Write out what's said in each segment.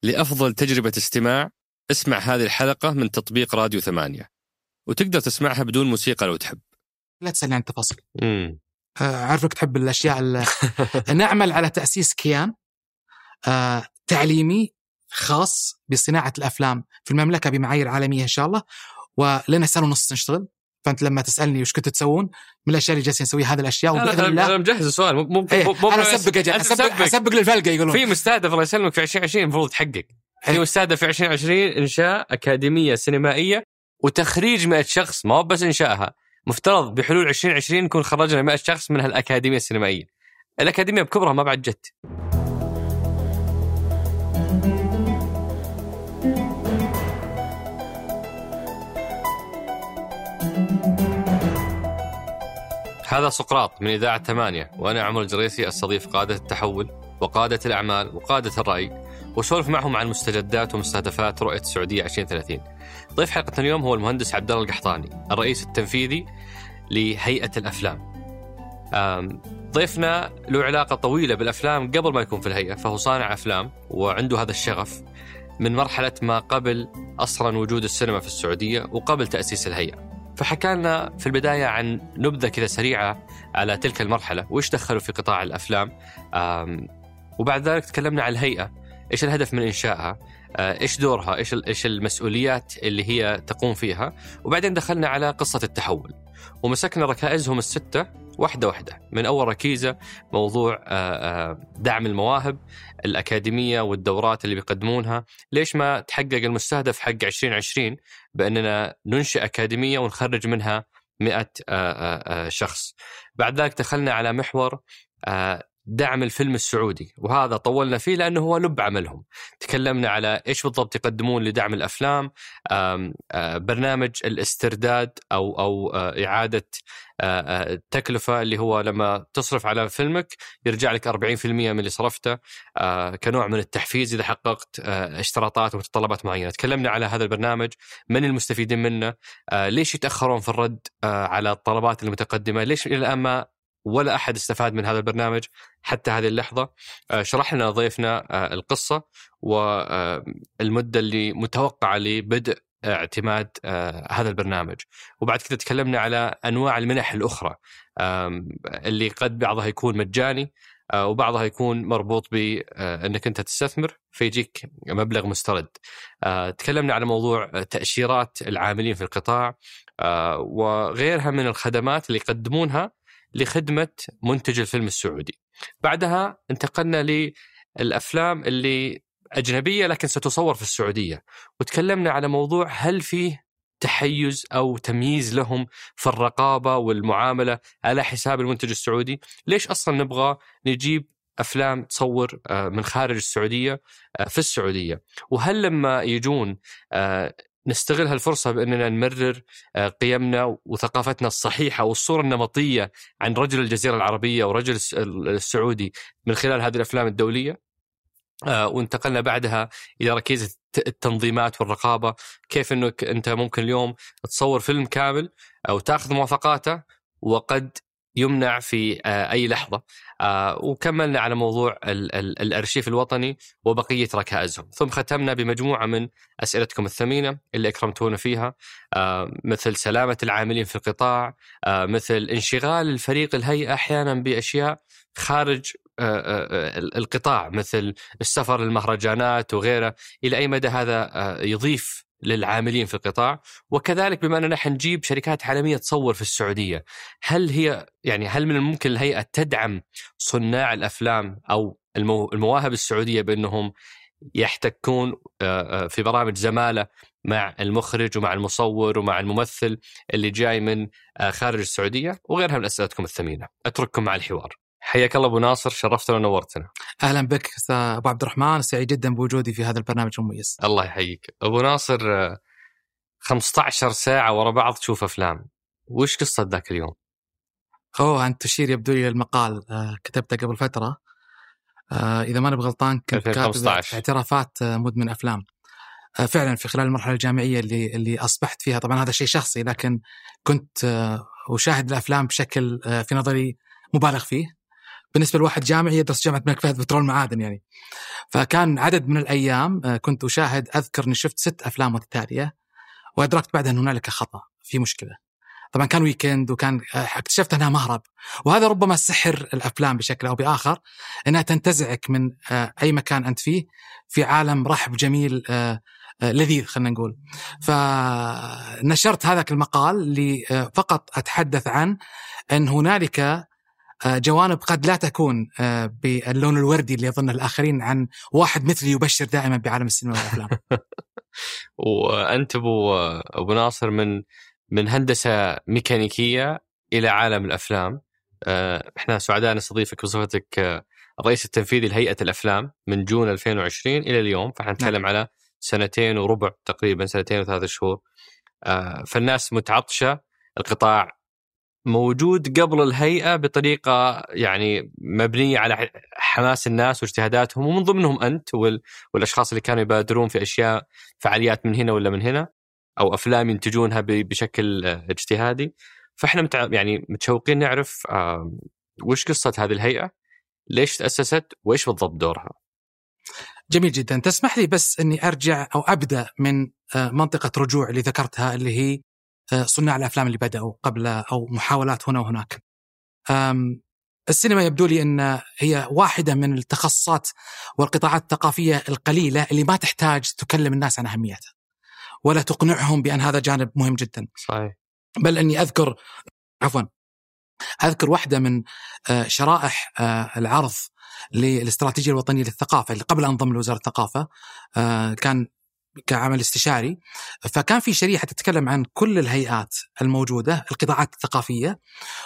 لأفضل تجربة استماع اسمع هذه الحلقة من تطبيق راديو 8، وتقدر تسمعها بدون موسيقى لو تحب. لا تسألني عن التفاصيل. عارفك تحب الأشياء نعمل على تأسيس كيان تعليمي خاص بصناعة الأفلام في المملكة بمعايير عالمية إن شاء الله، ولنا سنة ونص نشتغل. فأنت لما تسألني وش كنتوا تسوون، من الأشياء اللي جالسين نسوي هذه الأشياء، وبإذن الله أنا مجهز السؤال. أنا أسبق للفلقة. يقولون في مستهدف الله يسلمك في 2020 المفروض تحقق. في مستهدف في 2020 إنشاء أكاديمية سينمائية وتخريج 100 شخص، ما هو بس إنشائها. مفترض بحلول 2020 نكون خرجنا 100 شخص من هالأكاديمية السينمائية. الأكاديمية بكبرها ما بعد جت. هذا سقراط من إذاعة 8، وأنا عمر الجريسي أستضيف قادة التحول وقادة الأعمال وقادة الرأي، وسولف معهم عن مستجدات ومستهدفات رؤية السعودية 2030. ضيف حلقة اليوم هو المهندس عبد الله القحطاني، الرئيس التنفيذي لهيئة الأفلام. ضيفنا له علاقة طويلة بالأفلام قبل ما يكون في الهيئة، فهو صانع أفلام وعنده هذا الشغف من مرحلة ما قبل أصلا وجود السينما في السعودية وقبل تأسيس الهيئة. فحكى لنا في البداية عن نبذة كذا سريعة على تلك المرحلة وإيش دخلوا في قطاع الأفلام، وبعد ذلك تكلمنا عن الهيئة، إيش الهدف من إنشائها، إيش دورها، إيش المسؤوليات اللي هي تقوم فيها، وبعدين دخلنا على قصة التحول ومسكنا ركائزهم الستة واحدة واحدة. من أول ركيزة موضوع دعم المواهب، الأكاديمية والدورات اللي بيقدمونها، ليش ما تحقق المستهدف حق 2020 بأننا ننشئ أكاديمية ونخرج منها 100 شخص. بعد ذلك دخلنا على محور دعم الفيلم السعودي، وهذا طولنا فيه لأنه هو لب عملهم. تكلمنا على إيش بالضبط يقدمون لدعم الأفلام، برنامج الاسترداد أو إعادة التكلفة، اللي هو لما تصرف على فيلمك يرجع لك 40% من اللي صرفته كنوع من التحفيز إذا حققت اشتراطات ومتطلبات معينة. تكلمنا على هذا البرنامج، من المستفيدين منه، ليش يتأخرون في الرد على الطلبات المتقدمة، ليش إلى الآن ما ولا أحد استفاد من هذا البرنامج حتى هذه اللحظة. شرح لنا ضيفنا القصة والمدة اللي متوقعة لبدء اعتماد هذا البرنامج. وبعد كده تكلمنا على أنواع المنح الأخرى اللي قد بعضها يكون مجاني وبعضها يكون مربوط بأنك أنت تستثمر فيجيك مبلغ مسترد. تكلمنا على موضوع تأشيرات العاملين في القطاع وغيرها من الخدمات اللي يقدمونها لخدمة منتج الفيلم السعودي. بعدها انتقلنا للأفلام اللي أجنبية لكن ستصور في السعودية، وتكلمنا على موضوع هل فيه تحيز أو تمييز لهم في الرقابة والمعاملة على حساب المنتج السعودي. ليش أصلا نبغى نجيب أفلام تصور من خارج السعودية في السعودية، وهل لما يجون نستغل هالفرصة بأننا نمرر قيمنا وثقافتنا الصحيحة والصورة النمطية عن رجل الجزيرة العربية ورجل السعودي من خلال هذه الأفلام الدولية. وانتقلنا بعدها إلى ركيزة التنظيمات والرقابة، كيف أنك أنت ممكن اليوم تصور فيلم كامل أو تأخذ موافقاته وقد يمنع في أي لحظة. وكملنا على موضوع الأرشيف الوطني وبقية ركائزهم، ثم ختمنا بمجموعة من أسئلتكم الثمينة اللي أكرمتونا فيها، مثل سلامة العاملين في القطاع، مثل انشغال الفريق الهيئة أحيانا بأشياء خارج القطاع مثل السفر للمهرجانات وغيره، إلى أي مدى هذا يضيف للعاملين في القطاع. وكذلك بما أننا نجيب شركات عالمية تصور في السعودية، هل من الممكن الهيئة تدعم صناع الأفلام أو المواهب السعودية بأنهم يحتكون في برامج زمالة مع المخرج ومع المصور ومع الممثل اللي جاي من خارج السعودية، وغيرها من أسئلتكم الثمينة. أترككم مع الحوار. حياك الله أبو ناصر، شرفتنا ونورتنا. أهلا بك أبو عبد الرحمن، سعيد جدا بوجودي في هذا البرنامج المميز. الله يحييك أبو ناصر. 15 ساعة ورا بعض تشوف أفلام، وش قصة ذاك اليوم؟ أنت تشير يبدو لي المقال كتبته قبل فترة، إذا ما نبغى غلطان كنت كاتب اعترافات مدمن أفلام. فعلا في خلال المرحلة الجامعية اللي أصبحت فيها، طبعا هذا شيء شخصي، لكن كنت أشاهد الأفلام بشكل في نظري مبالغ فيه، بالنسبة لواحد جامعي يدرس جامعة الملك فهد بترول معادن يعني. فكان عدد من الأيام كنت أشاهد، أذكر أني شفت 6 أفلام متتالية وأدركت بعدها أن هنالك خطأ، في مشكلة. طبعا كان ويكند وكان اكتشفت أنها مهرب، وهذا ربما سحر الأفلام بشكل أو بآخر، أنها تنتزعك من أي مكان أنت فيه في عالم رحب جميل لذيذ خلنا نقول. فنشرت هذاك المقال اللي فقط أتحدث عن أن هنالك جوانب قد لا تكون باللون الوردي اللي يظنه الآخرين عن واحد مثلي يبشر دائما بعالم السينما والأفلام. وأنت أبو ناصر من هندسة ميكانيكية إلى عالم الأفلام. إحنا سعداء نستضيفك بصفتك الرئيس التنفيذي لهيئة الأفلام من جون 2020 إلى اليوم، فإحنا نتكلم على 2 وربع تقريبا، 2 و3 شهور. فالناس متعطشة، القطاع موجود قبل الهيئة بطريقة يعني مبنية على حماس الناس واجتهاداتهم، ومن ضمنهم أنت والأشخاص اللي كانوا يبادرون في أشياء فعاليات من هنا ولا من هنا، أو أفلام ينتجونها بشكل اجتهادي. فإحنا يعني متشوقين نعرف وش قصة هذه الهيئة، ليش تأسست، وإيش بالضبط دورها. جميل جدا. تسمح لي بس أني أرجع أو أبدأ من منطقة رجوع اللي ذكرتها، اللي هي صناع الأفلام اللي بدأوا قبل أو محاولات هنا وهناك. السينما يبدو لي أن هي واحدة من التخصصات والقطاعات الثقافية القليلة اللي ما تحتاج تكلم الناس عن أهميتها ولا تقنعهم بأن هذا جانب مهم جدا. صحيح. بل أني أذكر واحدة من شرائح العرض للاستراتيجية الوطنية للثقافة اللي قبل أن انضم لوزارة الثقافة، كان كعمل استشاري، فكان في شريحة تتكلم عن كل الهيئات الموجودة، القطاعات الثقافية،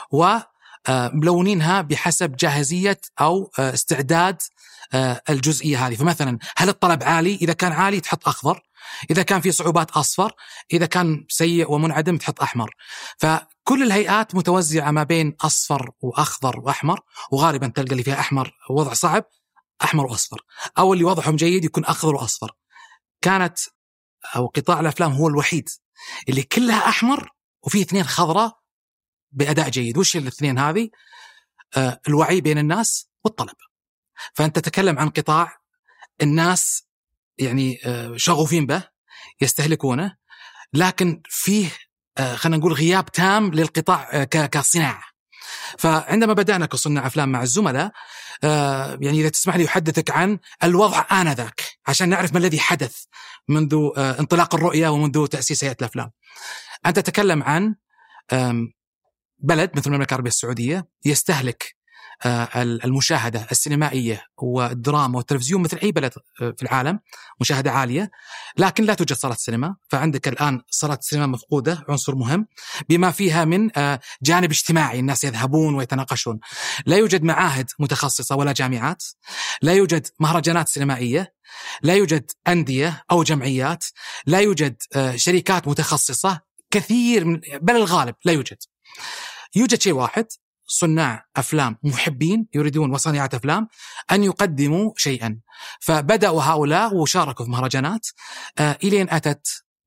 وملونينها بحسب جاهزية أو استعداد الجزئية هذه. فمثلا هل الطلب عالي؟ إذا كان عالي تحط أخضر، إذا كان في صعوبات أصفر، إذا كان سيء ومنعدم تحط أحمر. فكل الهيئات متوزعة ما بين أصفر وأخضر وأحمر، وغالبا تلقى اللي فيها أحمر وضع صعب أحمر وأصفر، أو اللي وضعهم جيد يكون أخضر وأصفر. كانت أو قطاع الأفلام هو الوحيد اللي كلها أحمر وفيه 2 خضراء بأداء جيد. وش الاثنين هذه؟ الوعي بين الناس والطلب. فأنت تتكلم عن قطاع الناس يعني شغوفين به، يستهلكونه، لكن فيه خلينا نقول غياب تام للقطاع كصناعة. فعندما بدأنا كصناع أفلام مع الزملاء، يعني إذا تسمح لي أحدثك عن الوضع آنذاك عشان نعرف ما الذي حدث منذ انطلاق الرؤية ومنذ تأسيس هيئة الأفلام. أنت تتكلم عن بلد مثل المملكة العربية السعودية يستهلك المشاهدة السينمائية والدراما والتلفزيون مثل أي بلد في العالم، مشاهدة عالية، لكن لا توجد صالات سينما. فعندك الآن صالات سينما مفقودة، عنصر مهم بما فيها من جانب اجتماعي، الناس يذهبون ويتناقشون. لا يوجد معاهد متخصصة ولا جامعات، لا يوجد مهرجانات سينمائية، لا يوجد أندية أو جمعيات، لا يوجد شركات متخصصة كثير بل الغالب لا يوجد. يوجد شيء واحد، صناع أفلام محبين يريدون وصناعة أفلام أن يقدموا شيئا. فبدأوا هؤلاء وشاركوا في مهرجانات إلين أتت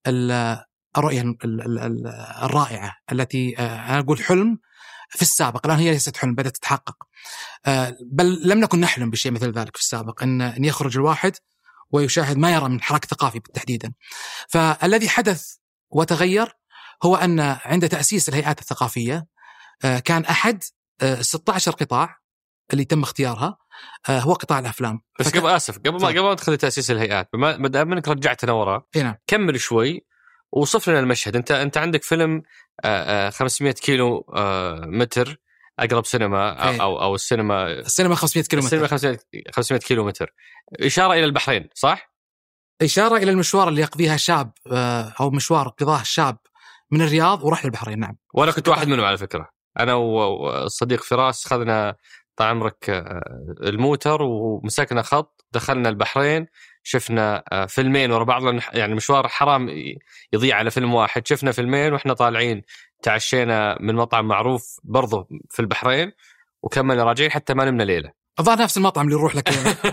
الرؤية الرائعة التي أنا أقول حلم في السابق، الآن هي ليست حلم، بدأت تتحقق. بل لم نكن نحلم بشيء مثل ذلك في السابق، أن يخرج الواحد ويشاهد ما يرى من حراك ثقافي بالتحديدا. فالذي حدث وتغير هو أن عند تأسيس الهيئات الثقافية كان أحد 16 قطاع اللي تم اختيارها هو قطاع الأفلام. بس قبل ما ندخل تأسيس الهيئات، ما دام انك رجعتنا وراء، كمل شوي وصف لنا المشهد. انت عندك فيلم 500 كيلو متر اقرب سينما او السينما 500 كيلو متر، 500 كيلو متر، اشاره الى البحرين، صح؟ اشاره الى المشوار اللي يقضيها شاب او مشوار قضاه شاب من الرياض وراح للبحرين. نعم، وانا كنت واحد منهم على فكره. انا والصديق فراس خذنا طال عمرك الموتر ومسكنا خط، دخلنا البحرين، شفنا فيلمين ورا بعض، يعني مشوار حرام يضيع على فيلم واحد. شفنا فيلمين واحنا طالعين، تعشينا من مطعم معروف برضه في البحرين، وكملنا راجعين حتى ما نمنا ليلة. أظن نفس المطعم اللي نروح لك.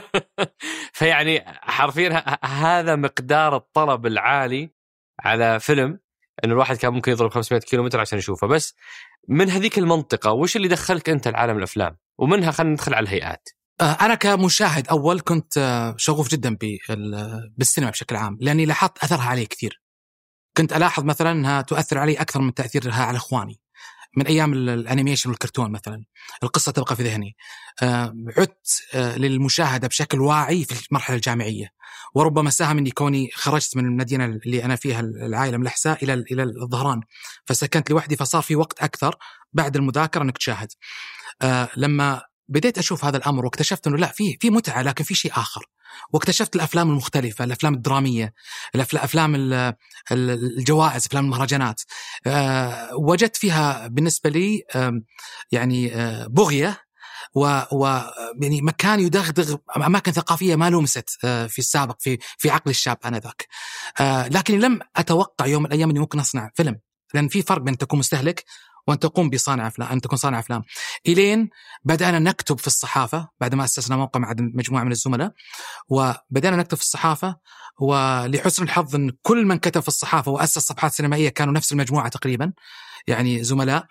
فيعني حرفيا هذا مقدار الطلب العالي على فيلم إن الواحد كان ممكن يضرب 500 كيلومتر عشان يشوفه. بس من هذيك المنطقة وش اللي دخلك أنت لعالم الأفلام؟ ومنها خلينا ندخل على الهيئات. أنا كمشاهد أول كنت شغوف جدا بالسينما بشكل عام، لأني لاحظت أثرها علي كثير. كنت ألاحظ مثلا أنها تؤثر علي أكثر من تأثيرها على إخواني من أيام الأنيميشن والكرتون. مثلا القصة تبقى في ذهني. عدت للمشاهدة بشكل واعي في المرحلة الجامعية، وربما ساهم إني كوني خرجت من المدينة اللي أنا فيها العائلة من الأحساء إلى الظهران، فسكنت لوحدي، فصار في وقت أكثر بعد المذاكرة أنك تشاهد. لما بديت أشوف هذا الأمر واكتشفت أنه لا، في متعة، لكن في شيء آخر. واكتشفت الأفلام المختلفة، الأفلام الدرامية، أفلام الجوائز، أفلام المهرجانات. وجدت فيها بالنسبة لي يعني بغية يعني مكان يدغدغ أماكن ثقافية ما لمست في السابق في عقل الشاب آنذاك. لكن لم أتوقع يوم من الأيام أني ممكن أصنع فيلم، لأن في فرق بين تكون مستهلك وأن تقوم بصانع أفلام، أن تكون صانع أفلام. إلين بدأنا نكتب في الصحافة بعد ما أسسنا موقع مع مجموعة من الزملاء، وبدأنا نكتب في الصحافة. ولحسن الحظ أن كل من كتب في الصحافة وأسس صفحات سينمائية كانوا نفس المجموعة تقريبا، يعني زملاء.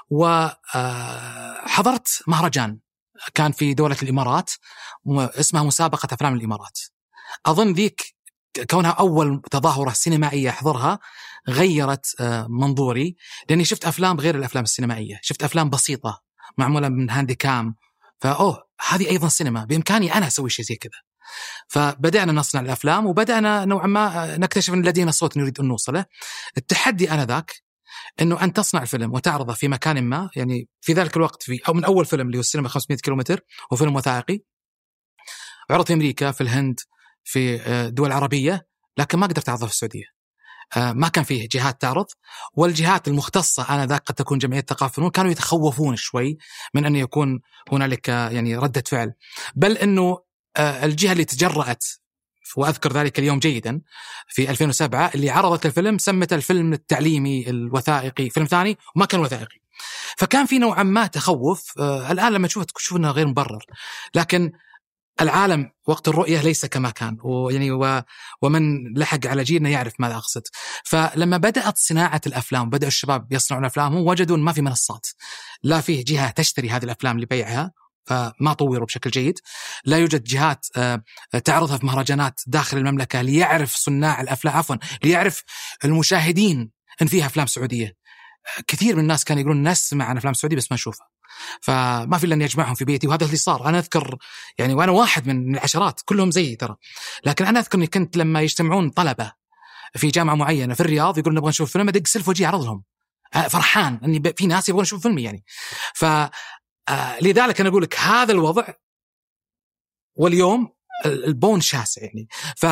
وحضرت مهرجان كان في دولة الإمارات اسمها مسابقة أفلام الإمارات. أظن ذيك كونها أول تظاهرة سينمائية أحضرها غيرت منظوري، لأني شفت أفلام غير الأفلام السينمائية، شفت أفلام بسيطة معمولة من هاندي كام، هذه أيضا سينما، بإمكاني أنا أسوي شيء زي كذا. فبدأنا نصنع الأفلام، وبدأنا نوعا ما نكتشف أن لدينا صوت نريد أن نوصله. التحدي آنذاك أنه أن تصنع فيلم وتعرضه في مكان ما، يعني في ذلك الوقت أو من أول فيلم اللي هو السينما 500 كيلومتر، وفيلم وثائقي عرض في أمريكا، في الهند، في دول عربية، لكن ما قدرت أعرضه في السعودية. ما كان فيه جهات تعرض، والجهات المختصة آنذاك قد تكون جمعية ثقافة الفنون كانوا يتخوفون شوي من أن يكون هنالك يعني ردة فعل. بل أنه الجهة اللي تجرأت، وأذكر ذلك اليوم جيدا، في 2007 اللي عرضت الفيلم سمت الفيلم التعليمي الوثائقي فيلم ثاني، وما كان وثائقي. فكان في نوعا ما تخوف. الآن لما تشوف أنه غير مبرر، لكن العالم وقت الرؤية ليس كما كان، ويعني ومن لحق على جيلنا يعرف ماذا أقصد. فلما بدأت صناعة الأفلام، بدأوا الشباب يصنعون أفلامهم، وجدوا ما في منصات، لا فيه جهة تشتري هذه الأفلام لبيعها، فما طوروا بشكل جيد. لا يوجد جهات تعرضها في مهرجانات داخل المملكة ليعرف صناع الأفلام، ليعرف المشاهدين أن فيها أفلام سعودية. كثير من الناس كانوا يقولون نسمع عن أفلام سعودية بس ما نشوفها، فما في إلا أن يجمعهم في بيتي. وهذا اللي صار. أنا أذكر يعني، وأنا واحد من العشرات، كلهم زيي ترى، لكن أنا أذكر أني كنت لما يجتمعون طلبة في جامعة معينة في الرياض يقولون نبغى نشوف فيلم، أدق سلف وجي أعرض لهم، فرحان أني في ناس يبغون يشوفوا فيلمي يعني. لذلك أنا أقول لك هذا الوضع، واليوم البون شاسع يعني.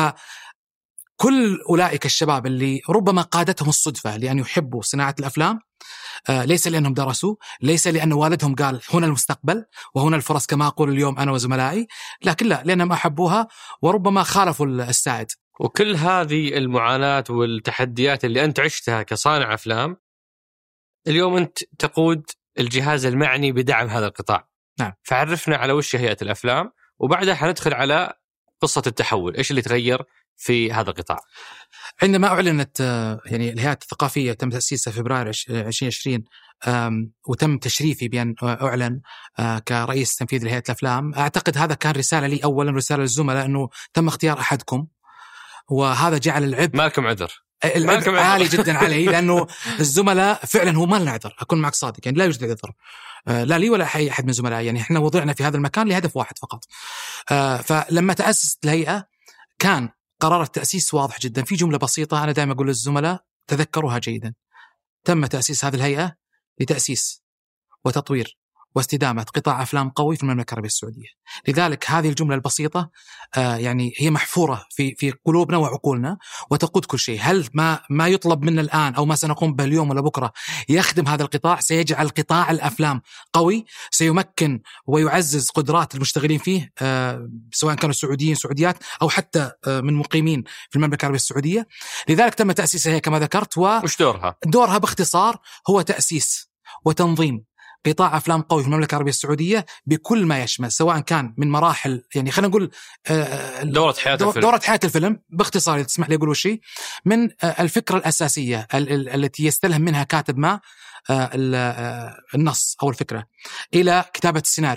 كل أولئك الشباب اللي ربما قادتهم الصدفة لأن يحبوا صناعة الأفلام، ليس لأنهم درسوا، ليس لأن والدهم قال هنا المستقبل وهنا الفرص كما أقول اليوم أنا وزملائي، لكن لا، لأنهم أحبوها وربما خالفوا السائد. وكل هذه المعاناة والتحديات اللي أنت عشتها كصانع أفلام، اليوم أنت تقود الجهاز المعني بدعم هذا القطاع. نعم. فعرفنا على وش هيئة الأفلام، وبعدها حندخل على قصة التحول، إيش اللي تغير في هذا القطاع. عندما أعلنت يعني الهيئة الثقافية تم تأسيسها في فبراير 2020، وتم تشريفي بأن أعلن كرئيس تنفيذي لهيئة الأفلام، أعتقد هذا كان رسالة لي، أولا رسالة للزملاء أنه تم اختيار أحدكم، وهذا جعل العبء، مالكم عذر، العبء عالي جدا علي، لأنه الزملاء فعلا هو ما لنا عذر، أكون معك صادق يعني، لا يوجد عذر لا لي ولا أي أحد من زملائي، يعني إحنا وضعنا في هذا المكان لهدف واحد فقط. فلما تأسست الهيئة كان قرار التأسيس واضح جدا، في جملة بسيطة أنا دائما أقول للزملاء تذكروها جيدا: تم تأسيس هذه الهيئة لتأسيس وتطوير واستدامة قطاع أفلام قوي في المملكة العربية السعودية. لذلك هذه الجملة البسيطة يعني هي محفورة في قلوبنا وعقولنا وتقود كل شيء. هل ما يطلب منا الآن أو ما سنقوم به اليوم ولا بكرة يخدم هذا القطاع، سيجعل قطاع الأفلام قوي، سيمكن ويعزز قدرات المشتغلين فيه سواء كانوا سعوديين سعوديات أو حتى من مقيمين في المملكة العربية السعودية. لذلك تم تأسيسها كما ذكرت. وش دورها؟ دورها باختصار هو تأسيس وتنظيم قطاع أفلام قوي في المملكة العربية السعودية بكل ما يشمل، سواء كان من مراحل، يعني خلينا نقول دورة حياة الفيلم باختصار، تسمح لي أقول وشي، من الفكرة الأساسية التي يستلهم منها كاتب ما النص أو الفكرة، إلى كتابة السيناريو،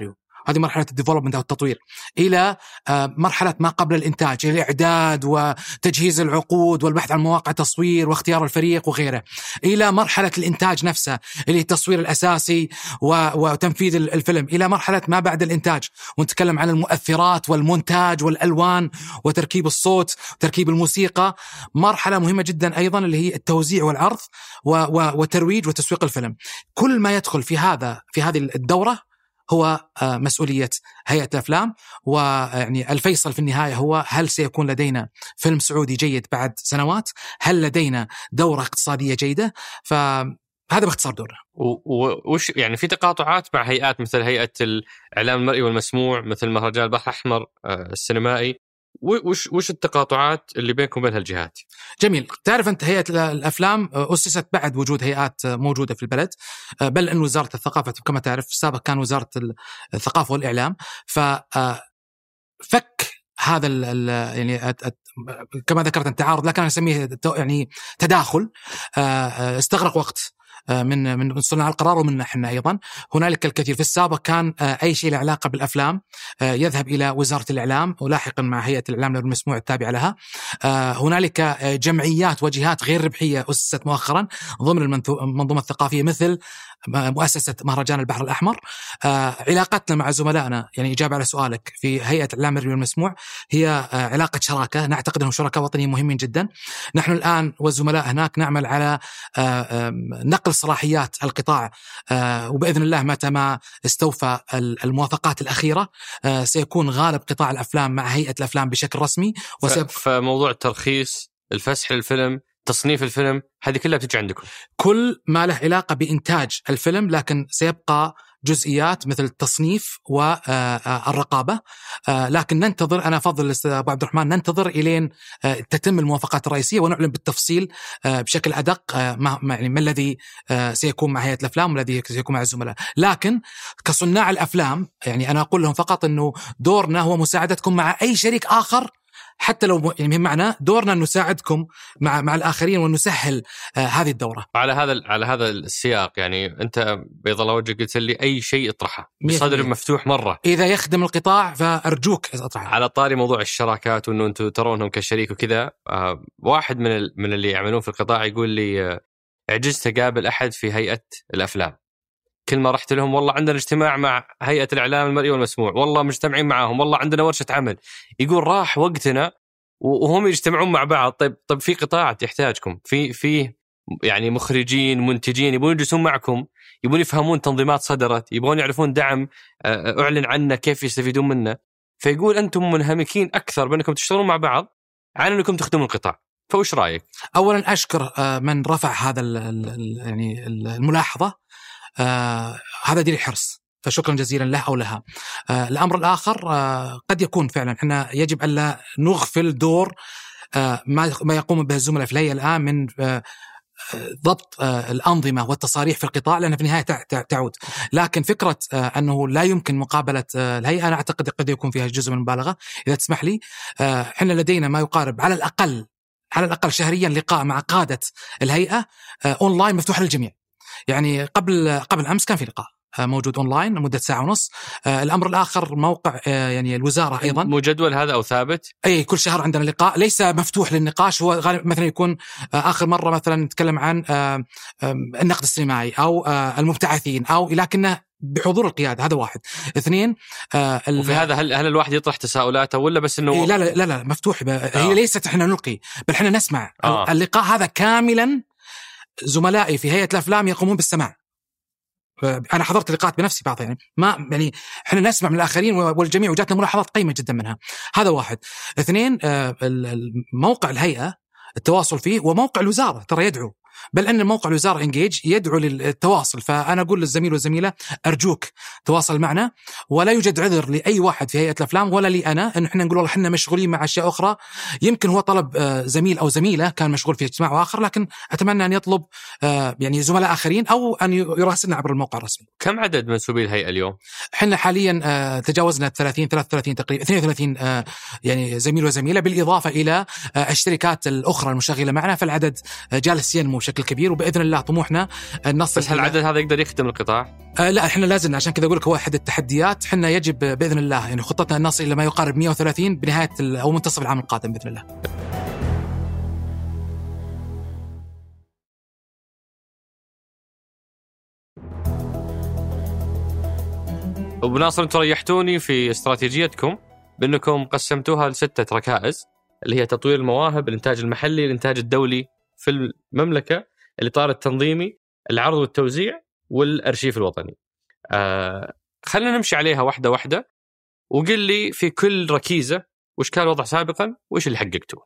هذه مرحلة الديفلوبمنت أو التطوير، إلى مرحلة ما قبل الإنتاج، الإعداد وتجهيز العقود والبحث عن مواقع تصوير واختيار الفريق وغيره، إلى مرحلة الإنتاج نفسه اللي هي التصوير الأساسي وتنفيذ الفيلم، إلى مرحلة ما بعد الإنتاج ونتكلم عن المؤثرات والمونتاج والألوان وتركيب الصوت وتركيب الموسيقى. مرحلة مهمة جدا أيضا اللي هي التوزيع والعرض وترويج وتسويق الفيلم. كل ما يدخل في هذه الدورة هو مسؤولية هيئة الأفلام. ويعني الفيصل في النهاية هو هل سيكون لدينا فيلم سعودي جيد بعد سنوات؟ هل لدينا دورة اقتصادية جيدة؟ فهذا باختصار دورنا. وش يعني في تقاطعات مع هيئات مثل هيئة الإعلام المرئي والمسموع، مثل مهرجان البحر الأحمر السينمائي، وش التقاطعات اللي بينكم وبين هالجهات؟ جميل. تعرف أنت هيئة الأفلام أسست بعد وجود هيئات موجودة في البلد، بل أن وزارة الثقافة كما تعرف في السابق كان وزارة الثقافة والإعلام، ففك هذا يعني كما ذكرت التعارض، لكن أنا أسميه يعني تداخل استغرق وقت من صناع القرار ومن احنا ايضا. هنالك الكثير. في السابق كان اي شيء له علاقه بالافلام يذهب الى وزاره الاعلام ولاحقا مع هيئه الاعلام المسموع التابعه لها. هنالك جمعيات وجهات غير ربحيه اسست مؤخرا ضمن المنظومه الثقافيه مثل مؤسسة مهرجان البحر الأحمر. علاقتنا مع زملائنا، يعني إجابة على سؤالك، في هيئة الإعلام المرئي والمسموع هي علاقة شراكة. نعتقد أنهم شركاء وطنيين مهمين جدا. نحن الآن والزملاء هناك نعمل على نقل صلاحيات القطاع، وبإذن الله متى ما استوفى الموافقات الأخيرة سيكون غالب قطاع الأفلام مع هيئة الأفلام بشكل رسمي. فموضوع الترخيص، الفسح للفيلم، تصنيف الفيلم، هذه كلها بتجي عندكم؟ كل ما له علاقة بإنتاج الفيلم، لكن سيبقى جزئيات مثل التصنيف والرقابة. لكن ننتظر، أنا أفضل أبو عبد الرحمن، ننتظر إلين تتم الموافقات الرئيسية ونعلن بالتفصيل بشكل أدق ما الذي سيكون مع هيئة الأفلام والذي سيكون مع الزملاء. لكن كصناع الأفلام يعني أنا أقول لهم فقط أنه دورنا هو مساعدتكم مع أي شريك آخر، حتى لو يعني معنى دورنا أن نساعدكم مع الآخرين ونسهل هذه الدورة. على هذا السياق، يعني أنت بيض الله وجهك قلت لي أي شيء اطرحه بصدر مفتوح مرة إذا يخدم القطاع فأرجوك اطرحه. على طاري موضوع الشراكات وأنه أنتم ترونهم كشريك وكذا، واحد من اللي يعملون في القطاع يقول لي عجزت أقابل أحد في هيئة الأفلام. كل ما رحت لهم والله عندنا اجتماع مع هيئة الإعلام المرئي والمسموع، والله مجتمعين معاهم، والله عندنا ورشة عمل، يقول راح وقتنا وهم يجتمعون مع بعض. طيب في قطاعات يحتاجكم، في يعني مخرجين منتجين يبون يجلسون معكم، يبون يفهمون تنظيمات صدرت، يبون يعرفون دعم أعلن عنه كيف يستفيدون منه. فيقول أنتم منهمكين أكثر بأنكم تشتغلون مع بعض عن أنكم تخدمون القطاع. فوش رأيك؟ أولا أشكر من رفع هذا يعني الملاحظة، هذا دليل حرص، فشكرا جزيلا له أو لها. الأمر الآخر قد يكون فعلا احنا يجب ألا نغفل دور ما يقوم به الزملاء في الهيئة الآن من ضبط الأنظمة والتصاريح في القطاع، لأنها في النهاية تعود. لكن فكرة أنه لا يمكن مقابلة الهيئة أنا أعتقد قد يكون فيها جزء من المبالغة. إذا تسمح لي، احنا لدينا ما يقارب على الأقل شهريا لقاء مع قادة الهيئة أونلاين مفتوح للجميع. يعني قبل أمس كان في لقاء موجود أونلاين لمدة ساعة ونص. الأمر الآخر موقع يعني الوزارة أيضا مجدول هذا أو ثابت؟ أي كل شهر عندنا لقاء ليس مفتوح للنقاش. هو غالبا مثلا يكون آخر مرة مثلا نتكلم عن النقد السينمائي أو المبتعثين، أو لكنه بحضور القيادة. هذا واحد. اثنين، وفي هذا هل الواحد يطرح تساؤلاته ولا بس إنه لا مفتوح. هي ليست إحنا نلقي، بل إحنا نسمع. اللقاء هذا كاملا زملائي في هيئة الأفلام يقومون بالسماع. أنا حضرت لقاءات بنفسي بعض، يعني ما يعني إحنا نسمع من الآخرين والجميع، وجاتنا ملاحظات قيمة جدا منها. هذا واحد. اثنين، موقع الهيئة التواصل فيه وموقع الوزارة ترى يدعو، بل أن موقع الوزارة إنجيج يدعو للتواصل. فأنا أقول للزميل والزميلة أرجوك تواصل معنا، ولا يوجد عذر لأي واحد في هيئة الأفلام ولا لي أنا إن إحنا نقول والله إحنا مشغولين مع أشياء أخرى. يمكن هو طلب زميل أو زميلة كان مشغول في اجتماع آخر، لكن أتمنى أن يطلب يعني زملاء آخرين أو أن يراسلنا عبر الموقع الرسمي. كم عدد منسوبي الهيئة اليوم؟ إحنا حاليا تجاوزنا 33 تقريبا 32 يعني زميل وزميلة، بالإضافة إلى الشركات الأخرى المشغلة معنا، فالعدد جالس ينمو بشكل كبير، وبإذن الله طموحنا نصل. بس هل العدد هذا يقدر يخدم القطاع؟ لا، احنا لازم، عشان كذا أقول لك هو أحد التحديات. احنا يجب بإذن الله يعني خطتنا أن نصل إلى ما يقارب 130 بنهاية أو منتصف العام القادم بإذن الله. أبو ناصر، أنتم ريحتوني في استراتيجيتكم بأنكم قسمتوها ل6 ركائز، اللي هي تطوير المواهب، الإنتاج المحلي، الإنتاج الدولي في المملكة، الإطار التنظيمي، العرض والتوزيع، والأرشيف الوطني. خلينا نمشي عليها واحدة واحدة، وقل لي في كل ركيزة وش كان الوضع سابقا وش اللي حققتوه.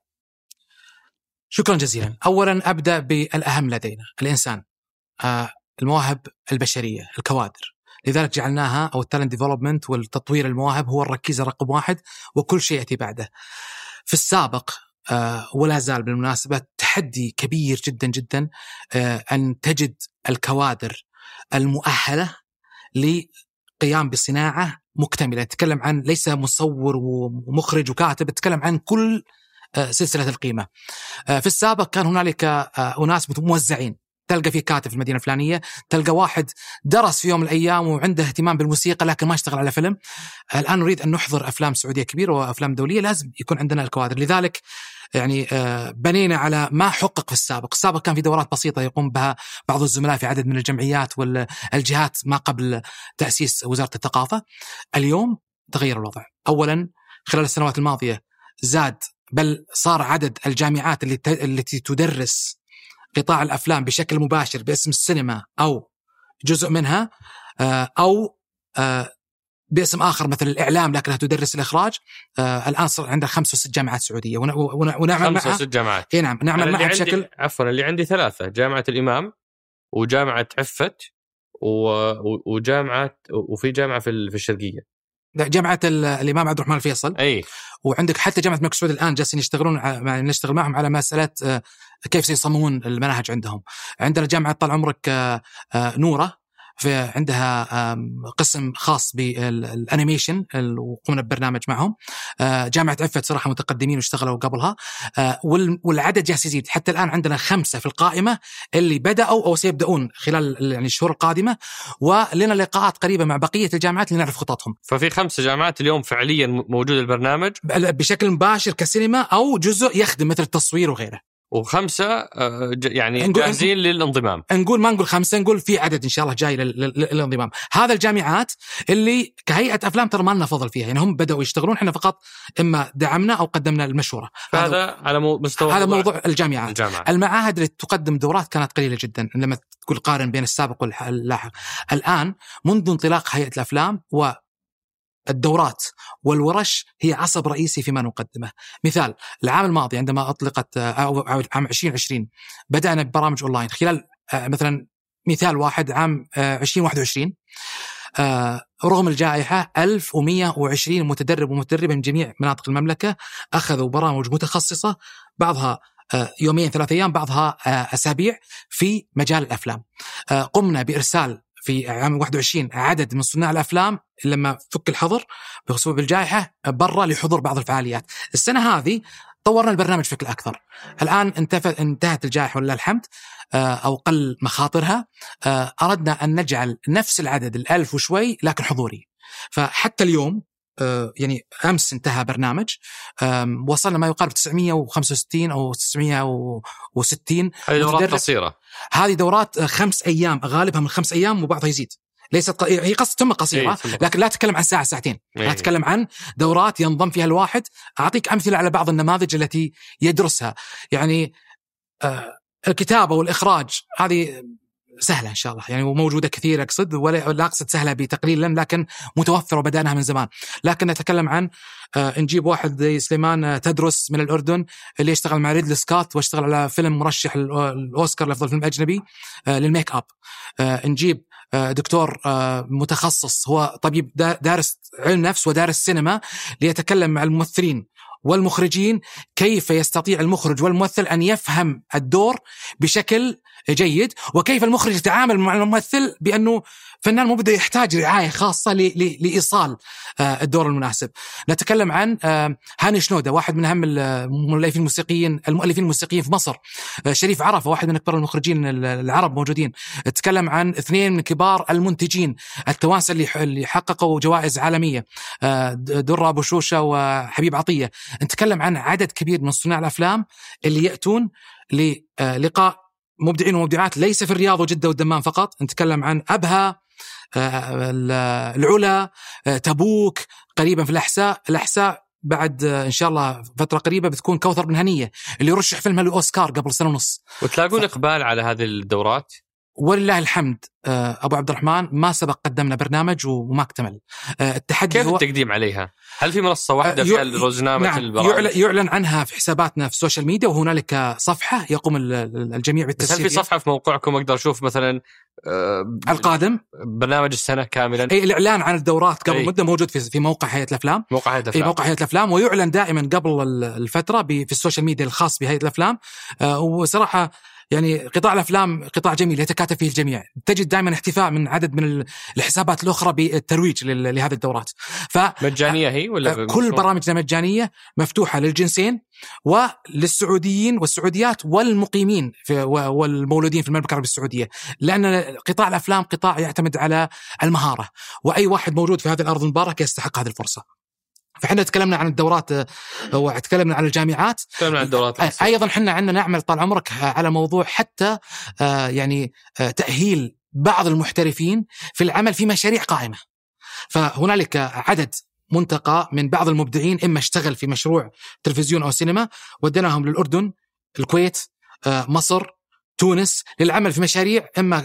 شكرا جزيلا. أولا أبدأ بالأهم لدينا، الإنسان، المواهب البشرية، الكوادر. لذلك جعلناها أو التالنت ديفلوبمنت والتطوير المواهب هو الركيزة رقم 1، وكل شيء يأتي بعده. في السابق ولا زال بالمناسبة تحدي كبير جدا جدا أن تجد الكوادر المؤهلة لقيام بصناعة مكتملة. تتكلم عن ليس مصور ومخرج وكاتب، تتكلم عن كل سلسلة القيمة. في السابق كان هنالك أناس موزعين، تلقى في كاتب في المدينة الفلانية، تلقى واحد درس في يوم من الأيام وعنده اهتمام بالموسيقى لكن ما اشتغل على فيلم. الآن نريد أن نحضر أفلام سعودية كبيرة وأفلام دولية، لازم يكون عندنا الكوادر. لذلك يعني بنينا على ما حقق في السابق. السابق كان في دورات بسيطة يقوم بها بعض الزملاء في عدد من الجمعيات والجهات ما قبل تأسيس وزارة الثقافة. اليوم تغير الوضع. أولا خلال السنوات الماضية زاد، بل صار عدد الجامعات التي تدرس قطاع الأفلام بشكل مباشر باسم السينما أو جزء منها، أو باسم آخر مثل الإعلام لكنها تدرس الإخراج. الآن صار عندنا 5 و6 جامعات سعودية ونعمل معها 5 و6 جامعات. نعم، نعمل معها بشكل. عفوا، اللي عندي 3: جامعة الإمام، وجامعة عفت، وجامعة، وفي جامعة في الشرقية، جامعة الإمام عبد الرحمن الفيصل. أي. وعندك حتى جامعة الملك سعود الآن جالسين نشتغل معهم على مسألة كيف سيصممون المناهج عندهم. عندنا جامعة طال عمرك نورة، عندها قسم خاص بالانيميشن وقمنا ببرنامج معهم. جامعة عفت صراحة متقدمين واشتغلوا قبلها، والعدد جالس يزيد. حتى الآن عندنا 5 في القائمة اللي بدأوا أو سيبدأون خلال يعني الشهور القادمة، ولنا لقاءات قريبة مع بقية الجامعات لنعرف خططهم. ففي 5 جامعات اليوم فعليا موجود البرنامج بشكل مباشر كسينما أو جزء يخدم مثل التصوير وغيره، و5 يعني جاهزين للانضمام. ما نقول 5، نقول في عدد إن شاء الله جاي للانضمام. هذا الجامعات اللي كهيئة أفلام ترى ما لنا فضل فيها، يعني هم بدأوا يشتغلون، احنا فقط إما دعمنا أو قدمنا المشورة. هذا على مستوى هذا موضوع الجامعات. المعاهد اللي تقدم دورات كانت قليلة جدا لما تقول قارن بين السابق واللاحق. الآن منذ انطلاق هيئة الأفلام الدورات والورش هي عصب رئيسي فيما نقدمه. مثال العام الماضي عندما أطلقت عام 2020 بدأنا ببرامج أونلاين خلال مثلا مثال واحد عام 2021 رغم الجائحة 1120 متدرب ومتدربة من جميع مناطق المملكة أخذوا برامج متخصصة، بعضها 2-3 أيام، بعضها أسابيع في مجال الأفلام. قمنا بإرسال في عام 21 عدد من صناع الأفلام لما فك الحظر بسبب الجائحة برا لحضور بعض الفعاليات. السنة هذه طورنا البرنامج بشكل أكثر. الآن انتهت الجائحة ولله الحمد أو قل مخاطرها. أردنا أن نجعل نفس العدد 1000 وشوي لكن حضوري. فحتى اليوم يعني أمس انتهى برنامج، وصلنا ما يقارب 965 أو 960. هذه دورات قصيرة، هذه دورات 5 أيام، غالبها من 5 أيام وبعضها يزيد. ليست هي ثم قصيرة، لكن لا تتكلم عن ساعة ساعتين، لا تتكلم عن دورات ينضم فيها الواحد. أعطيك أمثلة على بعض النماذج التي يدرسها. يعني الكتابة والإخراج هذه سهلة إن شاء الله، يعني وموجودة كثير، أقصد ولا أقصد سهلة بتقليل لكن متوفرة وبدأناها من زمان. لكن نتكلم عن نجيب واحد زي سليمان تدرس من الأردن اللي يشتغل مع ريدلي سكوت واشتغل على فيلم مرشح الأوسكار لأفضل فيلم أجنبي للميك أب. نجيب دكتور متخصص هو طبيب دارس علم نفس ودارس سينما ليتكلم مع الممثلين والمخرجين كيف يستطيع المخرج والممثل أن يفهم الدور بشكل جيد، وكيف المخرج يتعامل مع الممثل بأنه فنان مبدع يحتاج رعاية خاصة لإيصال الدور المناسب. نتكلم عن هاني شنودة، واحد من أهم المؤلفين الموسيقيين في مصر. شريف عرفة، واحد من أكبر المخرجين العرب موجودين. نتكلم عن اثنين من كبار المنتجين التوانسة اللي حققوا جوائز عالمية، درة أبو شوشة وحبيب عطية. نتكلم عن عدد كبير من صناع الأفلام اللي يأتون للقاء مبدعين ومبدعات ليس في الرياض وجدة والدمام فقط. نتكلم عن أبها، العلا، تبوك، قريبا في الأحساء بعد إن شاء الله فترة قريبة بتكون كوثر بن هنية اللي يرشح فيلمها للأوسكار قبل سنة ونص. وتلاقون إقبال على هذه الدورات؟ ولله الحمد أبو عبد الرحمن، ما سبق قدمنا برنامج وما اكتمل. التحدي كيف التقديم عليها؟ هل في منصة واحدة في الرزنامة؟ نعم، يعلن عنها في حساباتنا في السوشيال ميديا، وهنالك صفحة يقوم الجميع بالتسجيل. بس هل في صفحة في موقعكم أقدر أشوف مثلا القادم برنامج السنة كاملا؟ الإعلان عن الدورات قبل مدة موجود في موقع هيئة الأفلام، في موقع هيئة الأفلام، ويعلن دائما قبل الفترة في السوشيال ميديا الخاص بهيئة الأفلام. وصراحة يعني قطاع الأفلام قطاع جميل يتكاتف فيه الجميع. تجد دائما احتفاء من عدد من الحسابات الأخرى بالترويج لهذه الدورات. مجانية هي ولا كل برامجنا مجانية، مفتوحة للجنسين وللسعوديين والسعوديات والمقيمين والمولودين في المملكة العربية السعودية، لأن قطاع الأفلام قطاع يعتمد على المهارة، وأي واحد موجود في هذه الأرض المباركة يستحق هذه الفرصة. فحنا تكلمنا عن الدورات وتكلمنا عن الجامعات، تكلمنا عن الدورات. أيضا حنا عندنا نعمل طال عمرك على موضوع حتى يعني تأهيل بعض المحترفين في العمل في مشاريع قائمة. فهنالك عدد منتقى من بعض المبدعين، إما اشتغل في مشروع تلفزيون أو سينما وديناهم للأردن، الكويت، مصر، تونس، للعمل في مشاريع إما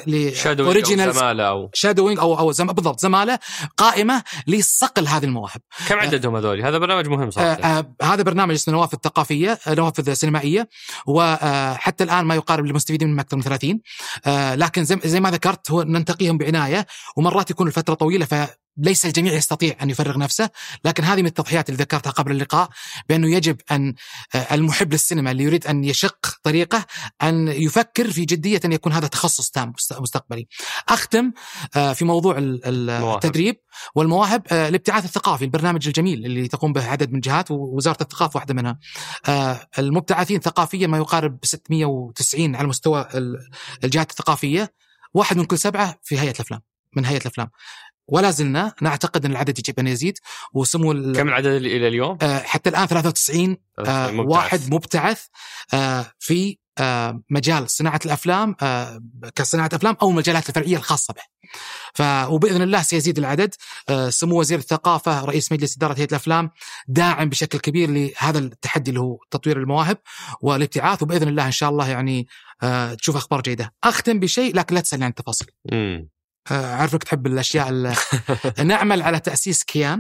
شادوينج أو بالضبط زمالة قائمة لصقل هذه المواهب. كم عددهم هذول؟ هذا برنامج مهم صراحة. هذا برنامج اسمه نوافذ ثقافية، نوافذ سينمائية، وحتى الآن ما يقارب المستفيدين من أكثر من 30. لكن زي ما ذكرت هو ننتقيهم بعناية، ومرات يكون الفترة طويلة ليس الجميع يستطيع أن يفرغ نفسه. لكن هذه من التضحيات اللي ذكرتها قبل اللقاء، بأنه يجب أن المحب للسينما اللي يريد أن يشق طريقه أن يفكر في جدية أن يكون هذا تخصص تام مستقبلي. أختم في موضوع التدريب والمواهب، الابتعاث الثقافي، البرنامج الجميل اللي تقوم به عدد من جهات، ووزارة الثقافة واحدة منها. المبتعثين ثقافيا ما يقارب 690 على مستوى الجهات الثقافية، 1 من كل 7 في هيئة الأفلام، من هيئة الأفلام. ولا زلنا نعتقد أن العدد يجب أن يزيد. كم العدد إلى اليوم؟ حتى الآن 93 واحد مبتعث في مجال صناعة الأفلام كصناعة أفلام أو المجالات الفرعية الخاصة به. وبإذن الله سيزيد العدد. سمو وزير الثقافة رئيس مجلس إدارة هيئة الأفلام داعم بشكل كبير لهذا التحدي اللي هو تطوير المواهب والابتعاث، وبإذن الله إن شاء الله يعني تشوف أخبار جيدة. أختم بشيء لكن لا تسألني عن التفاصيل. عارفك تحب الأشياء نعمل على تأسيس كيان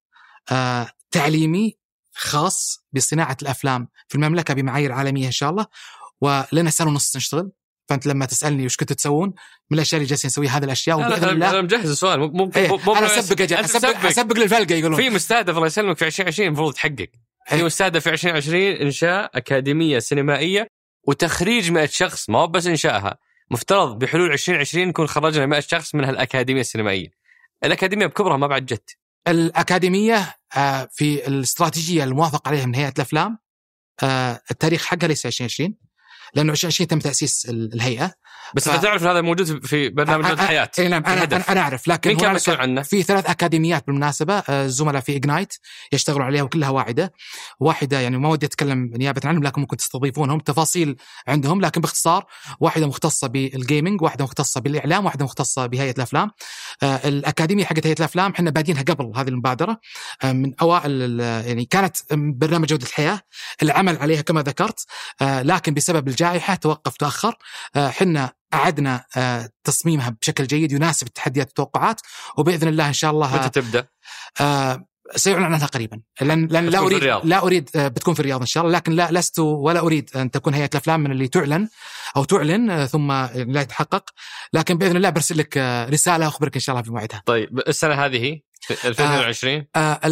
تعليمي خاص بصناعة الأفلام في المملكة بمعايير عالمية إن شاء الله، ولنا سنة ونص نشتغل. فأنت لما تسألني وش كنتوا تسوون، من الأشياء اللي جالسين نسويها هذه الأشياء، وبإذن الله أنا مجهز السؤال. أنا أسبق للفلقة يقولون في مستهدف الله يسلمك في 2020 المفروض تحقق. في مستهدف في 2020 إنشاء أكاديمية سينمائية وتخريج 100 شخص، ما هو بس إنشائها، مفترض بحلول 2020 نكون خرجنا 100 شخص من هالأكاديمية السينمائية. الأكاديمية بكبرها ما بعد جت. الأكاديمية في الاستراتيجية الموافق عليها من هيئة الأفلام التاريخ حقها ليس 2020، لأنه 2020 تم تأسيس الهيئة. بس أنت تعرف هذا موجود في برنامج الحياة. نعم أنا أعرف، لكن كان مسؤول عنه؟ في 3 أكاديميات بالمناسبة، الزملاء في إغنايت يشتغلون عليها وكلها واحدة يعني ما ودي أتكلم نيابة عنهم، لكن ممكن تستضيفونهم، تفاصيل عندهم. لكن باختصار، واحدة مختصة بالجيمنج، واحدة مختصة بالإعلام، واحدة مختصة بهيئة الأفلام. الأكاديمية حقت هيئة الأفلام حنا بادينها قبل هذه المبادرة، من أوائل يعني كانت برنامج جودة الحياة العمل عليها كما ذكرت، لكن بسبب الجائحة تأخر. حنا أعدنا تصميمها بشكل جيد يناسب التحديات والتوقعات، وبإذن الله إن شاء الله متى تبدأ؟ سيعلن عنها قريبا، لأن لا أريد بتكون في الرياض إن شاء الله، لكن لست ولا أريد أن تكون هيئة الأفلام من اللي تعلن ثم لا يتحقق. لكن بإذن الله برسل لك رسالة أخبرك إن شاء الله بموعدها. طيب السنة هذه 2020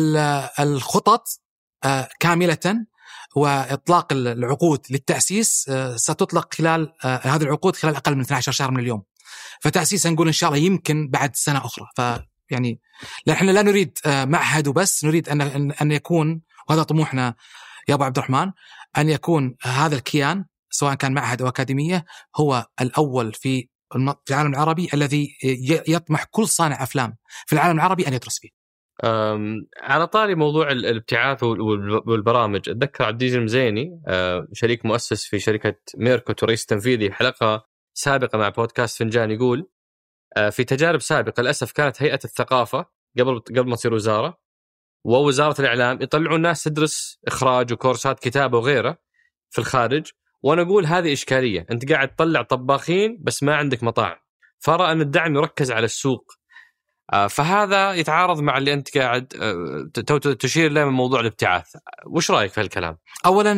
الخطط كاملة وإطلاق العقود للتأسيس ستطلق خلال هذه العقود خلال أقل من 12 شهر من اليوم. فتأسيسا نقول إن شاء الله يمكن بعد سنة أخرى. فيعني احنا لا نريد معهد وبس، نريد أن يكون، وهذا طموحنا يا أبو عبد الرحمن، أن يكون هذا الكيان سواء كان معهد أو أكاديمية هو الأول في العالم العربي الذي يطمح كل صانع أفلام في العالم العربي أن يدرس فيه. على طاري موضوع الابتعاث والبرامج، أتذكر عبد العزيز المزيني شريك مؤسس في شركة ميركوت ورئيس تنفيذي حلقة سابقة مع بودكاست فنجان، يقول في تجارب سابقة للأسف كانت هيئة الثقافة قبل ما تصير وزارة ووزارة الإعلام يطلعون الناس تدرس إخراج وكورسات كتابة وغيره في الخارج، وأنا أقول هذه إشكالية، أنت قاعد تطلع طباخين بس ما عندك مطاعم. فرأى أن الدعم يركز على السوق، فهذا يتعارض مع اللي أنت قاعد تشير له من موضوع الابتعاث. وش رأيك في هالكلام؟ أولا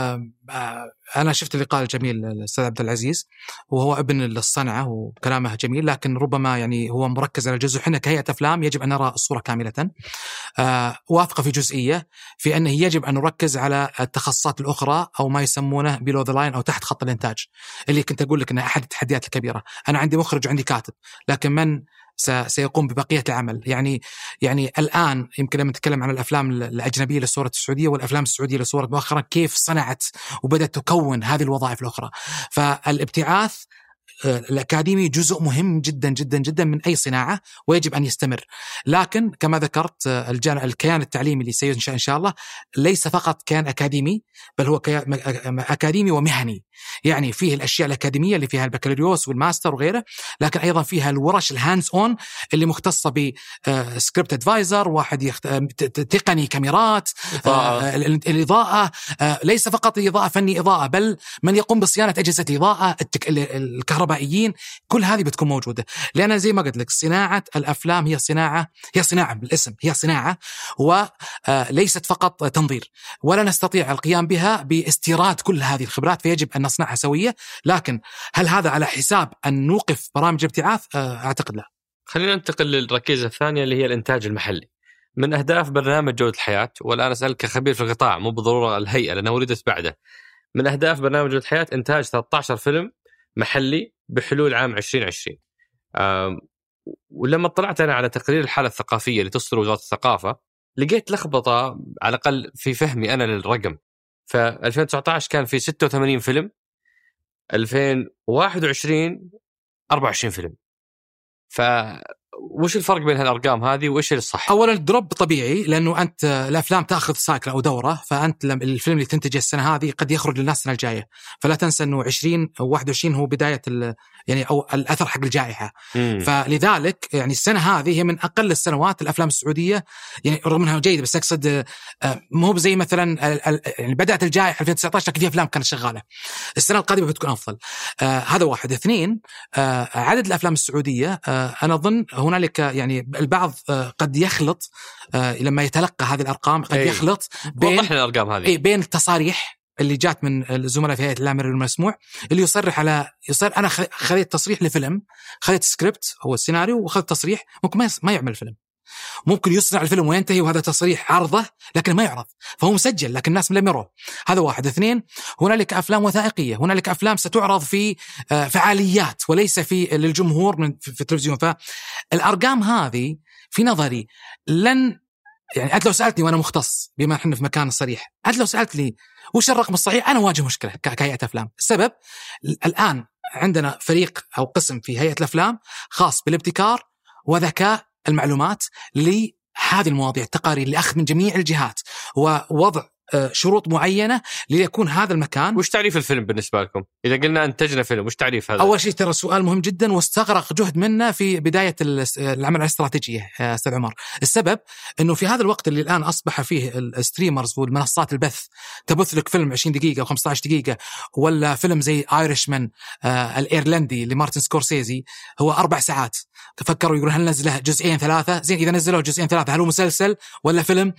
أنا شفت اللقاء الجميل للأستاذ عبد العزيز، وهو ابن الصنعة وكلامه جميل، لكن ربما يعني هو مركز على جزء. حنا كهيئة أفلام يجب أن نرى الصورة كاملة. وافقة في جزئية في أنه يجب أن نركز على التخصصات الأخرى أو ما يسمونه below the line أو تحت خط الإنتاج، اللي كنت أقول لك أنها أحد التحديات الكبيرة. أنا عندي مخرج وعندي كاتب، لكن من سيقوم ببقية العمل؟ يعني الآن يمكن لما نتكلم عن الأفلام الأجنبية للصورة السعودية والأفلام السعودية للصورة مؤخرا كيف صنعت وبدأت تكون هذه الوظائف الأخرى. فالابتعاث الأكاديمي جزء مهم جدا جدا جدا من أي صناعة ويجب أن يستمر. لكن كما ذكرت الكيان التعليمي اللي سينشأ إن شاء الله ليس فقط كيان أكاديمي، بل هو أكاديمي ومهني. يعني فيه الأشياء الأكاديمية اللي فيها البكالوريوس والماستر وغيره، لكن أيضا فيها الورش الهاندز أون اللي مختصة بسكريبت أدفايزر، واحد تقني كاميرات، الإضاءة، ليس فقط إضاءة فني إضاءة، بل من يقوم بصيانة أجهزة الإضاءة، الكهربائيين، كل هذه بتكون موجودة. لأن زي ما قلت لك صناعة الأفلام هي صناعة بالاسم، هي صناعة وليست فقط تنظير، ولا نستطيع القيام بها باستيراد كل هذه الخبرات، فيجب أن نصنعها سوية. لكن هل هذا على حساب أن نوقف برامج ابتعاث؟ أعتقد لا. خلينا ننتقل للركيزة الثانية اللي هي الإنتاج المحلي. من أهداف برنامج جودة الحياة، والآن أسألك كخبير في القطاع مو بالضرورة الهيئة لأنه ولدت بعده، من أهداف برنامج جودة الحياة إنتاج 13 فيلم محلي بحلول عام 2020. ولما طلعت أنا على تقرير الحالة الثقافية اللي تصدر وزارة الثقافة لقيت لخبطة على الأقل في فهمي أنا للرقم. ف 2019 كان في 86 فيلم، 2021 24 فيلم. وش الفرق بين هالأرقام هذه وإيش الصح؟ أولا الدروب طبيعي، لأنه أنت الأفلام تأخذ سايكل أو دورة، فأنت الفيلم اللي تنتجه السنة هذه قد يخرج للناس السنة الجاية، فلا تنسى أنه 20 أو 21 هو بداية يعني أو الأثر حق الجائحة. فلذلك يعني السنة هذه هي من أقل السنوات الأفلام السعودية، يعني رغم أنها جيدة بس أقصد مو زي مثلا يعني بدأت الجائحة 2019 لكن في أفلام كانت شغالة. السنة القادمة بتكون أفضل. هذا واحد. اثنين، عدد الأفلام السعودية أنا أظن هنالك يعني البعض قد يخلط لما يتلقى هذه الأرقام قد يخلط بين الأرقام هذه بين التصاريح اللي جات من الزملاء في هيئة الأمر المسموع اللي يصرح أنا خذيت تصريح لفيلم، خذيت سكريبت هو السيناريو وخذت تصريح، ممكن ما يعمل فيلم، ممكن يصنع الفيلم وينتهي وهذا تصريح عرضه لكن ما يعرض، فهو مسجل لكن الناس لم يروه. هذا واحد. اثنين، هنالك أفلام وثائقية، هنالك أفلام ستعرض في فعاليات وليس في للجمهور في التلفزيون. فالأرقام هذه في نظري يعني أنت لو سألتني وأنا مختص بما احنا في مكان صريح، أنت لو سألتني وش الرقم الصحيح، أنا واجه مشكلة كهيئة أفلام. السبب الآن عندنا فريق أو قسم في هيئة الأفلام خاص بالابتكار وذكاء المعلومات لهذه المواضيع، التقارير اللي أخذ من جميع الجهات ووضع شروط معينة ليكون هذا المكان. وش تعريف الفيلم بالنسبة لكم؟ إذا قلنا أنتجنا فيلم وش تعريف هذا؟ أول شيء ترى سؤال مهم جدا واستغرق جهد منا في بداية العمل الاستراتيجية يا أستاذ عمر. السبب أنه في هذا الوقت اللي الآن أصبح فيه الستريمرز والمنصات البث تبث لك فيلم 20 دقيقة أو 15 دقيقة، ولا فيلم زي آيرشمان الإيرلندي لمارتن سكورسيزي هو 4 ساعات، تفكروا يقولون هل نزله جزئين 3؟ زين إذا نزلوا جزئين 3 هل هو مسلسل ولا فيلم؟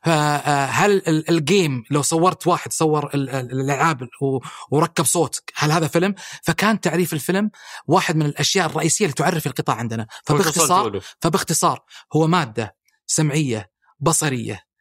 هل الجيم لو صورت واحد صور الألعاب وركب صوت هل هذا فيلم؟ فكان تعريف الفيلم واحد من الأشياء الرئيسية اللي تعرف القطاع عندنا. فباختصار هو مادة سمعية بصرية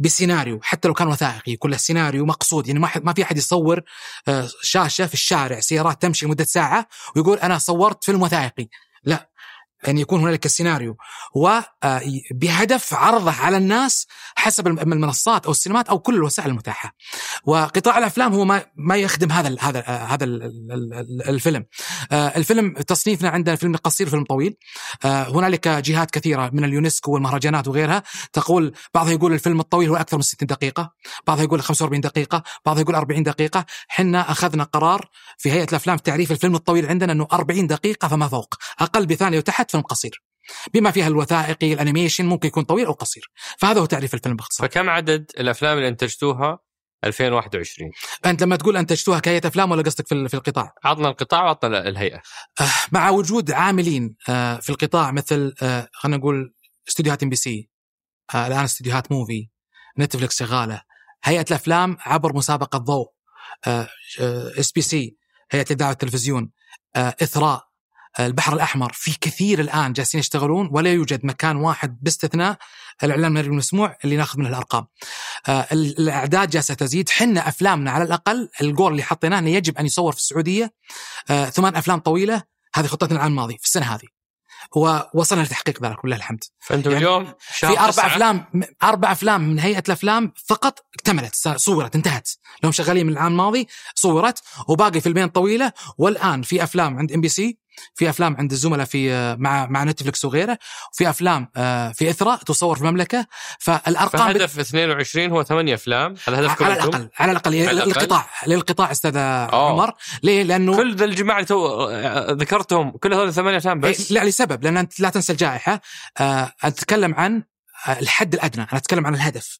بسيناريو حتى لو كان وثائقي، كله سيناريو مقصود، يعني ما في أحد يصور شاشة في الشارع سيارات تمشي مدة ساعة ويقول أنا صورت فيلم وثائقي، لا، يعني يكون هنالك السيناريو وبهدف عرضه على الناس حسب المنصات أو السينمات أو كل الوسائل المتاحة. وقطاع الأفلام هو ما يخدم هذا الفيلم. الفيلم تصنيفنا عندنا فيلم قصير وفيلم طويل. هنالك جهات كثيرة من اليونسكو والمهرجانات وغيرها تقول، بعضها يقول الفيلم الطويل هو أكثر من 60 دقيقة، بعضها يقول 45 دقيقة، بعضها يقول 40 دقيقة. حنا أخذنا قرار في هيئة الأفلام في تعريف الفيلم الطويل عندنا أنه 40 دقيقة فما فوق، أقل بثانية وتحت فيلم قصير، بما فيها الوثائقي الانيميشن ممكن يكون طويل او قصير. فهذا هو تعريف الفيلم باختصار. فكم عدد الافلام اللي انتجتوها 2021؟ انت لما تقول انتجتوها كهيئة افلام ولا قصدك في القطاع؟ عطنا القطاع وعطنا الهيئة. مع وجود عاملين في القطاع مثل خلينا نقول استوديوهات MBC، الان استوديوهات موفي، نتفليكس شغاله، هيئة الافلام عبر مسابقة ضوء، SBC هيئة الإذاعة والتلفزيون، إثراء، البحر الأحمر، في كثير الآن جالسين يشتغلون ولا يوجد مكان واحد باستثناء الإعلام المسموع اللي ناخذ منه الأرقام. الأعداد جالسة تزيد. حنا أفلامنا على الأقل الجول اللي حطيناه أنه يجب أن يصور في السعودية 8 أفلام طويلة، هذه خطتنا العام الماضي في السنة هذه، ووصلنا لتحقيق ذلك والله الحمد. فأنتم يعني اليوم في 4 أفلام من هيئة الأفلام فقط اكتملت، صورت، انتهت، لهم شغالين من العام الماضي صورت، وباقي فيلمين طويلة. والآن في أفلام عند MBC، في أفلام عند الزملاء في مع نتفليكس وغيره، وفي أفلام في إثراء تصور في المملكة. فالأرقام فهدف 22 هو 8 أفلام، هذا هدفكم على الأقل للقطاع أستاذ عمر. ليه؟ لأنه كل ذا الجماعة اللي ذكرتهم كل هذول 8 أفلام بس. لا، لسبب، لأن أنت لا تنسى الجائحة. أتكلم عن الحد الأدنى، أنا أتكلم عن الهدف.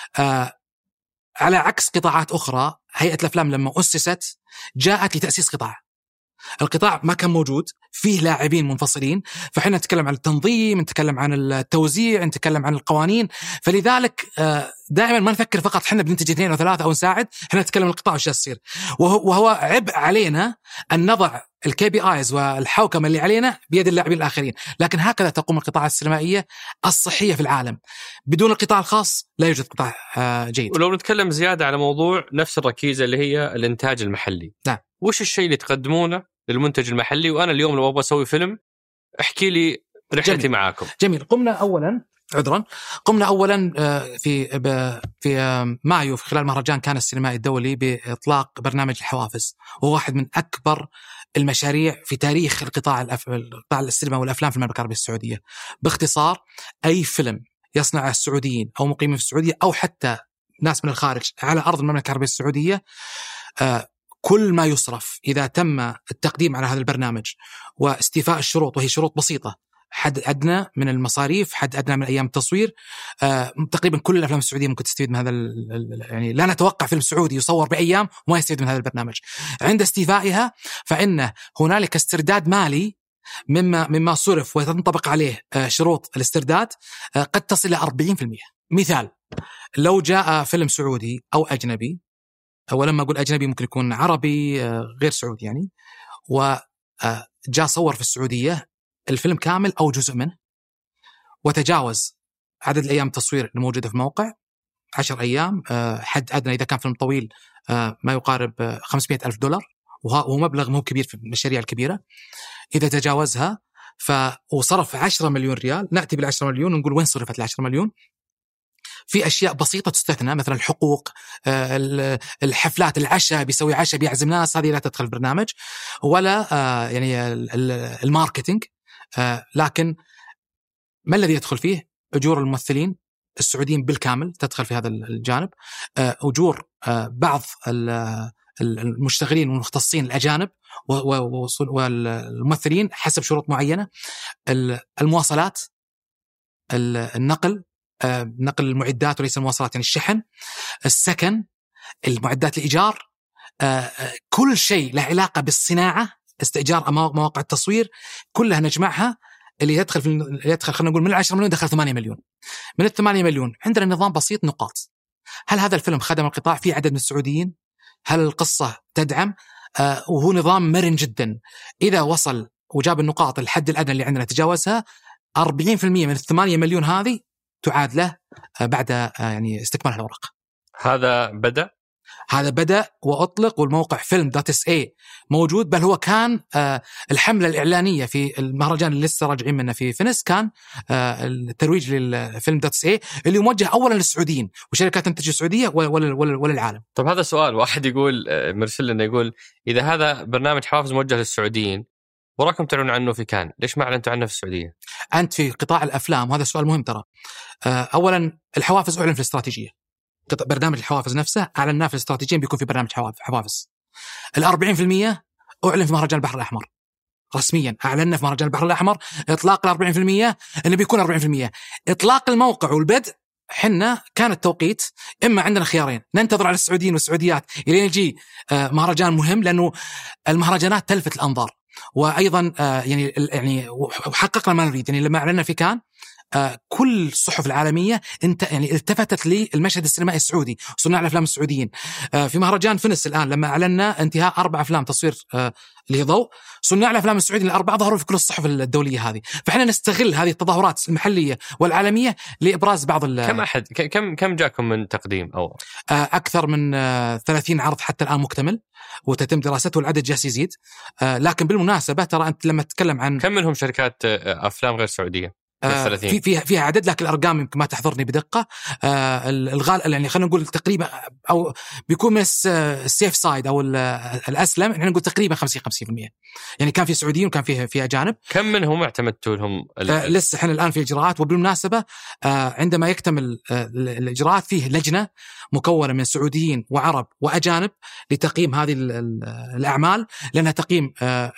على عكس قطاعات أخرى، هيئة الأفلام لما أسست جاءت لتأسيس قطاع. القطاع ما كان موجود، فيه لاعبين منفصلين، فحنا نتكلم عن التنظيم، نتكلم عن التوزيع، نتكلم عن القوانين. فلذلك دائما ما نفكر فقط حنا بننتج 2 أو 3 أو نساعد، حنا نتكلم عن القطاع وش يصير. وهو عبء علينا أن نضع الKPIs والحوكمة اللي علينا بيد اللاعبين الآخرين. لكن هكذا تقوم القطاعات السينمائية الصحية في العالم. بدون القطاع الخاص لا يوجد قطاع جيد. ولو نتكلم زيادة على موضوع نفس الركيزة اللي هي الإنتاج المحلي، نعم، وش الشيء اللي تقدمونه للمنتج المحلي؟ وأنا اليوم لو أبغى أسوي فيلم، احكي لي رحلتي معاكم. جميل. قمنا أولا في مايو في خلال مهرجان كان السينمائي الدولي بإطلاق برنامج الحوافز، وهو واحد من أكبر المشاريع في تاريخ قطاع السينما والأفلام في المملكة العربية السعودية. باختصار، أي فيلم يصنعه السعوديين أو مقيمين في السعودية أو حتى ناس من الخارج على أرض المملكة العربية السعودية، كل ما يصرف إذا تم التقديم على هذا البرنامج واستيفاء الشروط، وهي شروط بسيطة، حد أدنى من المصاريف، حد أدنى من أيام التصوير. تقريبا كل الأفلام السعودية ممكن تستفيد من هذا، يعني لا نتوقع فيلم سعودي يصور بأيام وما يستفيد من هذا البرنامج. عند استيفائها فإن هنالك استرداد مالي مما صرف وتنطبق عليه شروط الاسترداد قد تصل إلى 40%. مثال، لو جاء فيلم سعودي أو أجنبي، ولما أقول أجنبي ممكن يكون عربي غير سعودي يعني، وجاء صور في السعودية الفيلم كامل أو جزء منه، وتجاوز عدد الأيام التصوير الموجودة في الموقع 10 أيام، حد أدنى إذا كان فيلم طويل ما يقارب $500,000، وهو مبلغ مو كبير في المشاريع الكبيرة. إذا تجاوزها وصرف 10 مليون ريال، نأتي بال10 مليون ونقول وين صرفت ال10 مليون. في أشياء بسيطة تستثنى، مثلا الحقوق، الحفلات، العشاء، بيسوي عشاء بيعزم ناس، هذه لا تدخل البرنامج، ولا يعني الماركتينج. لكن ما الذي يدخل فيه؟ أجور الممثلين السعوديين بالكامل تدخل في هذا الجانب، أجور بعض المشتغلين والمختصين الأجانب والممثلين حسب شروط معينة، المواصلات، النقل، نقل المعدات وليس المواصلات، يعني الشحن، السكن، المعدات الإيجار، كل شيء له علاقة بالصناعة، استئجار مواقع التصوير، كلها نجمعها. اللي يدخل خلينا نقول من 10 مليون دخل 8 مليون. من 8 مليون عندنا نظام بسيط، نقاط. هل هذا الفيلم خدم القطاع؟ في عدد من السعوديين؟ هل القصة تدعم؟ وهو نظام مرن جدا. إذا وصل وجاب النقاط الحد الأدنى اللي عندنا تجاوزها، 40% من 8 مليون هذه تعاد له بعد يعني استكمال الأوراق. هذا بدأ وأطلق، والموقع film.sa موجود، بل هو كان الحملة الإعلانية في المهرجان اللي لسه راجعين منه في فينيس كان الترويج للفيلم.sa اللي موجه أولا للسعوديين وشركات تنتج السعودية وللعالم. طب هذا سؤال، واحد يقول مرسل لنا يقول إذا هذا برنامج حوافز موجه للسعوديين وراكم تعلنون عنه في كان، ليش ما أعلنتوا عنه في السعودية؟ أنت في قطاع الأفلام، وهذا سؤال مهم ترى. أولا الحوافز أعلن في الاستراتيجية، برنامج الحوافز نفسه أعلناه في الاستراتيجية بيكون في برنامج حوافز. 40% أعلن في مهرجان البحر الأحمر رسميا، أعلنا في مهرجان البحر الأحمر إطلاق 40% إنه بيكون 40%. إطلاق الموقع والبدء حنا كان التوقيت إما عندنا خيارين، ننتظر على السعوديين والسعوديات إلى يجي مهرجان مهم، لأنه المهرجانات تلفت الأنظار، وأيضا يعني وحققنا ما نريد. يعني لما أعلنا في كان كل الصحف العالمية يعني التفتت للمشهد السينمائي السعودي، صناع الأفلام السعوديين. في مهرجان فينيس الآن لما أعلنا انتهاء 4 أفلام تصوير اللي هي ضوء، صناع الأفلام السعوديين ال4 ظهروا في كل الصحف الدولية هذه. فإحنا نستغل هذه التظاهرات المحلية والعالمية لإبراز بعض كم جاكم من تقديم أو أكثر من 30 عرض حتى الآن مكتمل وتتم دراسته، والعدد جالس يزيد. لكن بالمناسبة ترى أنت لما تتكلم عن كم منهم شركات أفلام غير سعودية؟ فيها عدد، لكن الأرقام يمكن ما تحضرني بدقة. الغالب يعني خلينا نقول تقريبا، أو بيكون من السيف سايد أو الأسلم، احنا نقول تقريبا 50-50%. يعني كان في سعوديين وكان فيها أجانب. كم منهم اعتمدتوا لهم؟ لسه احنا الآن في إجراءات. وبالمناسبة عندما يكتمل الإجراءات فيه لجنة مكونة من سعوديين وعرب وأجانب لتقييم هذه الأعمال، لأنها تقييم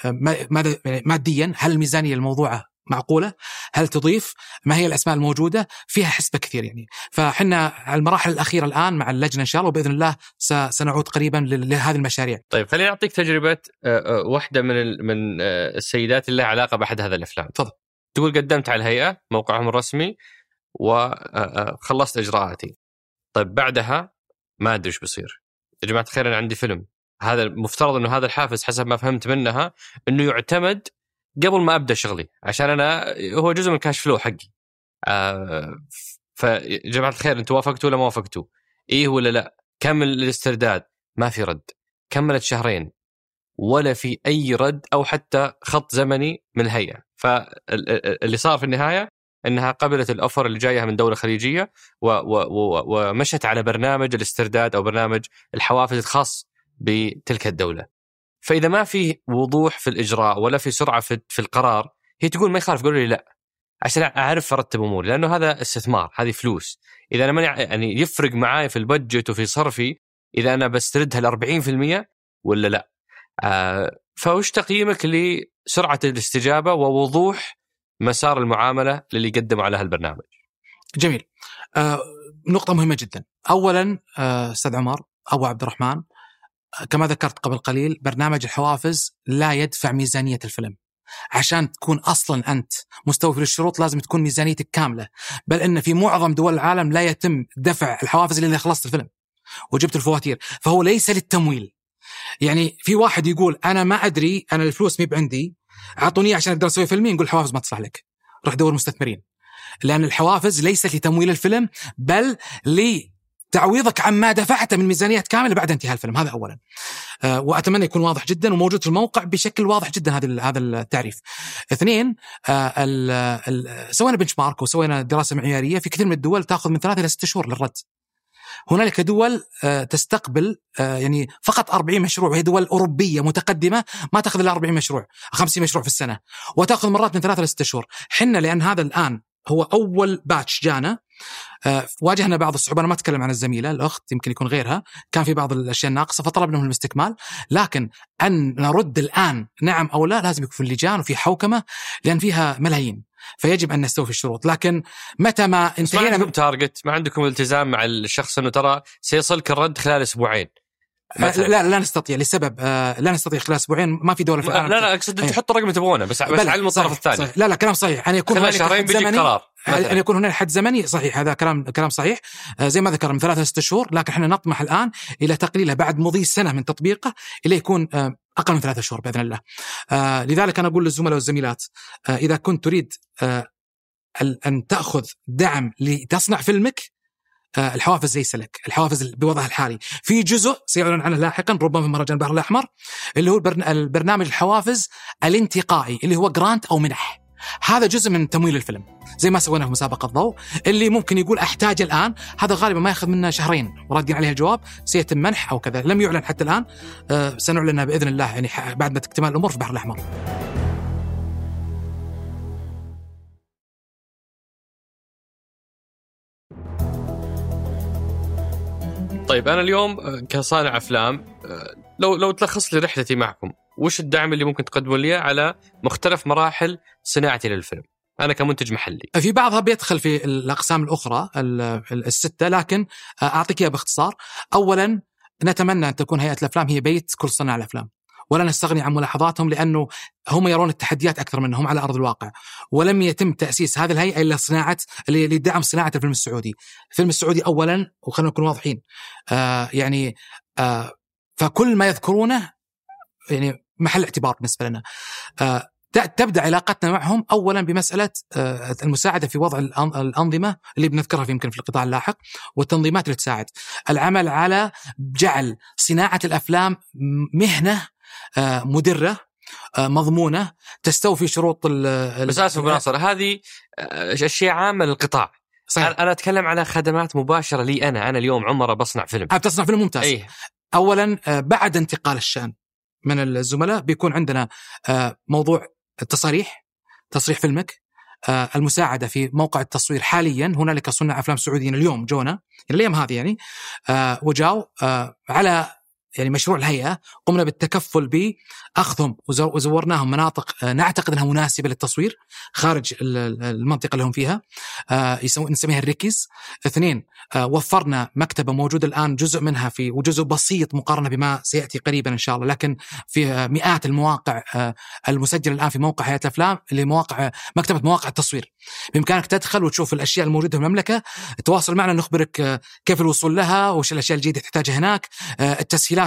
ماديا، هل الميزانية الموضوعة معقولة، هل تضيف، ما هي الأسماء الموجودة، فيها حسبة كثير يعني. فحنا على المراحل الأخيرة الآن مع اللجنة إن شاء الله، وبإذن الله سنعود قريبا لهذه المشاريع. طيب خليني أعطيك تجربة واحدة من السيدات اللي لها علاقة بأحد هذه الأفلام. تفضل. تقول قدمت على الهيئة موقعهم الرسمي وخلصت إجراءاتي. طيب بعدها ما أدري إيش بيصير. يا جماعة الخير أنا عندي فيلم، هذا المفترض إنه هذا الحافز حسب ما فهمت منها إنه يعتمد قبل ما أبدأ شغلي، عشان أنا هو جزء من كاش فلو حقي. فجماعة الخير أنتوا وافقتوا ولا ما وافقتوا؟ إيه ولا لا؟ كم الاسترداد؟ ما في رد. كملت 2 شهرين ولا في أي رد أو حتى خط زمني من الهيئة. فاللي صار في النهاية أنها قبلت الأوفر اللي جايها من دولة خليجية ومشت على برنامج الاسترداد أو برنامج الحوافز الخاص بتلك الدولة. فإذا ما في وضوح في الإجراء ولا في سرعة في القرار، هي تقول ما يخالف، قولوا لي لا عشان أعرف أرتب أموري، لأنه هذا استثمار، هذه فلوس. إذا أنا يعني يفرق معاي في البادجت وفي صرفي إذا أنا بستردها 40% ولا لا. فوش تقييمك لسرعة الاستجابة ووضوح مسار المعاملة للي قدموا على هالبرنامج؟ جميل. نقطة مهمة جدا. أولا أستاذ عمر أبو عبد الرحمن، كما ذكرت قبل قليل، برنامج الحوافز لا يدفع ميزانية الفيلم. عشان تكون أصلا أنت مستوفي للشروط لازم تكون ميزانيتك كاملة، بل إن في معظم دول العالم لا يتم دفع الحوافز إلا إذا خلصت الفيلم وجبت الفواتير، فهو ليس للتمويل. يعني في واحد يقول أنا ما أدري، أنا الفلوس ميب عندي، أعطوني عشان أقدر أسوي فيلمي، نقول الحوافز ما تصلح لك، روح دور مستثمرين. لأن الحوافز ليست لتمويل الفيلم، بل تعويضك عما دفعته من ميزانية كاملة بعد انتهاء الفيلم. هذا أولا، وأتمنى يكون واضح جدا وموجود في الموقع بشكل واضح جدا هذا التعريف. 2، سوينا بنش مارك وسوينا دراسة معيارية. في كثير من الدول تأخذ من 3 إلى 6 شهور للرد. هنالك دول تستقبل يعني فقط 40 مشروع، وهي دول أوروبية متقدمة ما تأخذ إلا 40 مشروع 50 مشروع في السنة، وتأخذ مرات من 3 إلى 6 شهور. حنا لأن هذا الآن هو أول باتش جانا، واجهنا بعض الصعوبات. أنا ما أتكلم عن الزميلة الأخت، يمكن يكون غيرها، كان في بعض الأشياء ناقصة فطلبنا منهم الاستكمال. لكن أن نرد الآن نعم أو لا لازم يكون في لجان وفي حوكمة، لأن فيها ملايين، فيجب أن نستوفي الشروط. لكن متى ما انتهينا، ما عندكم تارجت، ما عندكم التزام مع الشخص أنه ترى سيصلك الرد خلال 2 أسبوعين؟ لا نستطيع لسبب لا نستطيع خلال 2 أسبوعين. ما في دولة في العالم. لا أقصد تحط رقم تبغونه بس على الطرف الثاني. صحيح. لا كلام صحيح. أن يكون خلال 2 شهرين بيجي قرار، أن يكون هناك حد زمني. صحيح، هذا كلام صحيح. زي ما ذكر من 3 إلى 6 شهور، لكن احنا نطمح الآن إلى تقليله بعد مضي سنة من تطبيقه إلى يكون أقل من 3 شهور بإذن الله. لذلك أنا أقول للزملاء والزميلات، إذا كنت تريد أن تأخذ دعم لتصنع فيلمك، الحوافز ليس لك. الحوافز بوضعها الحالي في جزء سيعلن عنه لاحقا ربما في مهرجان البحر الأحمر، اللي هو البرنامج الحوافز الانتقائي اللي هو جرانت أو منح. هذا جزء من تمويل الفيلم زي ما سوينا في مسابقة الضوء، اللي ممكن يقول أحتاج الآن، هذا غالبا ما يأخذ منا شهرين وردين عليه الجواب، سيتم منح أو كذا. لم يعلن حتى الآن، سنعلنها بإذن الله يعني بعد ما تكتمل الأمور في البحر الأحمر. طيب أنا اليوم كصانع أفلام، لو تلخص لي رحلتي معكم، وش الدعم اللي ممكن تقدموا لي على مختلف مراحل صناعتي للفيلم أنا كمنتج محلي؟ في بعضها بيدخل في الأقسام الأخرى الستة، لكن أعطيك إياها باختصار. أولا، نتمنى أن تكون هيئة الأفلام هي بيت كل صناع الأفلام، ولا نستغني عن ملاحظاتهم، لأنه هم يرون التحديات أكثر منهم على أرض الواقع. ولم يتم تأسيس هذه الهيئة إلا لدعم صناعة الفيلم السعودي. الفيلم السعودي أولا، وخلنا نكون واضحين، فكل ما يذكرونه يعني محل اعتبار بالنسبة لنا. تبدأ علاقتنا معهم أولا بمسألة المساعدة في وضع الأنظمة اللي بنذكرها يمكن في القطاع اللاحق، والتنظيمات اللي تساعد العمل على جعل صناعة الأفلام مهنة مدرة مضمونة تستوفي شروط بس أسف بناصر، هذه أشياء عامة للقطاع. صحيح. أنا أتكلم على خدمات مباشرة لي أنا اليوم عمر بصنع فيلم. بتصنع فيلم ممتاز. أيه. أولا، بعد انتقال الشأن من الزملاء بيكون عندنا موضوع تصريح فيلمك، المساعدة في موقع التصوير. حاليا هنالك صناع أفلام سعوديين اليوم جونا الأيام هذه يعني وجاو على يعني مشروع الهيئة، قمنا بالتكفل بأخذهم وزورناهم مناطق نعتقد أنها مناسبة للتصوير خارج المنطقة اللي هم فيها، نسميها الريكيز. 2، وفرنا مكتبة موجودة الآن جزء منها في وجزء بسيط مقارنة بما سيأتي قريبا إن شاء الله، لكن في مئات المواقع المسجلة الآن في موقع هيئة الأفلام اللي مكتبة مواقع التصوير. بإمكانك تدخل وتشوف الأشياء الموجودة في المملكة، تواصل معنا نخبرك كيف الوصول لها وش الأشياء الجديدة تحتاجها هناك، التسهيلات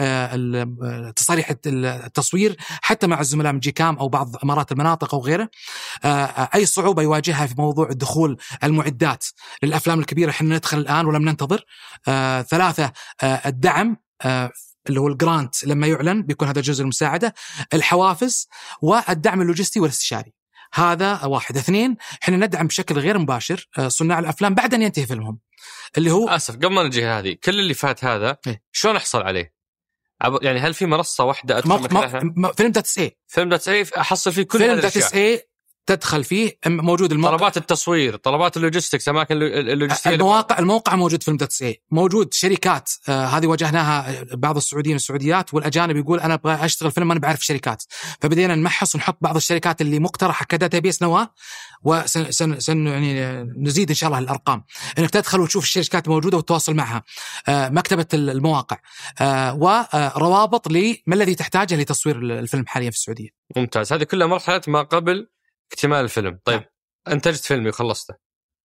بتصاريح التصوير حتى مع الزملاء من جيكام أو بعض أمارات المناطق أو غيره. أي صعوبة يواجهها في موضوع الدخول المعدات للأفلام الكبيرة، احنا ندخل الآن ولم ننتظر. 3، الدعم اللي هو الجرانت لما يعلن بيكون هذا جزء المساعدة، الحوافز والدعم اللوجستي والاستشاري. هذا 1. 2، احنا ندعم بشكل غير مباشر صناع الأفلام بعد أن ينتهي فيلمهم، اللي هو أسف قبل ما نجي هذه كل اللي فات هذا شلون أحصل عليه؟ يعني هل في منصة واحدة فيلم.sa أحصل فيه كل هذه الأشياء؟ تدخل فيه موجود الموقع، طلبات التصوير، طلبات اللوجستكس، أماكن اللوجستية، الموقع موجود فيلم.sa، موجود شركات هذه واجهناها بعض السعوديين والسعوديات والأجانب يقول أنا أبغى أشتغل فيلم أنا بعرف شركات، فبدينا نمحص ونحط بعض الشركات اللي مقترحة كداتابيس نواة، وسن يعني نزيد إن شاء الله الأرقام، إنك تدخل وتشوف الشركات الموجودة وتتواصل معها، مكتبة المواقع، وروابط لما الذي تحتاجه لتصوير الفيلم حاليا في السعودية. ممتاز. هذه كلها مرحلة ما قبل اكتمال الفيلم. طيب أنتجت فيلمي وخلصته،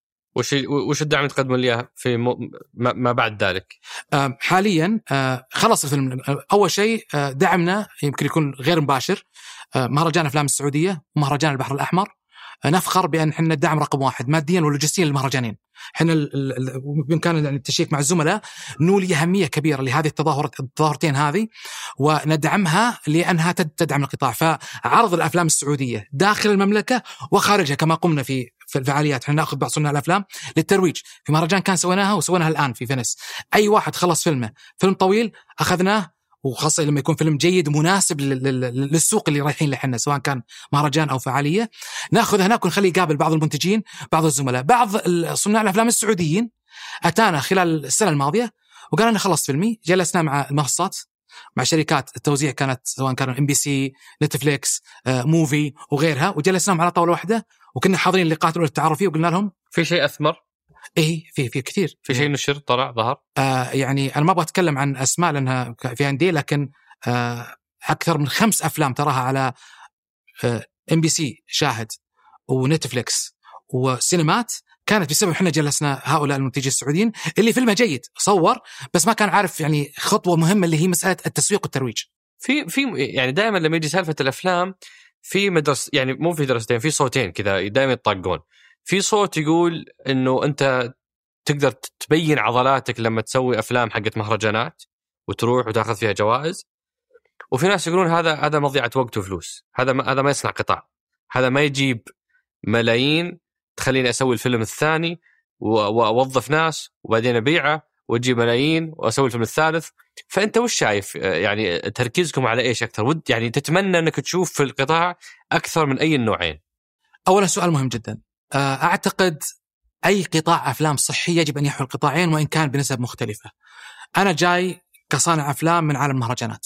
وش الدعم تقدمه لي في ما بعد ذلك؟ حاليا خلص الفيلم. أول شيء دعمنا يمكن يكون غير مباشر، مهرجان أفلام السعودية ومهرجان البحر الأحمر. نفخر بأن حنا الدعم رقم 1 ماديا ولوجستيا للمهرجانين. حنا بإمكان التشريك مع الزملاء نولي أهمية كبيرة لهذه التظاهرتين هذه، وندعمها لأنها تدعم القطاع. فعرض الأفلام السعودية داخل المملكة وخارجها، كما قمنا في الفعاليات، حنا نأخذ بعض صناع الأفلام للترويج. في مهرجان كان سويناها وسويناها الآن في فينيس، أي واحد خلص فيلم طويل أخذناه، وخاصة لما يكون فيلم جيد مناسب للسوق اللي رايحين لحنا، سواء كان مهرجان أو فعالية، نأخذ هناك ونخليه يقابل بعض المنتجين، بعض الزملاء. بعض صناع الأفلام السعوديين أتانا خلال السنة الماضية وقال أنا خلصت فيلمي، جلسنا مع المنصات، مع شركات التوزيع، كانت سواء كانوا MBC، نتفليكس، موفي وغيرها، وجلسناهم على طاولة واحدة وكنا حاضرين اللقاءات التعارفية، وقلنا لهم في شيء أثمر؟ إيه، في كثير، في شيء نشر طلع ظهر. يعني أنا ما أبغى أتكلم عن أسماء لأنها في أندية، لكن أكثر من 5 أفلام تراها على MBC شاهد ونتفليكس وسينمات كانت بسبب حنا جلسنا هؤلاء المنتجين السعوديين اللي فيلمه جيد صور، بس ما كان عارف يعني خطوة مهمة اللي هي مسألة التسويق والترويج. في يعني دائما لما يجي سالفة الأفلام في مدرسة، يعني مو في درستين، في صوتين كذا دائما يطاقون. في صوت يقول إنه أنت تقدر تبين عضلاتك لما تسوي أفلام حقت مهرجانات وتروح وتأخذ فيها جوائز. وفي ناس يقولون هذا مضيعة وقت وفلوس، هذا ما يصنع قطاع، هذا ما يجيب ملايين تخليني أسوي الفيلم الثاني وأوظف ناس وبعدين أبيعه وأجيب ملايين وأسوي الفيلم الثالث. فأنت وش شايف يعني تركيزكم على إيش أكثر؟ يعني تتمنى أنك تشوف في القطاع أكثر من أي النوعين؟ أولا سؤال مهم جدا. أعتقد أي قطاع أفلام صحي يجب أن يحوي القطاعين وإن كان بنسب مختلفة. أنا جاي كصانع أفلام من عالم المهرجانات،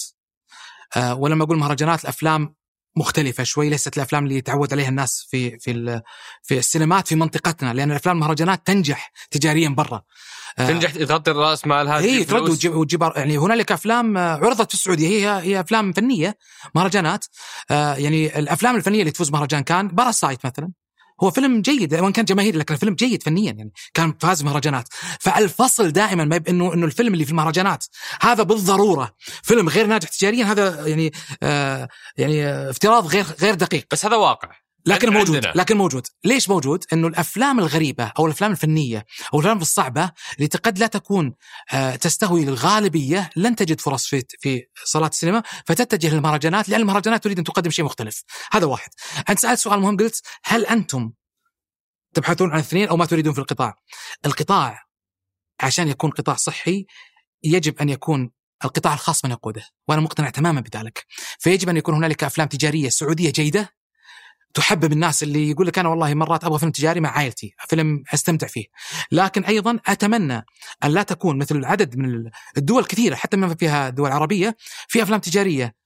ولما أقول مهرجانات الأفلام مختلفة شوي، ليست الأفلام اللي يتعود عليها الناس في السينمات في منطقتنا، لأن الأفلام المهرجانات تنجح تجاريا برا، تنجح تغطي الرأس مال هذه هي ترد وتجيب يعني هنالك أفلام عرضت في السعودية هي أفلام فنية مهرجانات. يعني الأفلام الفنية اللي تفوز مهرجان كان باراسايت مثلا، هو فيلم جيد وان كان جماهيري لكن فيلم جيد فنيا، يعني كان فاز مهرجانات. فالفصل دائما ما انه الفيلم اللي في المهرجانات هذا بالضروره فيلم غير ناجح تجاريا، هذا يعني افتراض غير دقيق، بس هذا واقع لكن موجود. لكن موجود. ليش موجود؟ انه الافلام الغريبه او الافلام الفنيه او الافلام الصعبه اللي قد لا تكون تستهوي للغالبيه لن تجد فرص في صالات السينما، فتتجه للمهرجانات، لان المهرجانات تريد ان تقدم شيء مختلف. هذا واحد. انت سألت سؤال مهم، قلت هل انتم تبحثون عن الاثنين او ما تريدون في القطاع؟ القطاع عشان يكون قطاع صحي يجب ان يكون القطاع الخاص من يقوده، وانا مقتنع تماما بذلك. فيجب ان يكون هنالك افلام تجاريه سعوديه جيده تحبب الناس، اللي يقول لك أنا والله مرات أبغى فيلم تجاري مع عائلتي، فيلم أستمتع فيه. لكن أيضا أتمنى أن لا تكون مثل العدد من الدول كثيرة حتى ما فيها دول عربية في أفلام تجارية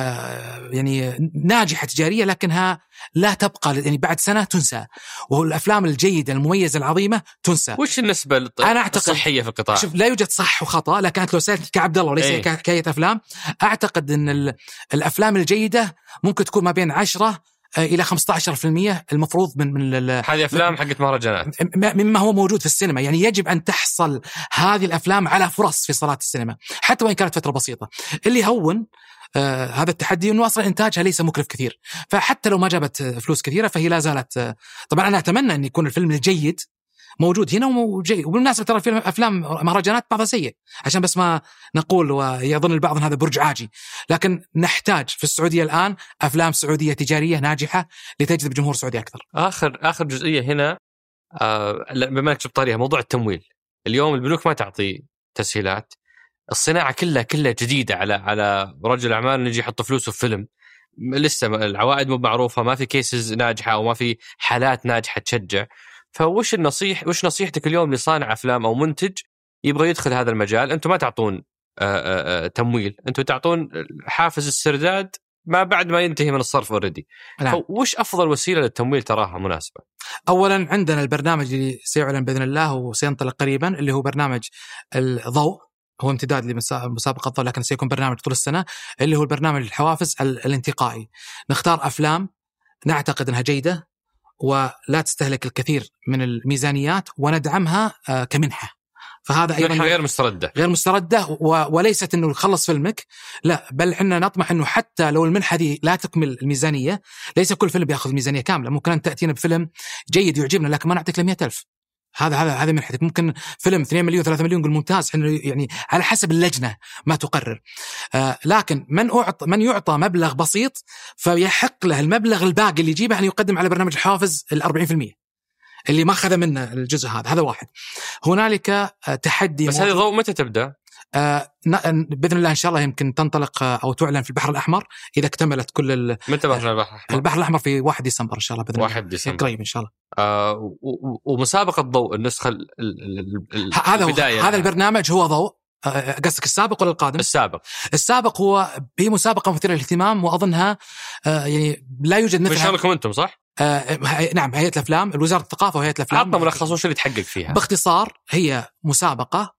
يعني ناجحة تجارية لكنها لا تبقى، يعني بعد سنة تنسى، والأفلام الجيدة المميزة العظيمة تنسى. وش النسبة الصحية في القطاع؟ شوف، لا يوجد صح وخطأ، لكن أنت لو سألت كعبد الله وليس كحكاية أفلام، أعتقد أن الأفلام الجيدة ممكن تكون ما بين 10 إلى 15% المفروض من هذه أفلام حقت مهرجانات مما هو موجود في السينما. يعني يجب أن تحصل هذه الأفلام على فرص في صالات السينما حتى وإن كانت فترة بسيطة. اللي هون هذا التحدي أنه أصلا إنتاجها ليس مكلف كثير، فحتى لو ما جابت فلوس كثيرة فهي لا زالت. طبعا أنا أتمنى أن يكون الفيلم الجيد موجود هنا وجيد. وبالمناسبة ترى الفيلم أفلام مهرجانات بعضها سيء، عشان بس ما نقول ويظن البعض أن هذا برج عاجي، لكن نحتاج في السعودية الآن أفلام سعودية تجارية ناجحة لتجذب جمهور سعودي أكثر. آخر جزئية هنا بما أنك جبت طاريها، موضوع التمويل. اليوم البنوك ما تعطي تسهيلات، الصناعة كلها جديدة على رجل أعمال يجي يحط فلوسه في فيلم، لسه العوائد مو معروفة، ما في كيسز ناجحة أو ما في حالات ناجحة تشجع. فوش نصيحتك اليوم لصانع أفلام أو منتج يبغى يدخل هذا المجال؟ أنتم ما تعطون تمويل، أنتم تعطون حافز السرداد ما بعد ما ينتهي من الصرف أوريدي. وش أفضل وسيلة للتمويل تراها مناسبة؟ أولا عندنا البرنامج اللي سيعلن بإذن الله وسينطلق قريبا، اللي هو برنامج الضوء، هو امتداد لمسابقة الضوء لكن سيكون برنامج طول السنة، اللي هو البرنامج الحوافز الانتقائي. نختار أفلام نعتقد أنها جيدة ولا تستهلك الكثير من الميزانيات وندعمها كمنحة. فهذا أيضا غير مستردة وليست أنه يخلص فيلمك، لا، بل حنا نطمح أنه حتى لو المنحة دي لا تكمل الميزانية، ليس كل فيلم بيأخذ ميزانية كاملة. ممكن أن تأتينا بفيلم جيد يعجبنا لكن ما نعطيك له 100,000. هذا منحتك. ممكن فيلم 2 مليون 3 مليون قل ممتاز، يعني على حسب اللجنة ما تقرر. لكن من يعطى مبلغ بسيط فيحق له المبلغ الباقي اللي يجيبه أن يقدم على برنامج الحافز 40% اللي ما أخذ منه الجزء هذا واحد. هنالك تحدي. بس هذه ضوء متى تبدأ؟ بإذن الله إن شاء الله يمكن تنطلق أو تعلن في البحر الأحمر إذا اكتملت كل متى البحر الأحمر في 1 ديسمبر إن شاء الله بإذن الله. 1 ديسمبر قريب إن شاء الله. ومسابقة ضوء النسخة هذا البرنامج هو ضوء. قصدك السابق ولا القادم؟ السابق هو بمسابقة مثيرة للاهتمام وأظنها يعني لا يوجد مثلها. مشارككم أنتم صح؟ نعم، هيئة الأفلام، الوزارة الثقافة وهيئة الأفلام. عطنا ملخص وش اللي تحقق فيها باختصار. هي مسابقة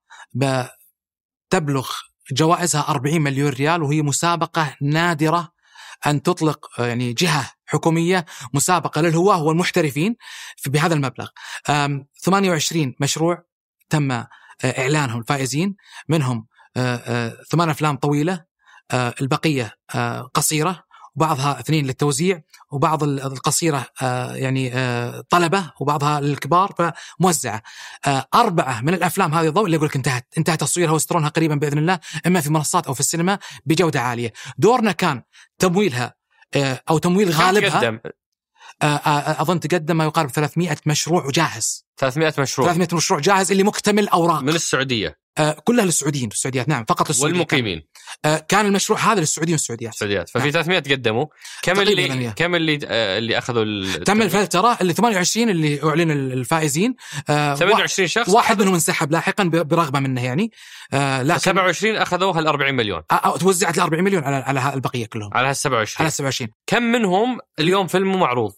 تبلغ جوائزها 40 مليون ريال، وهي مسابقة نادرة أن تطلق يعني جهة حكومية مسابقة للهواة والمحترفين بهذا المبلغ. 28 مشروع تم إعلانهم الفائزين، منهم 8 أفلام طويلة، البقية قصيرة، وبعضها 2 للتوزيع، وبعض القصيرة يعني طلبة، وبعضها للكبار، فموزعة. 4 من الأفلام هذه الضوء اللي يقولك انتهت تصويرها ويصدرونها قريبا بإذن الله، إما في منصات أو في السينما بجودة عالية. دورنا كان تمويلها أو تمويل غالبها. أظن تقدم ما يقارب 300 مشروع جاهز. 300 مشروع جاهز اللي مكتمل أوراق من السعودية. كلها للسعوديين والسعوديات. نعم، فقط للسعوديين والمقيمين. كان المشروع هذا للسعوديين والسعوديات. ففي 300 تقدموا. كم اللي أخذوا تم الفلترة. اللي 28 اللي أعلن الفائزين. 28 شخص. واحد منهم انسحب لاحقا برغبة منه يعني. لكن 27 أخذوها 40 مليون. توزعت 40 مليون على البقية كلهم. على 27. على 27. كم منهم اليوم فيلم معروض؟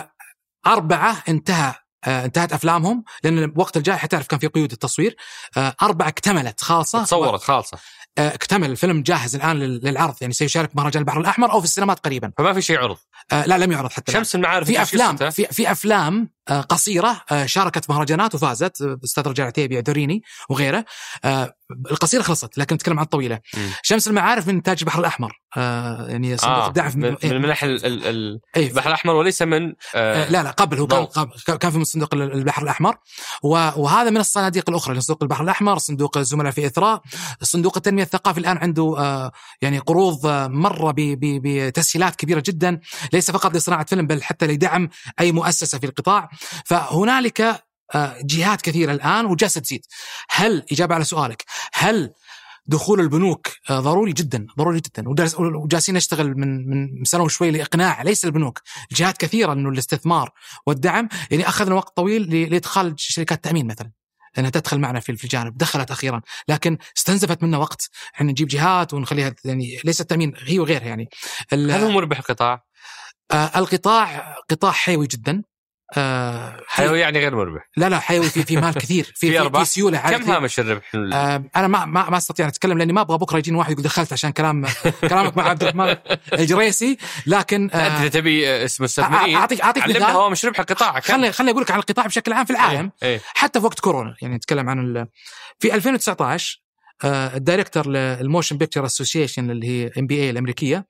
4 انتهت أفلامهم، لأن وقت الجائحة تعرف كان في قيود التصوير. 4 اكتملت خالصة، تصورت خالصة. اكتمل الفيلم جاهز الآن للعرض، يعني سيشارك مهرجان البحر الأحمر أو في السينمات قريبا. فما في شيء عرض. لا، لم يعرض حتى. شمس المعارف في أفلام قصيرة شاركت مهرجانات وفازت، أستاذ رجاء العتيبي، عذريني وغيره. القصيرة خلصت، لكن نتكلم عن الطويلة. شمس المعارف من إنتاج البحر الأحمر، يعني صندوق الدعم من منح البحر الأحمر، وليس من لا قبل. هو كان في صندوق البحر الأحمر، وهذا من الصناديق الأخرى، صندوق البحر الأحمر، صندوق الزملاء في إثراء، صندوق التنمية الثقافي الآن عنده يعني قروض مرة بتسهيلات كبيرة جدا، ليس فقط لصناعة فيلم بل حتى لدعم أي مؤسسة في القطاع. فهنالك جهات كثيرة الآن وجالسة تزيد. هل إجابة على سؤالك، هل دخول البنوك ضروري جدا وجالسين نشتغل من سنة وشوي لإقناع ليس البنوك، جهات كثيرة إنه الاستثمار والدعم. يعني أخذنا وقت طويل لإدخال شركات تأمين مثلا أنها تدخل معنا في الجانب، دخلت أخيرا، لكن استنزفت منا وقت. إحنا نجيب جهات ونخليها يعني ليس التأمين هي وغيرها. يعني هل هو مربح القطاع؟ القطاع قطاع حيوي جدا. حيوي يعني غير مربح؟ لا حيوي، في مال كثير، في سيولة. كم هامش الربح؟ أنا ما أستطيع أن أتكلم، لأني ما أبغى بكرة يجيني واحد يقول دخلت عشان كلامك مع عبد الرحمن الجريسي. لكن أنت تبي اسم مستثمرين، أعطيك مثال. هامش ربح القطاع. خلني أقول لك عن القطاع بشكل عام في العالم. حتى في وقت كورونا، يعني نتكلم عن في 2019 الدايركتور للموشن بيكتشر اسوسيشن اللي هي MBA الأمريكية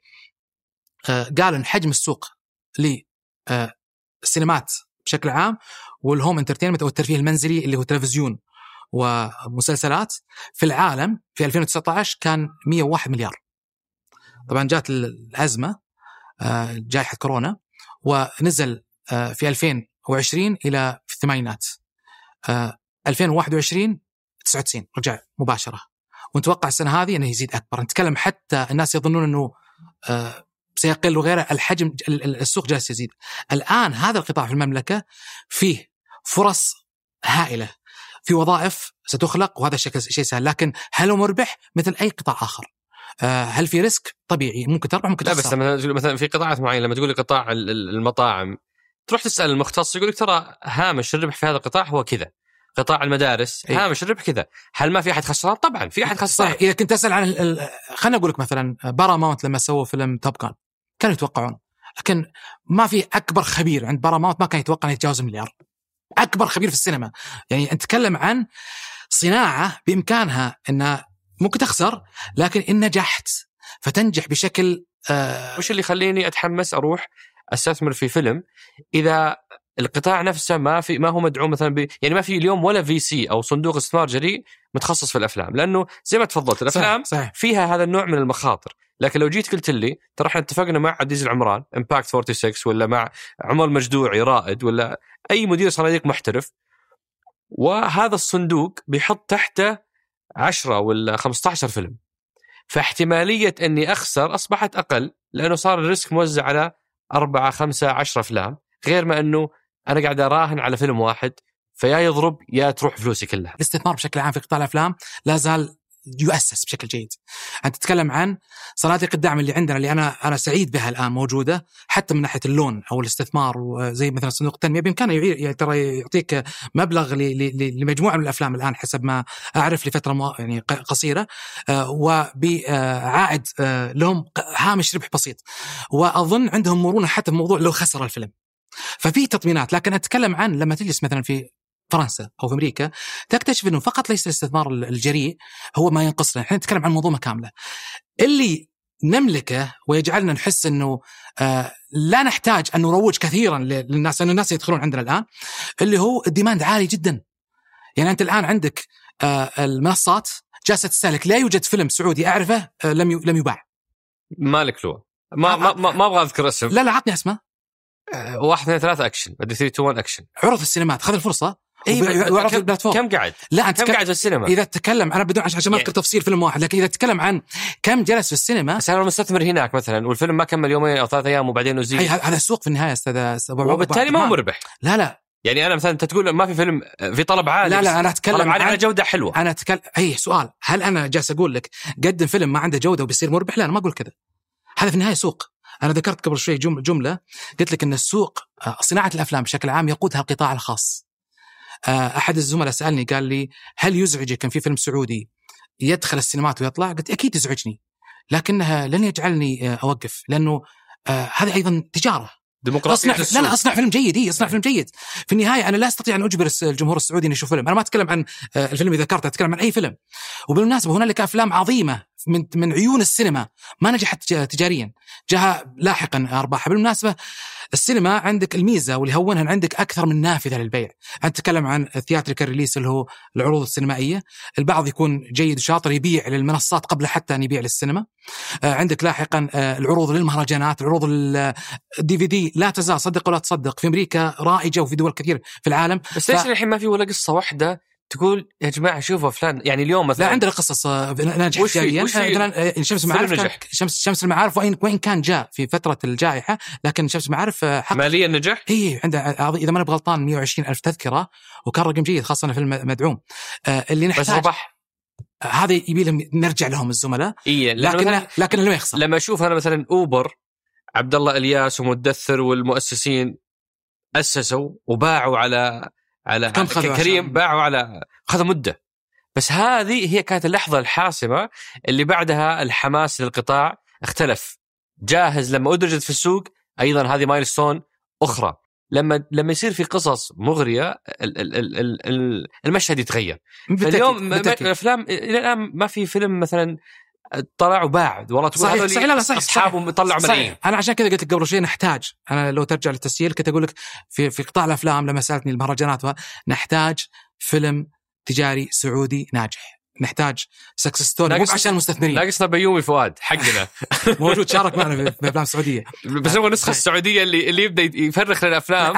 قال إن حجم السوق للسينمات بشكل عام والهوم انترتينمنت أو الترفيه المنزلي اللي هو تلفزيون ومسلسلات في العالم في 2019 كان 101 مليار. طبعا جات الأزمة جائحة كورونا ونزل في 2020 إلى في الثمانينات. 2021 99 رجع مباشرة، ونتوقع السنة هذه أنه يزيد أكبر. نتكلم حتى الناس يظنون أنه سيقل وغيره، الحجم السوق جالس يزيد. الآن هذا القطاع في المملكة فيه فرص هائلة، في وظائف ستخلق، وهذا شيء سهل. لكن هل هو مربح مثل أي قطاع آخر؟ هل في ريسك؟ طبيعي، ممكن تربح ممكن تخسر. لا بس مثلا في قطاعات معينة، لما تقول لي قطاع المطاعم تروح تسأل المختص يقول لك ترى هامش الربح في هذا القطاع هو كذا. قطاع المدارس هامش الربح كذا. هل ما في أحد خسران؟ طبعا في أحد خسران. إذا كنت أسأل عن خلنا أقول لك مثلا باراماونت لما سووا فيلم توب جان كانوا يتوقعون، لكن ما في أكبر خبير عند باراماونت ما كان يتوقع أن يتجاوز مليار. أكبر خبير في السينما. يعني نتكلم عن صناعة بإمكانها أنها ممكن تخسر، لكن إن نجحت فتنجح بشكل وش اللي يخليني أتحمس أروح أستثمر في فيلم إذا القطاع نفسه ما هو مدعوم مثلا يعني ما في اليوم ولا VC أو صندوق استثمار جريء متخصص في الأفلام، لأنه زي ما تفضلت الأفلام صحيح. فيها هذا النوع من المخاطر. لكن لو جيت قلت لي ترى احنا اتفقنا مع عزيز العمران امباكت 46 ولا مع عمر مجدوعي رائد ولا أي مدير صناديق محترف، وهذا الصندوق بيحط تحته 10 ولا 15 فيلم، فاحتمالية أني أخسر أصبحت أقل، لأنه صار الريسك موزع على 4 5 10 أفلام، غير ما أنه أنا قاعد أراهن على فيلم واحد فيا يضرب يا تروح فلوسي كلها. الاستثمار بشكل عام في قطاع الأفلام لا زال يؤسس بشكل جيد. أنت تتكلم عن صناديق الدعم اللي عندنا اللي أنا سعيد بها الآن موجودة، حتى من ناحية اللون أو الاستثمار، وزي مثلا صندوق التنمية بإمكانه ترى يعطيك مبلغ لمجموعة من الأفلام الآن حسب ما أعرف لفترة يعني قصيرة، وبعائد لهم هامش ربح بسيط، وأظن عندهم مرونة حتى في موضوع لو خسر الفيلم. ففي تطمينات. لكن أتكلم عن لما تجلس مثلا في فرنسا أو في أمريكا تكتشف أنه فقط ليس الاستثمار الجريء هو ما ينقصنا. احنا نتكلم عن منظومة كاملة. اللي نملكه ويجعلنا نحس أنه لا نحتاج أن نروج كثيرا للناس، لأن الناس يدخلون عندنا الآن، اللي هو الديماند عالي جدا. يعني أنت الآن عندك المنصات جالسة تستهلك، لا يوجد فيلم سعودي أعرفه لم يباع. مالك لو ما أبغى أذكر اسم. لا عطني اسمه. 1 2 3 أكشن، 3 2 1 أكشن. عرض السينمات خذ الفرصة. كم قاعد؟ لا كم قاعد في السينما؟ إذا تتكلم أنا بدون عشان ما أذكر تفصيل فيلم واحد، لكن إذا تتكلم عن كم جلس في السينما. بس أنا مستثمر هناك مثلا والفيلم ما كمل 2 أو 3 أيام وبعدين نزيد. هذا السوق في النهاية أستاذ، وبالتالي ما هو مربح. لا يعني أنا مثلا أنت تقول ما في فيلم في طلب عالي. لا أنا أتكلم على جودة حلوة. أنا أتكلم سؤال، هل أنا جالس أقول لك قدم فيلم ما عنده جودة وبيصير مربح؟ لا أنا ما أقول كذا. هذا في النهاية سوق. أنا ذكرت قبل شوي جملة قلت لك أن السوق صناعة الأفلام بشكل عام يقودها القطاع الخاص. أحد الزملاء سألني قال لي هل يزعجك كان في فيلم سعودي يدخل السينمات ويطلع؟ قلت أكيد يزعجني، لكنها لن يجعلني أوقف، لأنه هذا أيضا تجارة. أصنع فيلم جيد. أصنع فيلم جيد. في النهاية أنا لا أستطيع أن أجبر الجمهور السعودي أن يشوف فيلم. أنا ما أتكلم عن الفيلم إذا ذكرته، أتكلم عن أي فيلم. وبالمناسبة هنالك أفلام عظيمة من عيون السينما ما نجحت تجاريا، جاء لاحقا أرباحها. بالمناسبة السينما عندك الميزة واللي هونها عندك أكثر من نافذة للبيع. أنت تتكلم عن الثياتريكال ريليس اللي هو العروض السينمائية، البعض يكون جيد وشاطر يبيع للمنصات قبل حتى أن يبيع للسينما. عندك لاحقا العروض للمهرجانات، العروض الDVD لا تزال صدق ولا تصدق في أمريكا رائجة وفي دول كثير في العالم. بس ليش الحين ما في ولا قصة واحدة تقول يا جماعة شوفوا فلان؟ يعني اليوم مثلا لا عندنا قصص ناجحة جاريا. شمس المعارف وإن كان جاء في فترة الجائحة، لكن شمس المعارف ماليا نجح. عنده إذا ما أنا بغلطان 120,000 تذكرة، وكان رقم جيد خاصة في المدعوم. اللي نحتاج بس ربح. هذا يبي لهم نرجع لهم الزملاء. لكن لما يخسر. لما أشوف أنا مثلا أوبر، عبد الله إلياس ومدثر والمؤسسين أسسوا وباعوا على كريم، باعوا على خذ مدة. بس هذه هي كانت اللحظة الحاسمة اللي بعدها الحماس للقطاع اختلف، جاهز لما أدرجت في السوق. أيضا هذه مايلستون أخرى. لما يصير في قصص مغرية المشهد يتغير. اليوم الأفلام الآن ما في فيلم مثلا طلع وباع والله تقول صحيح. لا صحيح. أصحابهم طلعوا ملايين. أنا عشان كذا قلت لك قبل شوي نحتاج، أنا لو ترجع للتسجيل كنت أقول لك في قطاع الأفلام لما سألتني المهرجانات نحتاج فيلم تجاري سعودي ناجح، نحتاج سكسس ستوري، مو عشان المستثمرين. ناقصنا بيومي فؤاد حقنا موجود شارك معنا في أفلام سعودية، بس هو النسخة السعودية اللي يبدأ يفرخ للأفلام.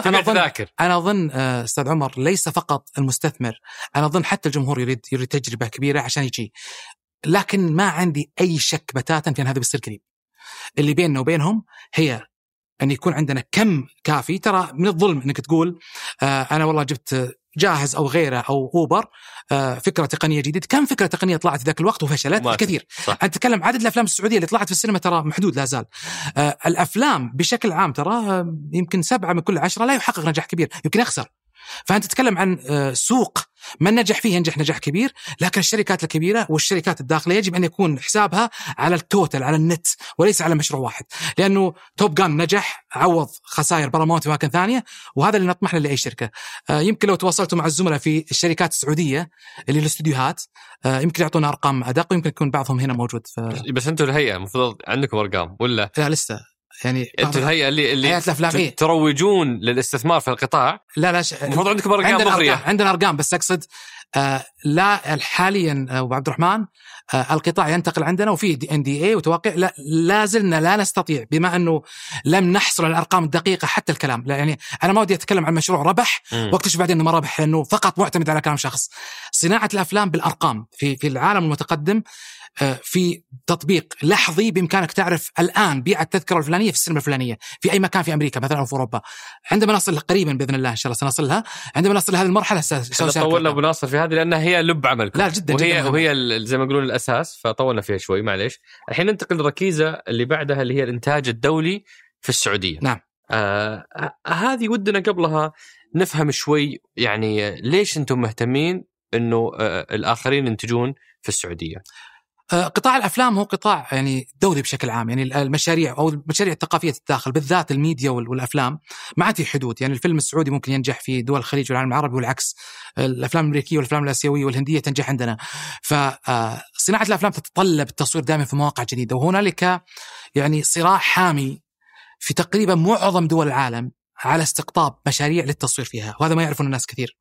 أنا أظن أستاذ عمر ليس فقط المستثمر، أنا أظن حتى الجمهور يريد تجربة كبيرة عشان يجي. لكن ما عندي أي شك بتاتا في أن هذا بيصير قريب. اللي بيننا وبينهم هي أن يكون عندنا كم كافي. ترى من الظلم أنك تقول أنا والله جبت جاهز أو غيره أو أوبر فكرة تقنية جديدة. كم فكرة تقنية طلعت في ذاك الوقت وفشلت كثير. أنت تتكلم عدد الأفلام السعودية اللي طلعت في السينما ترى محدود لا زال. الأفلام بشكل عام ترى يمكن 7 من كل 10 لا يحقق نجاح كبير، يمكن يخسر. فأنت تتكلم عن سوق من نجح فيه ينجح نجاح كبير، لكن الشركات الكبيرة والشركات الداخلية يجب أن يكون حسابها على التوتال، على النت، وليس على مشروع واحد. لأنه توب جان نجح، عوض خسائر بارامونت وأماكن ثانية، وهذا اللي نطمح له لأي شركة. يمكن لو تواصلتوا مع الزملاء في الشركات السعودية اللي الاستوديوهات يمكن يعطونا أرقام أدق، ويمكن يكون بعضهم هنا موجود. بس أنتوا الهيئة المفروض عندكم أرقام ولا؟ لا لسه. يعني انتوا الهيئة اللي تروجون للاستثمار في القطاع. لا المفروض عندكم ارقام مغرية. عندنا ارقام، بس اقصد لا حاليا ابو عبد الرحمن القطاع ينتقل عندنا وفي NDA وتوقيع. لا زلنا لا نستطيع، بما انه لم نحصل على الارقام الدقيقه حتى الكلام. لا يعني انا ما ودي اتكلم عن مشروع ربح واكتشف بعدين انه ما ربح، لانه فقط معتمد على كلام شخص. صناعه الافلام بالارقام في العالم المتقدم في تطبيق لحظي بإمكانك تعرف الآن بيع التذكرة الفلانية في السينما الفلانية في أي مكان في أمريكا مثلا أو في أوروبا. عندما نصل قريبا بإذن الله إن شاء الله سنصلها، عندما نصل لهذه المرحلة طولنا بناصر في هذه لأنها هي لب عملكم. لا جدا وهي زي ما يقولون الأساس، فطولنا فيها شوي معليش. الحين ننتقل للركيزة اللي بعدها اللي هي الإنتاج الدولي في السعودية. نعم. هذه ودنا قبلها نفهم شوي يعني ليش أنتم مهتمين إنه الآخرين ينتجون في السعودية. قطاع الأفلام هو قطاع يعني دولي بشكل عام. يعني المشاريع أو المشاريع الثقافية الداخل بالذات الميديا والأفلام ما عاد في حدود. يعني الفيلم السعودي ممكن ينجح في دول الخليج والعالم العربي والعكس، الأفلام الأمريكية والأفلام الآسيوية والهندية تنجح عندنا. فصناعة الأفلام تتطلب التصوير دائما في مواقع جديدة، وهنالك يعني صراع حامي في تقريبا معظم دول العالم على استقطاب مشاريع للتصوير فيها، وهذا ما يعرفون الناس كثير.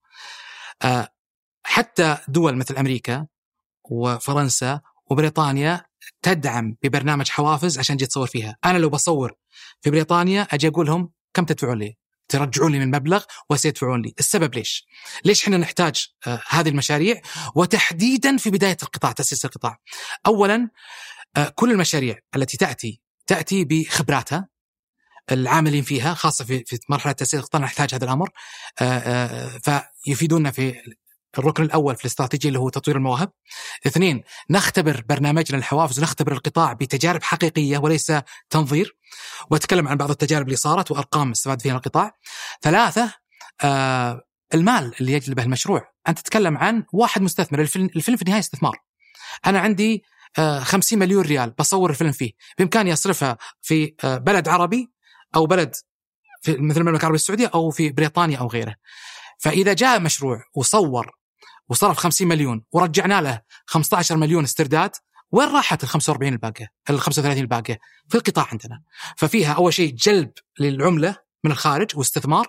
حتى دول مثل أمريكا وفرنسا وبريطانيا تدعم ببرنامج حوافز عشان تجي تصور فيها. أنا لو بصور في بريطانيا أجي أقول لهم كم تدفعون لي؟ ترجعون لي من مبلغ وسيدفعون لي. السبب ليش إحنا نحتاج هذه المشاريع، وتحديدا في بداية القطاع، تأسيس القطاع؟ أولا كل المشاريع التي تأتي بخبراتها العاملين فيها، خاصة في مرحلة تأسيس القطاع نحتاج هذا الأمر. فيفيدونا في الركن الأول في الاستراتيجية اللي هو تطوير المواهب. 2 نختبر برنامجنا الحوافز ونختبر القطاع بتجارب حقيقية وليس تنظير، وأتكلم عن بعض التجارب اللي صارت وأرقام استفاد فيها القطاع. 3 المال اللي يجلبه المشروع. أنت تتكلم عن واحد مستثمر، الفيلم في النهاية استثمار. أنا عندي 50 مليون ريال بصور الفيلم فيه، بإمكاني أصرفها في بلد عربي أو بلد في مثل المملكة العربية السعودية أو في بريطانيا أو غيره. فإذا جاء مشروع وصور وصرف 50 مليون ورجعنا له 15 مليون استرداد، وين راحت ال 45 الباقية، ال 35 الباقية؟ في القطاع عندنا. ففيها أول شيء جلب للعملة من الخارج واستثمار.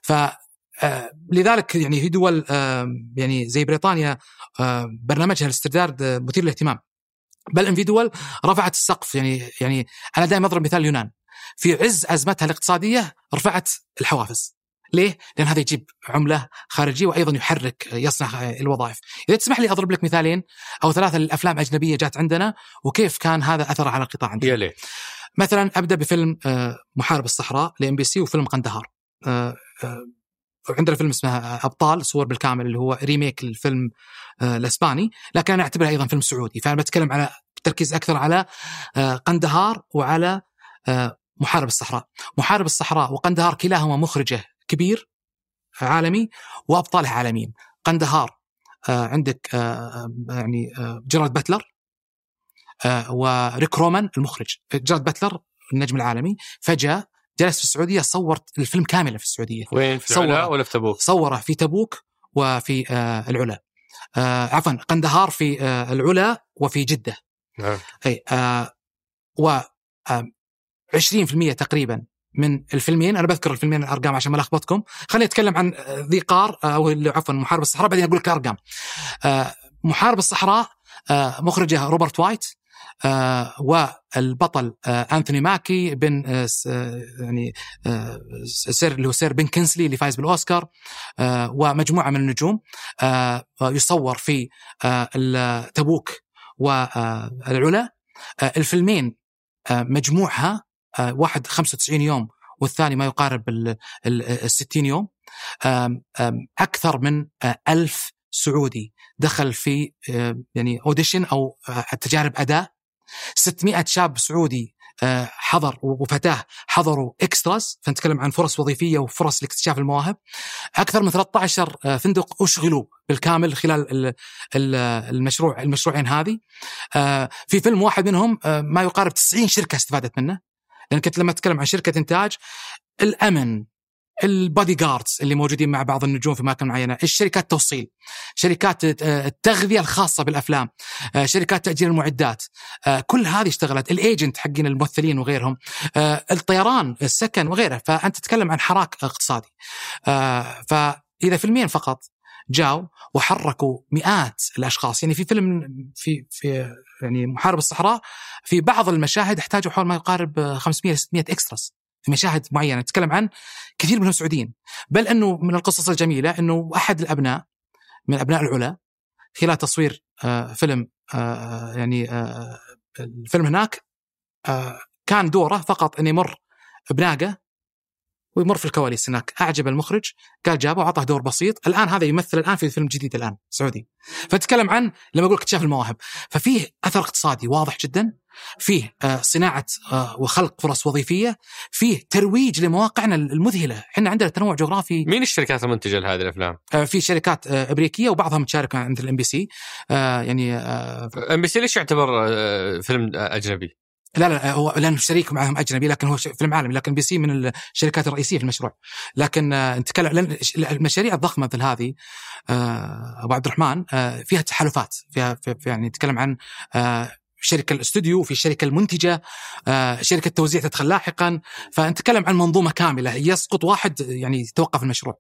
لذلك يعني في دول يعني زي بريطانيا برنامجها الاسترداد مثير للاهتمام، بل إن في دول رفعت السقف. يعني أنا دائما أضرب مثال اليونان، في عز أزمتها الاقتصادية رفعت الحوافز. ليه؟ لأن هذا يجيب عملة خارجية وأيضا يصنع الوظائف. إذا تسمح لي أضرب لك مثالين أو 3 للأفلام أجنبية جات عندنا وكيف كان هذا أثر على القطاع عندنا. يلي. مثلا أبدأ بفيلم محارب الصحراء لMBC وفيلم قندهار. عندنا فيلم اسمه أبطال صور بالكامل اللي هو ريميك الفيلم الإسباني، لكن أنا أعتبرها أيضا فيلم سعودي. فأنا بتكلم على تركيز أكثر على قندهار وعلى محارب الصحراء. محارب الصحراء وقندهار كلاهما مخرجه كبير عالمي وأبطاله عالميين. قندهار عندك يعني جيرارد باتلر وريك رومان المخرج. جيرارد باتلر النجم العالمي فجأة جلس في السعودية، صورت الفيلم كاملا في السعودية. وين؟ في العلا ولا في تبوك؟ صوره في تبوك وفي العلا. عفوا قندهار في العلا وفي جدة. أي و 20% تقريبا من الفيلمين، أنا بذكر الفيلمين الأرقام عشان ما لخبطكم. خليني أتكلم عن ذي قار أو عفوا محارب الصحراء، بعدين أقول لك أرقام. محارب الصحراء مخرجه روبرت وايت، والبطل أنثوني ماكي بن يعني سير اللي هو سير بن كينسلي اللي فايز بالأوسكار، ومجموعة من النجوم. يصور في تبوك والعلا. الفيلمين مجموعها واحد 95 يوم والثاني ما يقارب 60 يوم. أكثر من 1000 سعودي دخل في يعني أوديشن أو تجارب أداء. 600 شاب سعودي حضر وفتاه حضروا إكستراس، فنتكلم عن فرص وظيفية وفرص لاكتشاف المواهب. أكثر من 13 فندق أشغلوا بالكامل خلال المشروعين هذه. في فيلم واحد منهم ما يقارب 90 شركة استفادت منه، لأن كنت لما أتكلم عن شركة إنتاج، الأمن، البادي جاردز اللي موجودين مع بعض النجوم في مكان معينة، الشركات التوصيل، شركات التغذية الخاصة بالأفلام، شركات تأجير المعدات، كل هذه اشتغلت، الإيجنت حقين الممثلين وغيرهم، الطيران، السكن وغيره. فأنت تتكلم عن حراك اقتصادي. فإذا فيلمين فقط جاءوا وحركوا مئات الأشخاص. يعني في فيلم في يعني محارب الصحراء، في بعض المشاهد احتاجوا حول ما يقارب 500-600 إكستراس في مشاهد معينة. نتكلم عن كثير منهم سعوديين. بل أنه من القصص الجميلة أنه أحد الأبناء من أبناء العلا خلال تصوير فيلم يعني الفيلم هناك كان دوره فقط أن يمر بناقة ويمر في الكواليس هناك، أعجب المخرج قال جابه وعطاه دور بسيط، الآن هذا يمثل الآن في فيلم جديد الآن سعودي. فتتكلم عن لما أقول اكتشاف المواهب، ففيه أثر اقتصادي واضح جدا، فيه صناعة وخلق فرص وظيفية، فيه ترويج لمواقعنا المذهلة. إحنا عندنا تنوع جغرافي. مين الشركات المنتجة لهذه الأفلام؟ في شركات أمريكية وبعضها متشاركة عند الMBC. يعني MBC ليش يعتبر فيلم أجنبي؟ لا هو لأنه شريك معهم أجنبي، لكن هو فيلم عالمي، لكن BC من الشركات الرئيسية في المشروع. لكن نتكلم المشاريع الضخمة مثل هذه أبو عبد الرحمن فيها تحالفات، فيها يعني نتكلم عن شركة الاستوديو، في شركة المنتجة، شركة توزيع تدخل لاحقا، فنتكلم عن منظومة كاملة، يسقط واحد يعني يتوقف المشروع.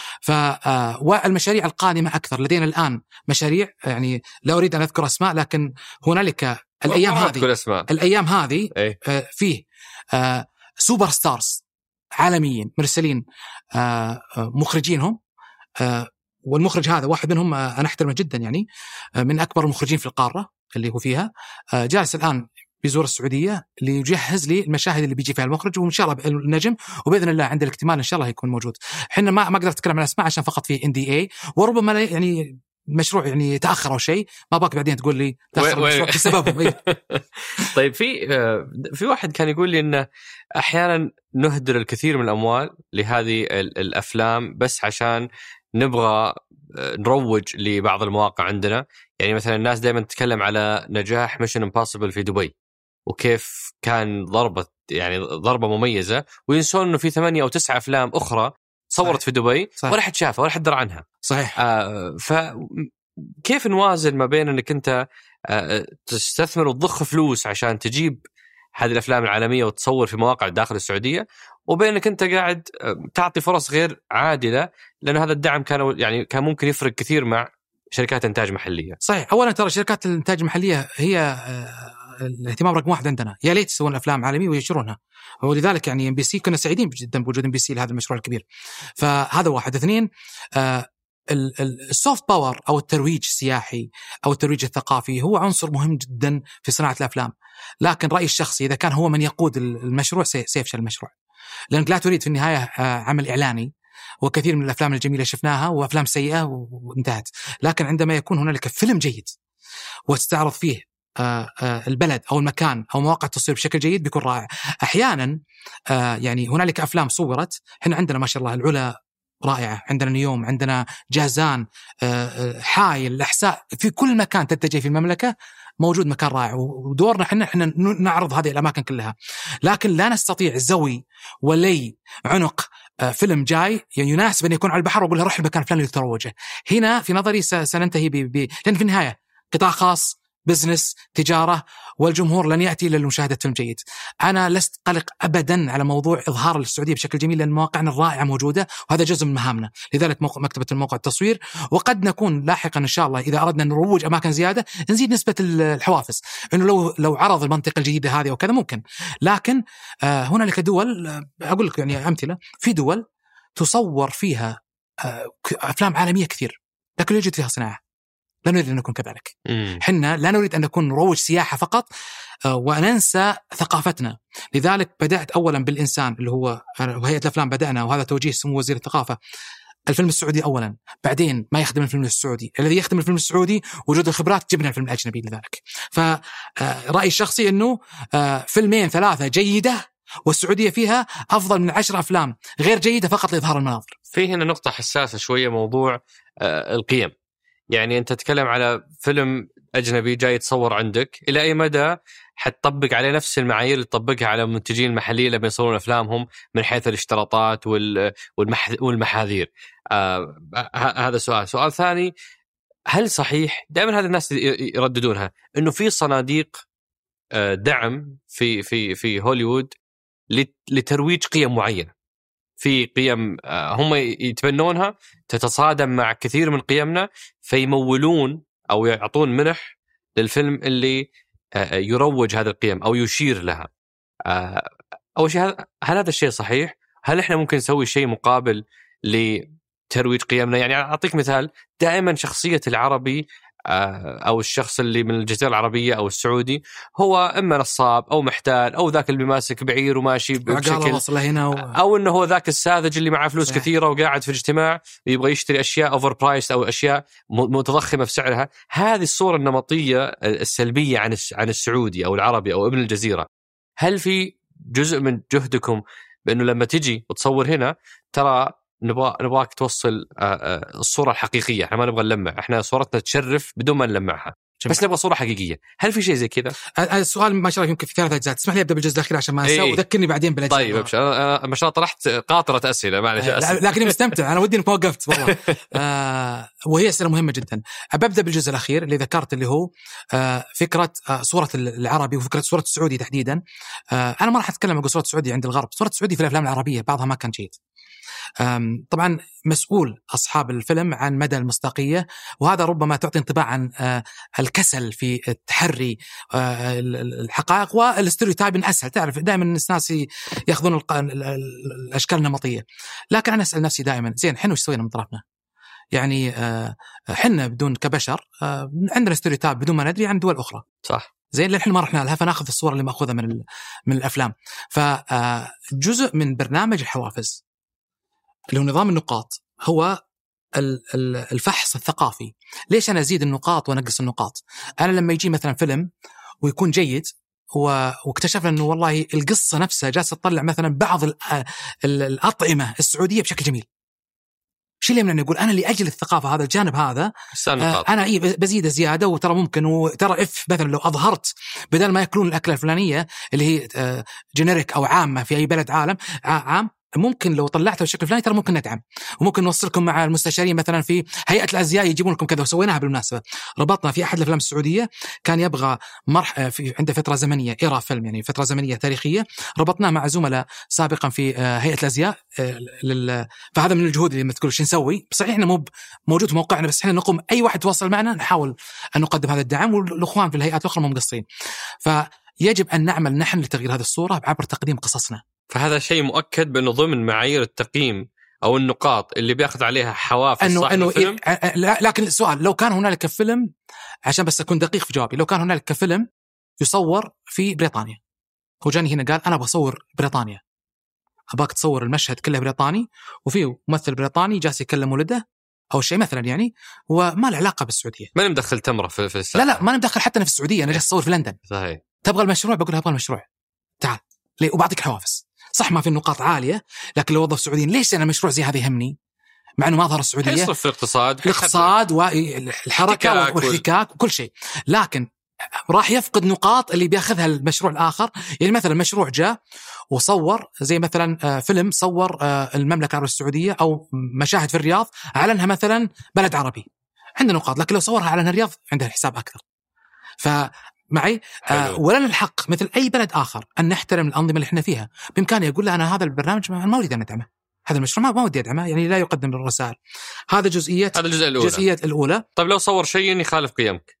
والمشاريع القادمة أكثر، لدينا الآن مشاريع يعني لا أريد أن أذكر أسماء، لكن هنالك الأيام هذه فيه سوبر ستارز عالميين مرسلين مخرجينهم، والمخرج هذا واحد منهم أنا أحترمه جدا، يعني من أكبر المخرجين في القارة اللي هو فيها، جالس الآن بيزور السعودية ليجهز لي المشاهد اللي بيجي فيها المخرج، وإن شاء الله النجم، وبإذن الله عند الاكتمال إن شاء الله يكون موجود. حنا ما أقدر أتكلم عن الأسماء عشان فقط في NDA، وربما يعني مشروع يعني تأخر أو شيء، ما باك بعدين تقول لي تأخر المشروع بسببه. طيب في واحد كان يقول لي إنه أحيانا نهدر الكثير من الأموال لهذه الأفلام بس عشان نبغى نروج لبعض المواقع عندنا. يعني مثلا الناس دائما تتكلم على نجاح ميشن امبوسيبل في دبي وكيف كان ضربة مميزة، وينسون إنه في 8 أو 9 أفلام أخرى صورت في دبي ولا حد شافها ولا حد درى عنها. صحيح. فكيف نوازن ما بين أنك أنت تستثمر وتضخ فلوس عشان تجيب هذه الأفلام العالمية وتصور في مواقع داخل السعودية، وبين أنك أنت قاعد تعطي فرص غير عادلة، لأن هذا الدعم كان ممكن يفرق كثير مع شركات إنتاج محلية. صحيح. أولا ترى شركات الإنتاج المحلية هي الاهتمام رقم 1 عندنا، يا ليت يسوون أفلام عالمية وينشرونها، ولذلك يعني MBC كنا سعيدين جدا بوجود MBC لهذا المشروع الكبير. فهذا واحد. 2 السوفت باور أو الترويج السياحي أو الترويج الثقافي هو عنصر مهم جدا في صناعة الأفلام، لكن رأيي الشخصي إذا كان هو من يقود المشروع سيفشل المشروع، لأنك لا تريد في النهاية عمل إعلاني، وكثير من الأفلام الجميلة شفناها وأفلام سيئة وانتهت. لكن عندما يكون هنالك فيلم جيد وتستعرض فيه البلد أو المكان أو مواقع التصوير بشكل جيد بيكون رائع. أحيانا يعني هنالك أفلام صورت، إحنا عندنا ما شاء الله العلا رائعة، عندنا نيوم، عندنا جازان، حائل، الأحساء، في كل مكان تتجه في المملكة موجود مكان رائع، ودورنا إحنا نعرض هذه الأماكن كلها. لكن لا نستطيع زوي ولي عنق فيلم جاي يناسب أن يكون على البحر وأقول له روح المكان الفلاني لتروجه. هنا في نظري سننتهي لأن في النهاية قطاع خاص، بزنس، تجارة، والجمهور لن يأتي إلا لمشاهدة فيلم جيد. أنا لست قلق أبدا على موضوع إظهار السعودية بشكل جميل، لأن مواقعنا الرائعة موجودة وهذا جزء من مهامنا. لذلك مكتبة الموقع التصوير، وقد نكون لاحقا إن شاء الله إذا أردنا نروج أماكن زيادة نزيد نسبة الحوافز، إنه لو عرض المنطقة الجديدة هذه وكذا ممكن. لكن هنالك دول، أقول لك يعني أمثلة، في دول تصور فيها أفلام عالمية كثير لكن يوجد فيها صناعة. لا نريد أن نكون كذلك. حنا لا نريد أن نكون نروج سياحة فقط وننسى ثقافتنا. لذلك بدأت أولا بالإنسان اللي هو هيئة الأفلام، بدأنا وهذا توجيه سمو وزير الثقافة، الفيلم السعودي أولا، بعدين ما يخدم الفيلم السعودي، الذي يخدم الفيلم السعودي وجود الخبرات، جبنا الفيلم الأجنبي. لذلك فرأيي الشخصي أنه 2 3 جيدة والسعودية فيها أفضل من 10 أفلام غير جيدة فقط لإظهار المناظر. في هنا نقطة حساسة شوية، موضوع القيم. يعني أنت تتكلم على فيلم أجنبي جاي يتصور عندك، إلى أي مدى حتطبق عليه نفس المعايير اللي تطبقها على المنتجين المحليين اللي بيصورون أفلامهم من حيث الاشتراطات والمحاذير؟ هذا سؤال ثاني، هل صحيح دائما هذه الناس يرددونها إنه في صناديق دعم في هوليوود لترويج قيم معينة، في قيم هم يتبنونها تتصادم مع كثير من قيمنا، فيمولون أو يعطون منح للفيلم اللي يروج هذه القيم أو يشير لها. أول شيء، هل هذا الشيء صحيح؟ هل إحنا ممكن نسوي شيء مقابل لترويج قيمنا؟ يعني أعطيك مثال، دائما شخصية العربي أو الشخص اللي من الجزيرة العربية أو السعودي هو إما نصاب أو محتال أو ذاك اللي ماسك بعير وماشي بشكل أو إنه هو ذاك الساذج اللي معه فلوس كثيرة وقاعد في الاجتماع يبغى يشتري أشياء أوفر برايس أو أشياء متضخمة في سعرها. هذه الصورة النمطية السلبية عن السعودي أو العربي أو ابن الجزيرة. هل في جزء من جهدكم بأنه لما تجي وتصور هنا ترى نبغاك توصل الصورة الحقيقية، احنا ما نبغى نلمع، احنا صورتنا تشرف بدون ما نلمعها بس نبغى صورة حقيقية. هل في شيء زي كذا؟ السؤال ما شاء الله يمكن في 3 أجزاء، تسمح لي أبدأ بالجزء الأخير عشان ما أنسى وذكرني بعدين بالأجزاء. طيب أنا ما شاء الله طرحت قاطرة أسئلة معلش لكني مستمتع، أنا ودي إنك وقفت والله. وهي أسئلة مهمة جدا. أبدأ بالجزء الأخير اللي ذكرت اللي هو فكرة صورة العربي وفكرة صورة السعودي تحديدا. أنا ما راح أتكلم عن صورة السعودي عند الغرب، صورة السعودي في الأفلام العربية بعضها ما كان جيد. طبعا مسؤول أصحاب الفيلم عن مدى المصداقية، وهذا ربما تعطي انطباع عن الكسل في التحري الحقائق والاستيريوتايب أسهل. تعرف دائما الناس يأخذون الأشكال النمطية، لكن أنا أسأل نفسي دائما زين حنا وش سوينا من طرفنا؟ يعني حنا بدون كبشر عندنا استيريوتايب بدون ما ندري عن دول أخرى، صح؟ زين لأن ما رحنا لها فناخذ الصور اللي مأخوذة من الأفلام. فجزء من برنامج الحوافز اللي هو نظام النقاط هو الفحص الثقافي. ليش أنا أزيد النقاط ونقص النقاط؟ أنا لما يجي مثلا فيلم ويكون جيد واكتشفنا أنه والله القصة نفسها جالسة تطلع مثلا بعض الأطعمة السعودية بشكل جميل، شو اللي يمنعني أقول أنا لأجل الثقافة هذا الجانب هذا أنا بزيد زيادة، وترى ممكن وترى مثلا لو أظهرت بدل ما يأكلون الأكلة الفلانية اللي هي جينيريك أو عامة في أي بلد عام ممكن لو طلعتها بشكل فلاني ترى ممكن ندعم، وممكن نوصلكم مع المستشارين مثلا في هيئة الأزياء يجيبون لكم كذا. وسويناها بالمناسبة، ربطنا في أحد الأفلام السعودية كان يبغى في عنده فترة زمنية إيرا فيلم، يعني فترة زمنية تاريخية، ربطناه مع زملاء سابقا في هيئة الأزياء فهذا من الجهود اللي تقول شو نسوي. صحيح إحنا مو موجود في موقعنا، بس إحنا نقوم أي واحد تواصل معنا نحاول أن نقدم هذا الدعم، والأخوان في الهيئات الأخرى مو مقصرين. فيجب أن نعمل نحن لتغيير هذه الصورة عبر تقديم قصصنا. فهذا شيء مؤكد بأنه ضمن معايير التقييم أو النقاط اللي بيأخذ عليها حوافز صاحب الفيلم. لكن السؤال لو كان هنالك فيلم، عشان بس أكون دقيق في جوابي، لو كان هنالك فيلم يصور في بريطانيا، هو جاني هنا قال أنا بصور بريطانيا، أباك تصور المشهد كله بريطاني وفيه ممثل بريطاني جالس يكلم ولده أو شيء مثلا، يعني وما له علاقة بالسعودية، ما ندخل تمرة في الساحة. لا ما ندخل حتى في السعودية، أنا جالس أصور في لندن. صحيح. تبغى المشروع بقول أبغى المشروع، تعال ليه، وبعطيك حوافز. صح ما في النقاط عالية، لكن لو وظف سعوديين ليش أنا مشروع زي هذا يهمني مع أنه ما ظهر السعودية؟ يصرف في الاقتصاد والحركة والحكاك وكل شيء، لكن راح يفقد نقاط اللي بياخذها المشروع الآخر. يعني مثلا مشروع جاء وصور زي مثلا فيلم صور المملكة العربية السعودية أو مشاهد في الرياض، أعلنها مثلا بلد عربي، عنده نقاط، لكن لو صورها على الرياض عنده حساب أكثر. معي ولنا الحق مثل أي بلد آخر أن نحترم الأنظمة اللي احنا فيها. بإمكاني يقول له أنا هذا البرنامج ما أريد أن أدعمه، هذا المشروع ما ودي أدعمه، يعني لا يقدم الرسائل. هذا الجزئية الأولى. طيب لو صور شيء يخالف قيمك،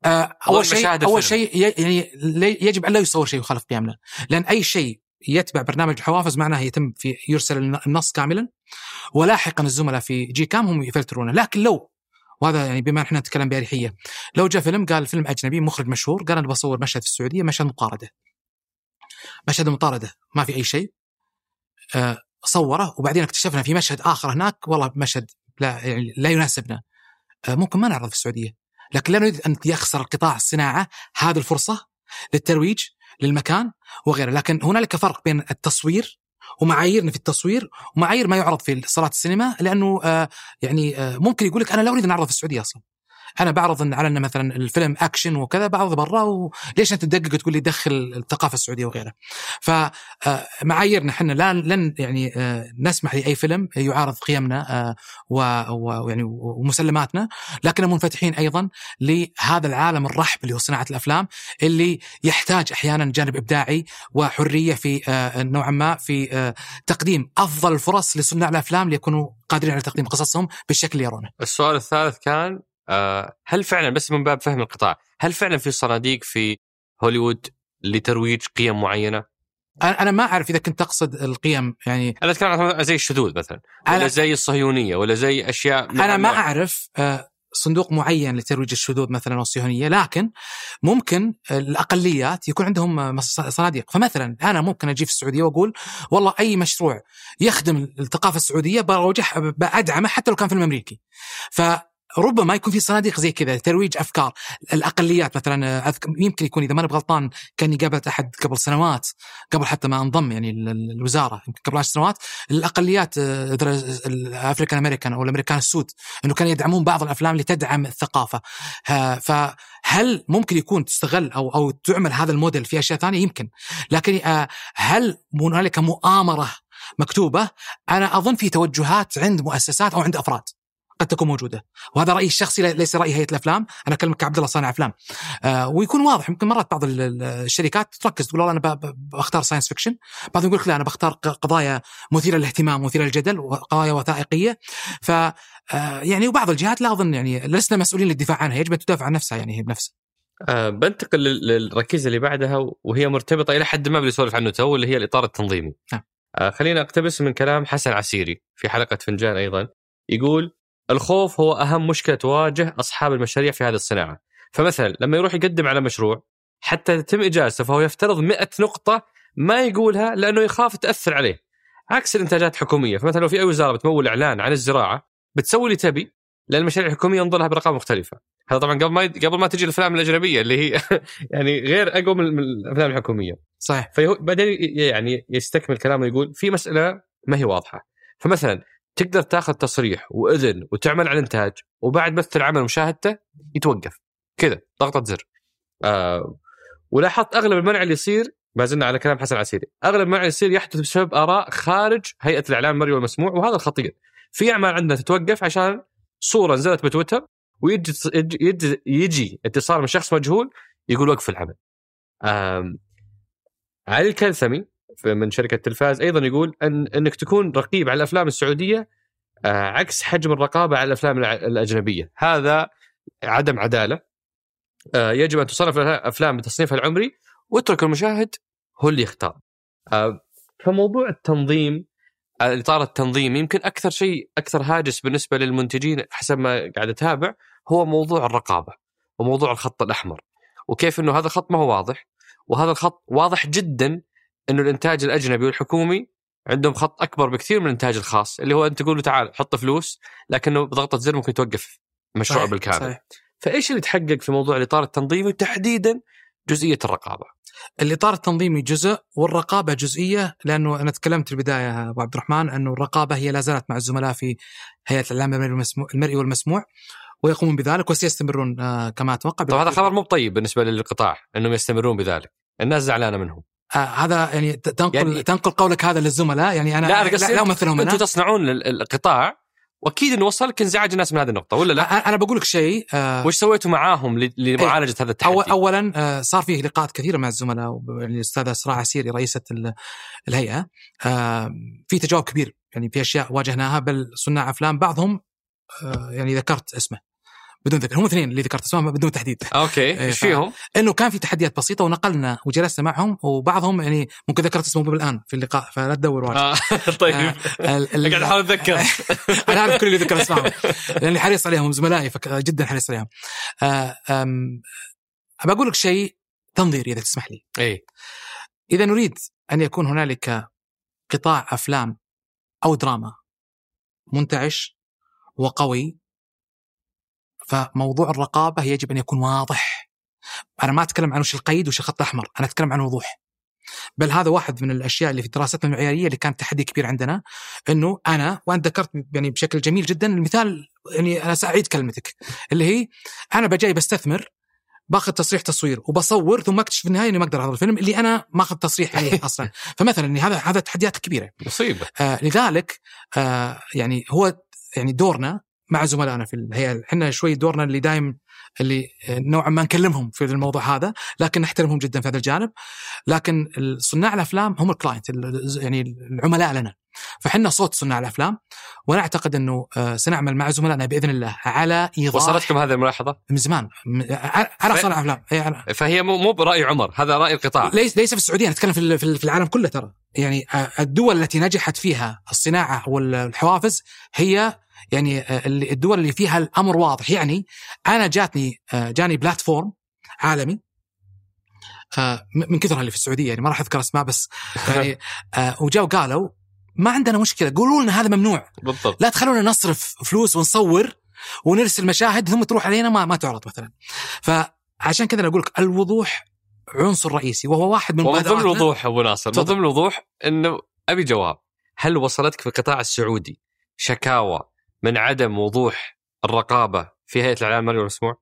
أول شيء يعني يجب أن لا يصور شيء يخالف قيمنا، لأن أي شيء يتبع برنامج الحوافز معناه يتم يرسل النص كاملا، ولاحقا الزملاء في جي كام هم يفلترونه. لكن لو، وهذا يعني بما احنا نتكلم بأريحية، لو جاء فيلم قال فيلم أجنبي مخرج مشهور قال أنا بصور مشهد في السعودية، مشهد مطاردة ما في أي شيء، صوره، وبعدين اكتشفنا في مشهد آخر هناك والله مشهد لا يناسبنا، ممكن ما نعرض في السعودية. لكن لا نريد أن يخسر القطاع الصناعة هذه الفرصة للترويج للمكان وغيره. لكن هنالك فرق بين التصوير ومعاييرنا في التصوير ومعايير ما يعرض في صالات السينما، لأنه ممكن يقولك أنا لا أريد أن أعرض في السعودية أصلا، أنا بعرض على أن مثلا الفيلم أكشن وكذا بعرض برا، وليش أنت تدقق وتقول لي دخل الثقافة السعودية وغيرها. فمعاييرنا حنا لن يعني نسمح لأي فيلم يعارض قيمنا ويعني ومسلماتنا، لكن منفتحين أيضا لهذا العالم الرحب اللي هو صناعة الأفلام، اللي يحتاج أحيانا جانب إبداعي وحرية في نوعا ما في تقديم أفضل الفرص لصناع الأفلام ليكونوا قادرين على تقديم قصصهم بالشكل اللي يرونه. السؤال الثالث كان هل فعلا، بس من باب فهم القطاع، هل فعلا في صناديق في هوليوود لترويج قيم معينة؟ أنا ما أعرف إذا كنت تقصد القيم، يعني أنا أتكلم عن زي الشذوذ مثلا، ولا زي الصهيونية، ولا زي أشياء أنا ما أعرف. صندوق معين لترويج الشذوذ مثلا والصهيونية، لكن ممكن الأقليات يكون عندهم صناديق. فمثلا أنا ممكن أجي في السعودية وأقول والله أي مشروع يخدم الثقافة السعودية بأدعمه حتى لو كان فيلم أمريكي. فربما يكون في صناديق زي كذا ترويج أفكار الأقليات. مثلا يمكن يكون إذا ما أنا بغلطان كاني قابلت أحد قبل سنوات، قبل حتى ما انضم يعني الوزارة، يمكن قبل 10 سنوات، الأقليات الأفريكان أمريكان أو الأمريكان السود، إنه كانوا يدعمون بعض الأفلام لتدعم الثقافة. فهل ممكن يكون تستغل أو تعمل هذا الموديل في أشياء ثانية؟ يمكن. لكن هل هنالك مؤامرة مكتوبة؟ أنا أظن في توجهات عند مؤسسات أو عند أفراد قد تكون موجودة، وهذا رأيي الشخصي ليس رأي هيئة الأفلام. أنا أكلمك كعبد الله صانع أفلام. ويكون واضح. يمكن مرات بعض الشركات تركز تقول والله أنا بختار ساينس فيكشن، بعضهم يقول لك لا أنا بختار قضايا مثيرة للاهتمام مثيرة للجدل وقضايا وثائقية. يعني وبعض الجهات لا أظن يعني لسنا مسؤولين للدفاع عنها، يجب أن تدافع عن نفسها يعني هي بنفسها. بنتقل للركيزة اللي بعدها وهي مرتبطة إلى حد ما بيسولف عنه تو، اللي هي الإطار التنظيمي. خلينا أقتبس من كلام حسن عسيري في حلقة فنجان أيضا، يقول الخوف هو أهم مشكلة تواجه أصحاب المشاريع في هذه الصناعة. فمثلا لما يروح يقدم على مشروع حتى يتم إجازته فهو يفترض 100 نقطة ما يقولها لأنه يخاف تأثر عليه، عكس الإنتاجات الحكومية. فمثلا لو في أي وزارة بتمول إعلان عن الزراعة بتسوي اللي تبي، لأن المشاريع الحكومية ينظر لها برقم مختلفة. هذا طبعا قبل ما تجي الأفلام الأجنبية اللي هي يعني غير أقوى من الأفلام الحكومية. صحيح. فبعدين يعني يستكمل كلامه يقول في مسألة ما هي واضحة. فمثلا تقدر تاخذ تصريح وإذن وتعمل على الإنتاج، وبعد بث العمل ومشاهدته يتوقف كذا ضغطة زر. ولاحظت أغلب المنع اللي يصير، ما زلنا على كلام حسن عسيري، أغلب المنع اللي يصير يحدث بسبب آراء خارج هيئة الإعلام المرئي والمسموع، وهذا الخطير. في أعمال عندنا تتوقف عشان صورة نزلت بتويتر ويجي اتصال من شخص مجهول يقول وقف العمل. علي الكلثمي من شركة تلفاز أيضا يقول أنك تكون رقيب على الأفلام السعودية عكس حجم الرقابة على الأفلام الأجنبية. هذا عدم عدالة. يجب أن تصنف الأفلام بتصنيفها العمري واترك المشاهد هو اللي يختار. فموضوع التنظيم، الإطار التنظيمي، يمكن أكثر شيء أكثر هاجس بالنسبة للمنتجين حسب ما قاعد أتابع هو موضوع الرقابة وموضوع الخط الأحمر، وكيف أنه هذا الخط ما هو واضح، وهذا الخط واضح جدا أنه الإنتاج الأجنبي والحكومي عندهم خط أكبر بكثير من الإنتاج الخاص، اللي هو أنت تقول له تعال حط فلوس، لكنه بضغطة زر ممكن توقف مشروع بالكامل. صحيح. فإيش اللي تحقق في موضوع الإطار التنظيمي تحديدا جزئية الرقابة؟ الإطار التنظيمي جزء والرقابة جزئية، لأنه أنا تكلمت في البداية أبو عبد الرحمن أنه الرقابة هي لا زالت مع الزملاء في هيئة الإعلام المرئي والمسموع ويقومون بذلك وسيستمرون كما أتوقع. طب هذا خبر مو طيب بالنسبة للقطاع أنهم يستمرون بذلك، الناس زعلانة منهم. هذا يعني تنقل قولك هذا للزملاء، يعني أنا لا أمثلهم. أنتم تصنعون القطاع وأكيد إنه وصلك انزعاج الناس من هذه النقطة ولا لا؟ أنا بقول لك شيء. وش سويتوا معاهم لمعالجة هذا التحدي؟ أولا صار فيه لقاءات كثيرة مع الزملاء، يعني الأستاذة إسراء عسيري رئيسة الهيئة، في تجاوب كبير يعني في أشياء واجهناها، بل صناع أفلام بعضهم يعني ذكرت اسمه بدون ذكر، هم اثنين اللي ذكرت اسمهم بدون تحديد. اوكي ايش فيهم؟ انه كان في تحديات بسيطه ونقلنا وجلسنا معهم، وبعضهم يعني ممكن ذكرت اسمه الان في اللقاء فلا تدور واجد. طيب قاعد احاول اتذكر. انا اعرف كل اللي ذكر اسمهم لاني حريص عليهم، زملائي جدا حريص عليهم. ابى اقول لك شيء تنظير اذا تسمح لي. اي اذا نريد ان يكون هنالك قطاع افلام او دراما منتعش وقوي، فموضوع الرقابة يجب أن يكون واضح. أنا ما أتكلم عن وش القيد وش الخط الأحمر، أنا أتكلم عن وضوح. بل هذا واحد من الأشياء اللي في دراستنا المعيارية اللي كانت تحدي كبير عندنا، إنه أنت ذكرت يعني بشكل جميل جدا المثال، يعني أنا سأعيد كلمتك اللي هي أنا بجاي بستثمر، باخذ تصريح تصوير وبصور، ثم اكتشف في النهاية إني ما أقدر هذا الفيلم اللي أنا ما أخذ تصريح عليه أصلا. فمثلا إن هذا تحديات كبيرة مصيبة. لذلك يعني هو يعني دورنا مع زملائنا في الهيئة، احنا شوي دورنا اللي دائم اللي نوعا ما نكلمهم في الموضوع هذا، لكن نحترمهم جدا في هذا الجانب. لكن صناع الافلام هم الكلاينت، يعني العملاء لنا، فحنا صوت صناع الافلام، وانا اعتقد انه سنعمل مع زملائنا باذن الله على ايضاح. وصلتكم هذه الملاحظه من زمان؟ انا صانع افلام فهي مو براي عمر، هذا راي القطاع. ليس في السعوديه، نتكلم في العالم كله. ترى يعني الدول التي نجحت فيها الصناعه والحوافز هي يعني الدول اللي فيها الأمر واضح. يعني أنا جاني بلاتفورم عالمي من كثرها اللي في السعودية، يعني ما راح أذكر اسماء بس يعني وجاءوا قالوا ما عندنا مشكلة، قولوا لنا هذا ممنوع بالضبط، لا تخلونا نصرف فلوس ونصور ونرسل مشاهد ثم تروح علينا ما تعرض مثلا. فعشان كذا أقول لك الوضوح عنصر رئيسي، وهو واحد من ضمن الوضوح أبو ناصر، ضمن الوضوح إنه أبي جواب. هل وصلتك في القطاع السعودي شكاوى من عدم وضوح الرقابة في هيئة الإعلام المرئي والمسموع؟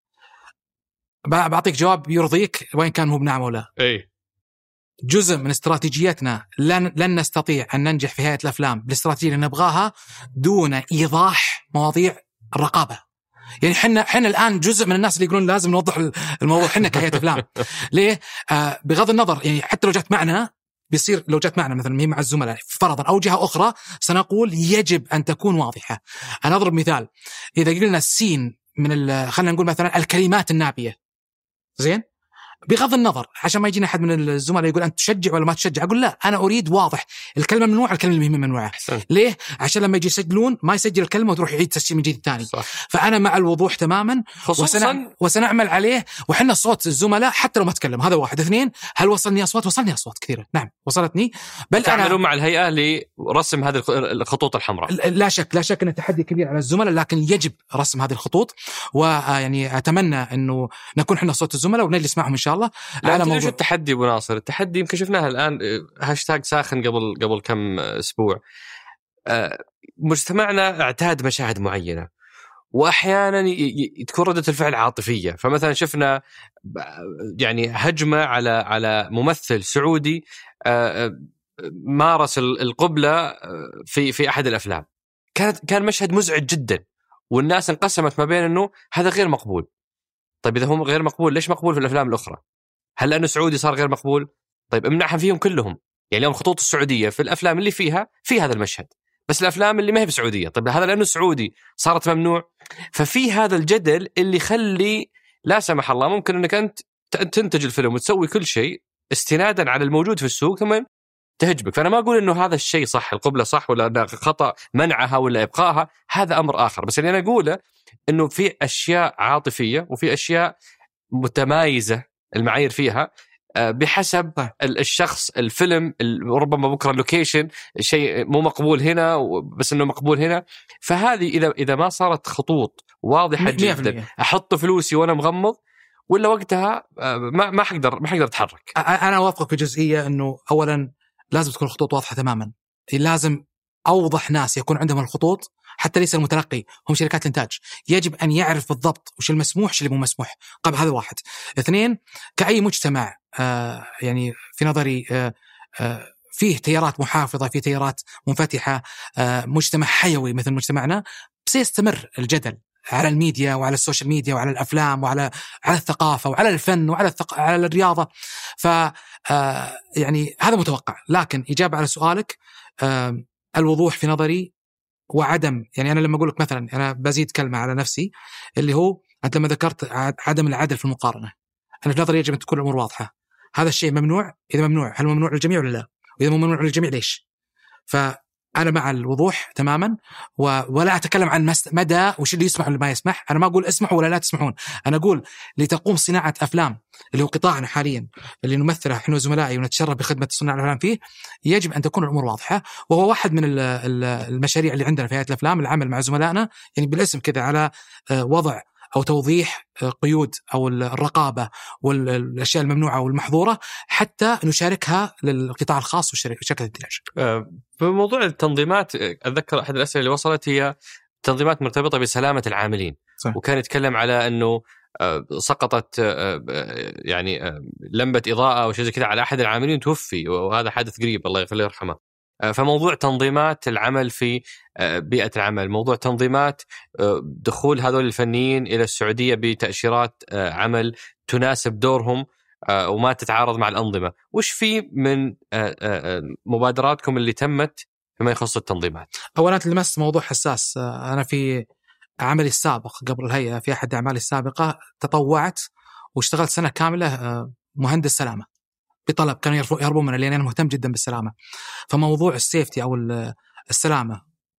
بعطيك جواب يرضيك وين كان هو بنعم ولا. أي جزء من استراتيجيتنا لن نستطيع أن ننجح في هيئة الأفلام بالاستراتيجية اللي نبغاها دون إيضاح مواضيع الرقابة. يعني حنا الآن جزء من الناس اللي يقولون لازم نوضح الموضوع حنا كهيئة أفلام. ليه؟ بغض النظر يعني حتى لو جت معنا بيصير، لو جت معنا مثلا مع الزملاء فرضا أو جهة أخرى سنقول يجب أن تكون واضحة. أنا أضرب مثال، إذا قلنا السين من خلينا نقول مثلا الكلمات النابية، زين، بغض النظر عشان ما يجينا أحد من الزملاء يقول أنت تشجع ولا ما تشجع، أقول لا، أنا أريد واضح، الكلمة ممنوعة، الكلمة المهمة ممنوعة. ليه؟ عشان لما يجي يسجلون ما يسجل الكلمة وتروح يعيد تسجيل من جديد ثاني. فأنا مع الوضوح تماما، وسنعمل عليه. وحنا صوت الزملاء حتى لو ما تكلم، هذا واحد. اثنين، هل وصلني أصوات كثيرة؟ نعم وصلتني. بل تعملون مع الهيئة لرسم هذه الخطوط الحمراء. لا شك أن تحدي كبير على الزملاء، لكن يجب رسم هذه الخطوط. ويعني أتمنى أنه نكون حنا صوت الزملاء ونجلس معهم إن شاء الله. ليش التحدي أبو ناصر؟ التحدي يمكن شفناها الآن هاشتاج ساخن قبل كم أسبوع. مجتمعنا اعتاد مشاهد معينة، وأحيانا تكون ردة الفعل عاطفية. فمثلا شفنا يعني هجمة على ممثل سعودي مارس القبلة في أحد الأفلام. كان مشهد مزعج جدا، والناس انقسمت ما بين أنه هذا غير مقبول. طيب إذا هو غير مقبول، ليش مقبول في الأفلام الأخرى؟ هل لأنه سعودي صار غير مقبول؟ طيب امنعهم فيهم كلهم. يعني اليوم الخطوط السعودية في الأفلام اللي فيها في هذا المشهد، بس الأفلام اللي ما هي بسعودية، طيب هذا لأنه سعودي صارت ممنوع. ففي هذا الجدل اللي يخلي لا سمح الله ممكن أنك أنت تنتج الفيلم وتسوي كل شيء استنادا على الموجود في السوق ثم تهجبك. فأنا ما أقول أنه هذا الشيء صح، القبلة صح ولا خطأ منعها ولا إبقائها، هذا أمر آخر. بس اللي أنا أقوله أنه في أشياء عاطفية وفي أشياء متمايزة المعايير فيها بحسب الشخص، الفيلم، ربما بكرة اللوكيشن شيء مو مقبول هنا بس إنه مقبول هنا. فهذه إذا ما صارت خطوط واضحة جدا أحط فلوسي وأنا مغمض، ولا وقتها ما حقدر أتحرك. أنا أوافقك في جزئية إنه أولا لازم تكون الخطوط واضحة تماما. لازم أوضح ناس يكون عندهم الخطوط، حتى ليس المتلقي، هم شركات الإنتاج، يجب أن يعرف بالضبط وش المسموح وش اللي مو مسموح. قبل هذا واحد. اثنين، كأي مجتمع يعني في نظري فيه تيارات محافظة، فيه تيارات منفتحة، مجتمع حيوي مثل مجتمعنا، سيستمر الجدل على الميديا وعلى السوشيال ميديا وعلى الأفلام وعلى الثقافة وعلى الفن وعلى على الرياضة. يعني هذا متوقع. لكن إجابة على سؤالك، الوضوح في نظري وعدم، يعني أنا لما أقول لك مثلا، أنا بزيد كلمة على نفسي اللي هو أنت لما ذكرت عدم العدل في المقارنة، أنا في نظري يجب أن تكون الأمور واضحة. هذا الشيء ممنوع، إذا ممنوع هل ممنوع للجميع ولا لا؟ وإذا ممنوع للجميع ليش؟ فأنا مع الوضوح تماما، ولا أتكلم عن مدى وش اللي يسمح ولا ما يسمح. أنا ما أقول اسمحوا ولا لا تسمحون، أنا أقول لتقوم صناعة أفلام اللي هو قطاعنا حاليا اللي نمثله إحنا وزملائي ونتشرف بخدمة صناع الأفلام فيه، يجب أن تكون الأمور واضحة. وهو واحد من المشاريع اللي عندنا في هيئة الأفلام، العمل مع زملائنا يعني بالاسم كذا على وضع أو توضيح قيود أو الرقابة والأشياء الممنوعة والمحظورة حتى نشاركها للقطاع الخاص وشركة الإنتاج. في موضوع التنظيمات، أتذكر أحد الأسئلة اللي وصلت هي تنظيمات مرتبطة بسلامة العاملين. صح. وكان يتكلم على أنه سقطت يعني لمبة إضاءة أو شيء زي كذا على أحد العاملين توفي، وهذا حدث قريب الله يغفر له ويرحمه. فموضوع تنظيمات العمل في بيئة العمل، موضوع تنظيمات دخول هذول الفنيين إلى السعودية بتأشيرات عمل تناسب دورهم وما تتعارض مع الأنظمة، وش في من مبادراتكم اللي تمت فيما يخص التنظيمات؟ أولا لمست موضوع حساس. أنا في عملي السابق قبل الهيئة، في أحد أعمالي السابقة تطوعت واشتغلت سنة كاملة مهندس سلامة بطلب، كانوا يهربون منه لأن أنا مهتم جدا بالسلامة. فموضوع السيفتي أو السلامة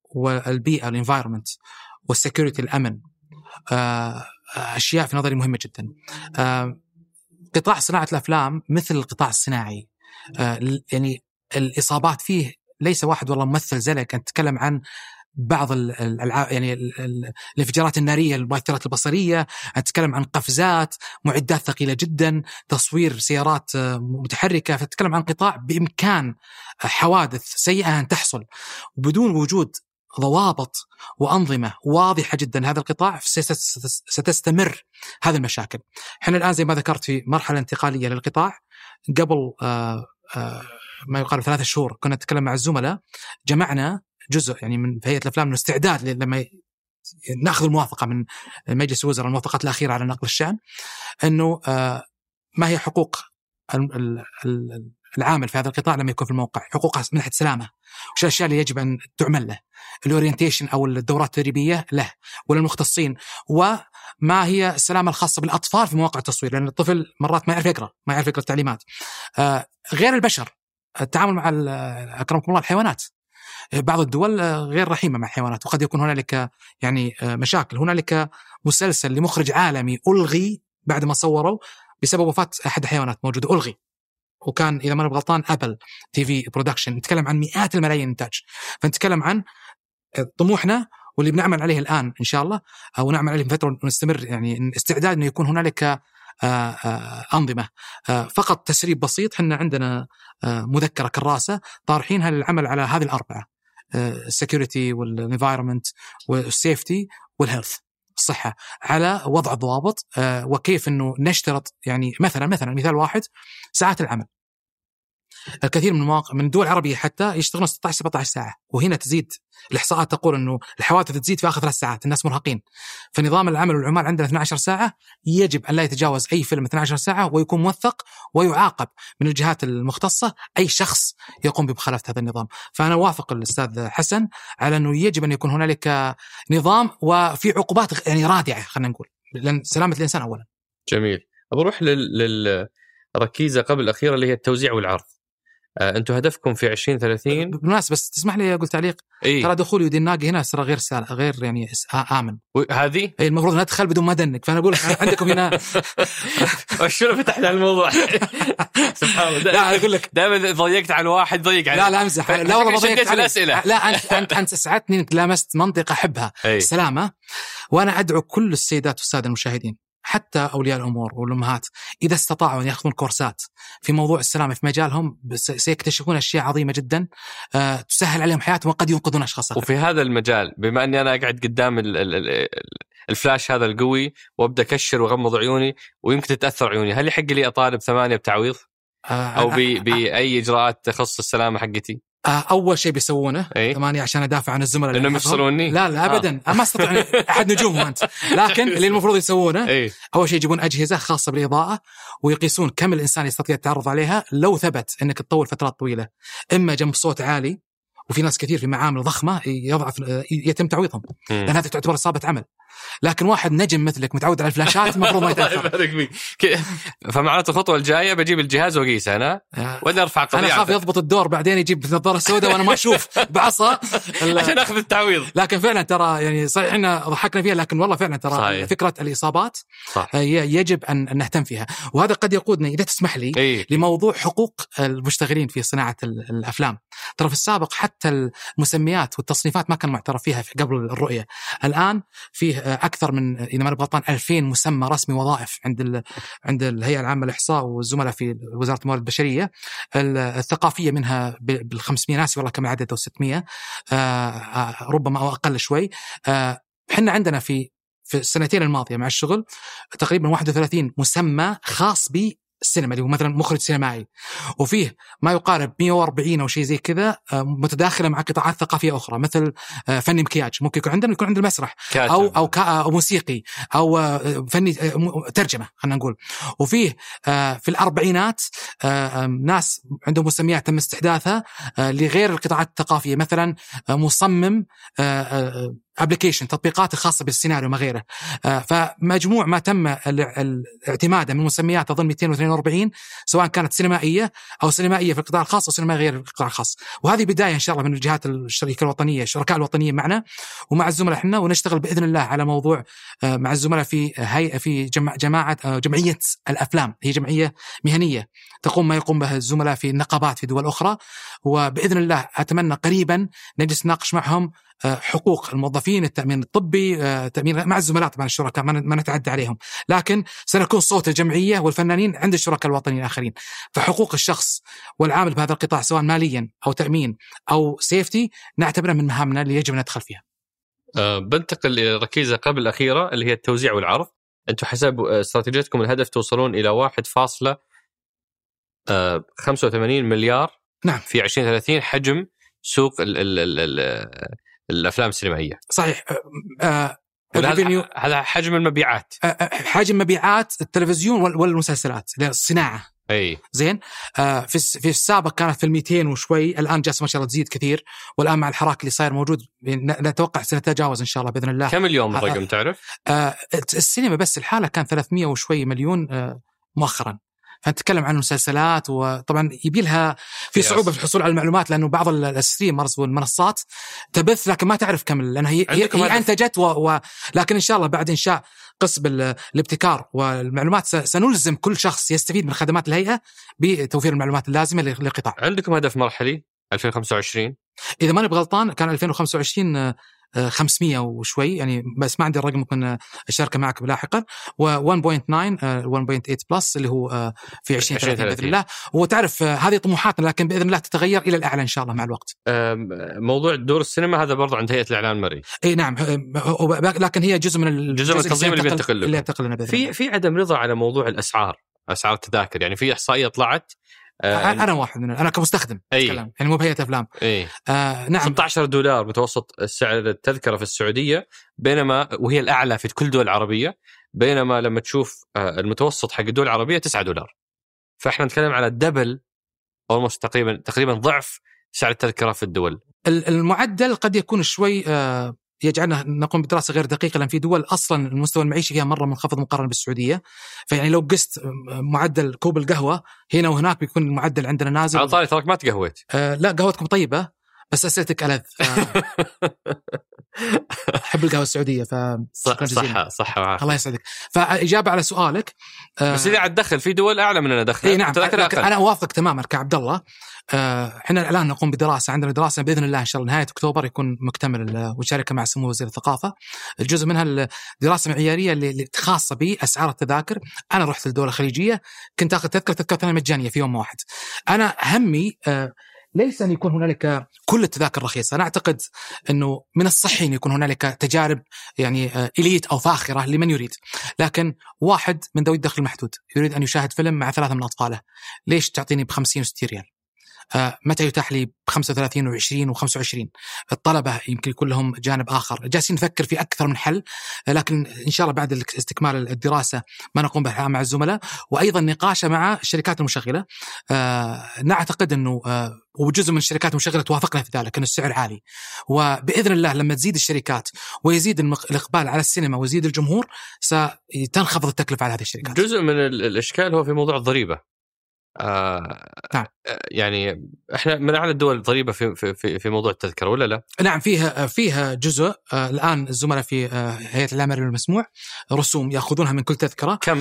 والبيئة الانفايرمنت والسيكوريتي الأمن أشياء في نظري مهمة جدا. قطاع صناعة الأفلام مثل القطاع الصناعي، يعني الإصابات فيه ليس واحد والله ممثل زلك. أنت تتكلم عن بعض يعني الانفجارات النارية، المؤثرات البصرية، أتكلم عن قفزات، معدات ثقيلة جدا، تصوير سيارات متحركة. فتتكلم عن قطاع بإمكان حوادث سيئة أن تحصل بدون وجود ضوابط وأنظمة واضحة جدا. هذا القطاع ستستمر هذه المشاكل. احنا الآن زي ما ذكرت في مرحلة انتقالية للقطاع. قبل ما يقارب 3 شهور كنا نتكلم مع الزملاء، جمعنا جزء يعني من هيئة الأفلام استعداد لما نأخذ الموافقة من مجلس الوزراء، الموافقات الأخيرة على نقل الشأن، أنه ما هي حقوق العامل في هذا القطاع لما يكون في الموقع، حقوقه من ناحية السلامة، وش الأشياء اللي يجب أن تعمل له، الأورينتيشن أو الدورات التدريبية له ولا المختصين، وما هي السلامة الخاصة بالأطفال في مواقع التصوير، لأن الطفل مرات ما يعرف يقرأ، ما يعرف يقرأ التعليمات. غير البشر، التعامل مع أكرمكم الله الحيوانات. بعض الدول غير رحيمة مع الحيوانات، وقد يكون هنالك يعني مشاكل. هنالك مسلسل لمخرج عالمي ألغي بعد ما صوروا بسبب وفاة أحد الحيوانات موجودة، ألغي، وكان إذا ما أنا غلطان أبل تي في برودكشن. نتكلم عن مئات الملايين إنتاج. فنتكلم عن طموحنا واللي بنعمل عليه الآن إن شاء الله، أو نعمل عليه فترة ونستمر، يعني استعداد إنه يكون هنالك أنظمة. فقط تسريب بسيط، حنا عندنا مذكرة كراسة طارحينها للعمل على هذه الأربعة: السيكوريتي والانفايرمنت والسيفتي والهيلث، الصحة، على وضع الضوابط وكيف أنه نشترط. يعني مثلا مثال واحد، ساعات العمل. الكثير من المواقع من الدول العربية حتى يشتغلون 16-17 ساعة، وهنا تزيد الإحصاءات تقول أنه الحوادث تزيد في آخر 3 ساعات، الناس مرهقين. فنظام العمل والعمال عندنا 12 ساعة، يجب أن لا يتجاوز أي فيلم 12 ساعة، ويكون موثق ويعاقب من الجهات المختصة أي شخص يقوم بمخالفة هذا النظام. فأنا وافق الأستاذ حسن على أنه يجب أن يكون هنالك نظام وفي عقوبات يعني رادعة، خلينا نقول، لأن سلامة الإنسان أولا. جميل. أبروح للركيزة قبل الأخيرة اللي هي التوزيع والعرض. أنتم هدفكم في 2030. بالمناسبة بس تسمح لي أقول تعليق. ترى دخول يدين ناقي هنا ترى غير يعني آمن. هذه المفروض ندخل بدون ما دنك، فأنا أقول عندكم هنا شنو فتحنا الموضوع. سبحان الله. لا أقول لك دائما ضيقت على واحد ضيق على. لا أمزح. لا والله ضيقت على الأسئلة. لا أنت ساعدتني إنك لامست منطقة أحبها، السلامة. وأنا أدعو كل السيدات والسادة المشاهدين، حتى أولياء الأمور والأمهات، إذا استطاعوا أن يأخذون كورسات في موضوع السلامة في مجالهم، سيكتشفون أشياء عظيمة جدا تسهل عليهم حياتهم وقد ينقذون أشخاص. وفي هذا المجال، بما أني أنا أقعد قدام الفلاش هذا القوي وأبدأ أكشر وغمض عيوني ويمكن تتأثر عيوني، هل يحق لي أطالب 8 بتعويض أو بأي إجراءات تخص السلامة حقتي؟ أول شيء بيسوونه 8 عشان أدافع عن الزملاء لأنهم يفصلوني. لا أبدا ما استطيع أحد نجومهم أنت. لكن اللي المفروض يسوونه أول شيء يجيبون أجهزة خاصة بالإضاءة ويقيسون كم الإنسان يستطيع التعرض عليها. لو ثبت أنك تطول فترات طويلة إما جنب صوت عالي، وفي ناس كثير في معامل ضخمة يتم تعويضهم لأن هذه تعتبر إصابة عمل. لكن واحد نجم مثلك متعود على الفلاشات المفروض ما يتأثر. فمعناته الخطوة الجاية بجيب الجهاز وقيسه أنا وأنا أرفع قضية. أنا خاف يضبط الدور بعدين يجيب نظارة سوداء وأنا ما أشوف بعصا عشان أخذ التعويض. لكن فعلا ترى يعني صحيح إحنا ضحكنا فيها، لكن والله فعلا ترى صحيح. فكرة الإصابات يجب أن نهتم فيها. وهذا قد يقودنا إذا تسمح لي لموضوع حقوق المشتغلين في صناعة الأفلام. ترى في السابق حتى المسميات والتصنيفات ما كان معترف فيها قبل الرؤية. الآن فيه أكثر من إذا ما غلطان 2000 مسمى رسمي وظائف عند الهيئة العامة للإحصاء والزملاء في وزارة الموارد البشرية. الثقافية منها بال500 ناس والله كم العدد، أو 600 ربما أو أقل شوي. حنا عندنا في السنتين الماضية مع الشغل تقريبا 31 مسمى خاص بالسينما، اللي هو مثلا مخرج سينمائي، وفيه ما يقارب 140 أو شيء زي كذا متداخلة مع قطاعات ثقافية أخرى، مثل فني مكياج ممكن يكون عندنا، يكون عند المسرح أو موسيقي أو فني ترجمة خلينا نقول. وفيه في الأربعينات ناس عندهم مسميات تم استحداثها لغير القطاعات الثقافية، مثلا مصمم ابلكيشن، تطبيقات خاصة بالسيناريو وما غيره. فمجموع ما تم الاعتماد من مسميات أظن 242، سواء كانت سينمائية أو سينمائية في القطاع الخاص أو سينمائية غير في القطاع الخاص. وهذه بداية إن شاء الله من الجهات الشركة الوطنية، الشركاء الوطنيين معنا ومع الزملاء احنا، ونشتغل بإذن الله على موضوع مع الزملاء في جمعية الأفلام. هي جمعية مهنية تقوم ما يقوم به الزملاء في النقابات في دول أخرى، وبإذن الله أتمنى قريبا نجلس نناقش معهم حقوق الموظفين، التأمين الطبي، تأمين مع الزملاء طبعا الشركاء ما نتعدى عليهم، لكن سنكون صوت الجمعية والفنانين عند الشركاء الوطنيين الآخرين. فحقوق الشخص والعامل بهذا القطاع سواء ماليا أو تأمين أو سيفتي نعتبرها من مهامنا اللي يجب أن ندخل فيها. بنتقل إلى الركيزة قبل الأخيرة اللي هي التوزيع والعرض. أنتم حسب استراتيجيتكم الهدف توصلون إلى 1.85 مليار نعم في 2030 حجم سوق الأفلام السينمائية. صحيح. هذا حجم المبيعات، حجم مبيعات التلفزيون والمسلسلات الصناعة. أي زين. في السابق كانت في 200 وشوي، الآن جالس ما شاء الله تزيد كثير، والآن مع الحراك اللي صاير موجود نتوقع سنتجاوز إن شاء الله بإذن الله. كم اليوم الرقم تعرف؟ السينما بس الحالة كان 300 وشوي مليون مؤخرا. فنتكلم عن المسلسلات، وطبعا يبي لها في صعوبة في الحصول على المعلومات، لأنه بعض الستريمرز والمنصات تبث لكن ما تعرف كم، لأنها هي أنتجت لكن إن شاء الله بعد إنشاء قسم الابتكار والمعلومات سنلزم كل شخص يستفيد من خدمات الهيئة بتوفير المعلومات اللازمة للقطاع. عندكم هدف مرحلي 2025 إذا ما نبغى غلطان كان 2025 500 وشوي يعني، بس ما عندي الرقم، ممكن أشاركه معك لاحقا. و1.9 1.8 بلس اللي هو في 2030 بإذن الله. وتعرف هذه طموحاتنا، لكن بإذن الله تتغير إلى الأعلى إن شاء الله مع الوقت. موضوع دور السينما هذا برضو عند هيئة الإعلان المرئي. إيه نعم، لكن هي جزء من التنظيم اللي بينتقل لنا. في عدم رضا على موضوع أسعار التذاكر. يعني في إحصائية طلعت، أنا واحد من أنا كمستخدم أتكلم، يعني مو بهيئة أفلام. نعم. $16 متوسط سعر التذكرة في السعودية، بينما وهي الأعلى في كل دول العربية، بينما لما تشوف المتوسط حق الدول العربية $9. فإحنا نتكلم على الدبل أو تقريبا ضعف سعر التذكرة في الدول. المعدل قد يكون شوي يجعلنا نقوم بدراسة غير دقيقة، لأن في دول أصلا المستوى المعيشي فيها مرة منخفض مقارنة بالسعودية. فيعني لو قست معدل كوب القهوة هنا وهناك بيكون المعدل عندنا نازل. على طاري تراك ما تقهويت. لا قهوتكم طيبة، بس أسئلتك ألذ. أحب القهوة السعودية. صح الله يسعدك. فإجابة على سؤالك، بس إذا عدخل في دول أعلى مننا دخل. نعم، أنا أوافق تماما كعبد الله. احنا الآن نقوم بدراسة، عندنا دراسة بإذن الله إن شاء الله نهاية أكتوبر يكون مكتمل، وشاركة مع سمو وزير الثقافة. الجزء منها الدراسة معيارية اللي خاصة بأسعار التذاكر. أنا رحت للدولة الخليجية كنت أخذ تذكرة مجانية في يوم واحد. أنا همي ليس أن يكون هنالك كل التذاكر رخيصة. أنا أعتقد أنه من الصحي أن يكون هنالك تجارب يعني إليت أو فاخرة لمن يريد، لكن واحد من ذوي الدخل المحدود يريد أن يشاهد فيلم مع 3 من أطفاله، ليش تعطيني ب50 و60 ريال؟ متى يتاح لي ب35 و20 و25؟ الطلبة يمكن يكون لهم جانب آخر. جالسين نفكر في أكثر من حل، لكن إن شاء الله بعد استكمال الدراسة ما نقوم بها مع الزملاء، وأيضا نقاشة مع الشركات المشغلة. نعتقد أنه وجزء من الشركات المشغلة توافقنا في ذلك أن السعر عالي، وبإذن الله لما تزيد الشركات ويزيد الإقبال على السينما ويزيد الجمهور ستنخفض التكلفة على هذه الشركات. جزء من الإشكال هو في موضوع الضريبة. نعم. يعني احنا من اعلى الدول ضريبه في موضوع التذكره ولا لا؟ نعم، فيها جزء. الان الزملاء في هيئه الاعمال المسموع رسوم ياخذونها من كل تذكره. كم؟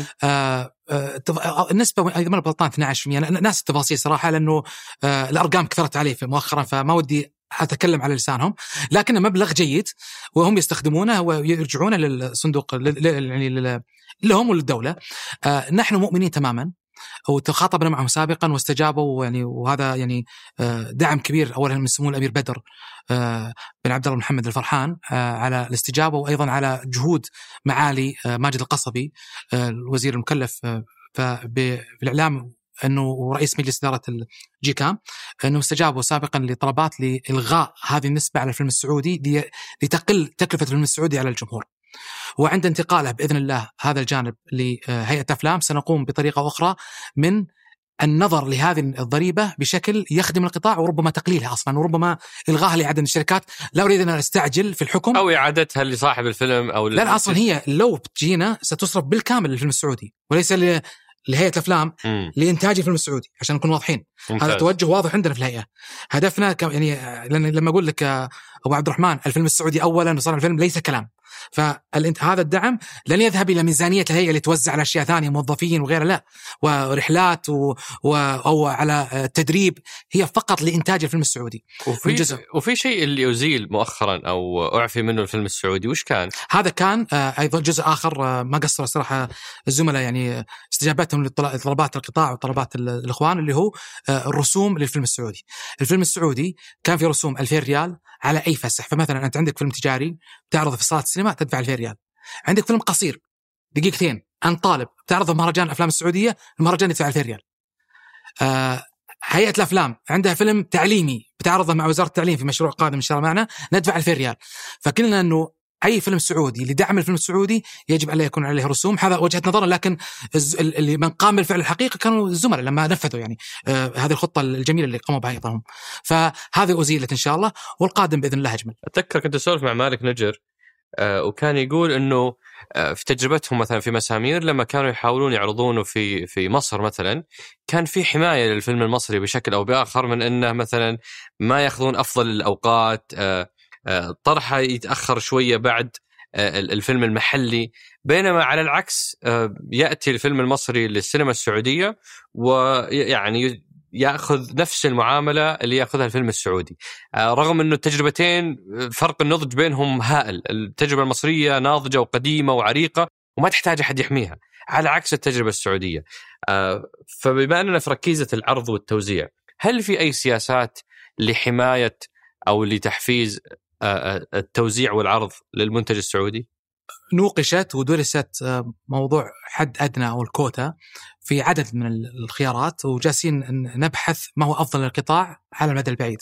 النسبه اذا ما غلطان 12%. ناس التفاصيل صراحه، لانه الارقام كثرت عليه مؤخرا، فما ودي أتكلم على لسانهم، لكن مبلغ جيد وهم يستخدمونه ويرجعونه للصندوق يعني لهم وللدولة. نحن مؤمنين تماما، وتخاطبنا معهم سابقا واستجابوا يعني، وهذا يعني دعم كبير أولا من سمو الأمير بدر بن عبد الله محمد الفرحان على الاستجابة، وأيضا على جهود معالي ماجد القصبي الوزير المكلف بالإعلام أنه رئيس مجلس إدارة الجيكام، أنه استجابوا سابقا لطلبات لإلغاء هذه النسبة على الفيلم السعودي لتقل تكلفة الفيلم السعودي على الجمهور. وعند انتقاله بإذن الله هذا الجانب لهيئة أفلام سنقوم بطريقة أخرى من النظر لهذه الضريبة بشكل يخدم القطاع وربما تقليلها أصلا وربما إلغاها لعدد الشركات. لا أريد أن أستعجل في الحكم أو إعادتها لصاحب الفيلم أو لا أصلا هي لو بتجينا ستصرف بالكامل للفيلم السعودي وليس لهيئة الأفلام لإنتاج الفيلم السعودي عشان نكون واضحين. هذا توجه واضح عندنا في الهيئة. هدفنا يعني لما أقول لك أبو عبد الرحمن الفيلم السعودي أولا وصار الفيلم ليس كلام. فهذا الدعم لن يذهب إلى ميزانية الهيئة اللي توزع على أشياء ثانية موظفين وغيره لا ورحلات أو على تدريب. هي فقط لإنتاج الفيلم السعودي. وفي شيء اللي أزيل مؤخرا أو أعفي منه الفيلم السعودي وش كان؟ هذا كان أيضا جزء آخر ما قصر الصراحة الزملاء يعني استجابتهم لطلبات القطاع وطلبات الإخوان اللي هو الرسوم للفيلم السعودي. الفيلم السعودي كان في رسوم 2000 ريال على أي فسح. فمثلا أنت عندك فيلم تجاري تعرضه في صالة السينما تدفع 2000 ريال. عندك فيلم قصير دقيقتين عن طالب تعرضه في مهرجان الأفلام السعودية المهرجان يدفع 2000 ريال. هيئة الأفلام عندها فيلم تعليمي بتعرضه مع وزارة التعليم في مشروع قادم إن شاء الله معنا ندفع 2000 ريال. فقلنا أنه أي فيلم سعودي لدعم الفيلم السعودي يجب أن لا يكون عليه رسوم. هذا وجهة نظرنا لكن اللي من قام بالفعل الحقيقي كانوا الزملاء لما نفذوا يعني هذه الخطة الجميلة اللي قاموا بها أيضاهم. فهذه أزيلت إن شاء الله والقادم بإذن الله أجمل. أتذكر كنت أسولف مع مالك نجر وكان يقول إنه في تجربتهم مثلا في مسامير لما كانوا يحاولون يعرضونه في مصر مثلا كان في حماية للفيلم المصري بشكل أو بآخر من إنه مثلا ما يأخذون أفضل الأوقات طرحه يتأخر شوية بعد الفيلم المحلي. بينما على العكس يأتي الفيلم المصري للسينما السعودية ويعني يأخذ نفس المعاملة اللي يأخذها الفيلم السعودي رغم أنه التجربتين فرق النضج بينهم هائل. التجربة المصرية ناضجة وقديمة وعريقة وما تحتاج أحد يحميها على عكس التجربة السعودية. فبما أننا في ركيزة العرض والتوزيع هل في أي سياسات لحماية أو لتحفيز التوزيع والعرض للمنتج السعودي؟ نوقشت ودرست موضوع حد أدنى أو الكوتا في عدد من الخيارات وجالسين نبحث ما هو أفضل للقطاع على المدى البعيد.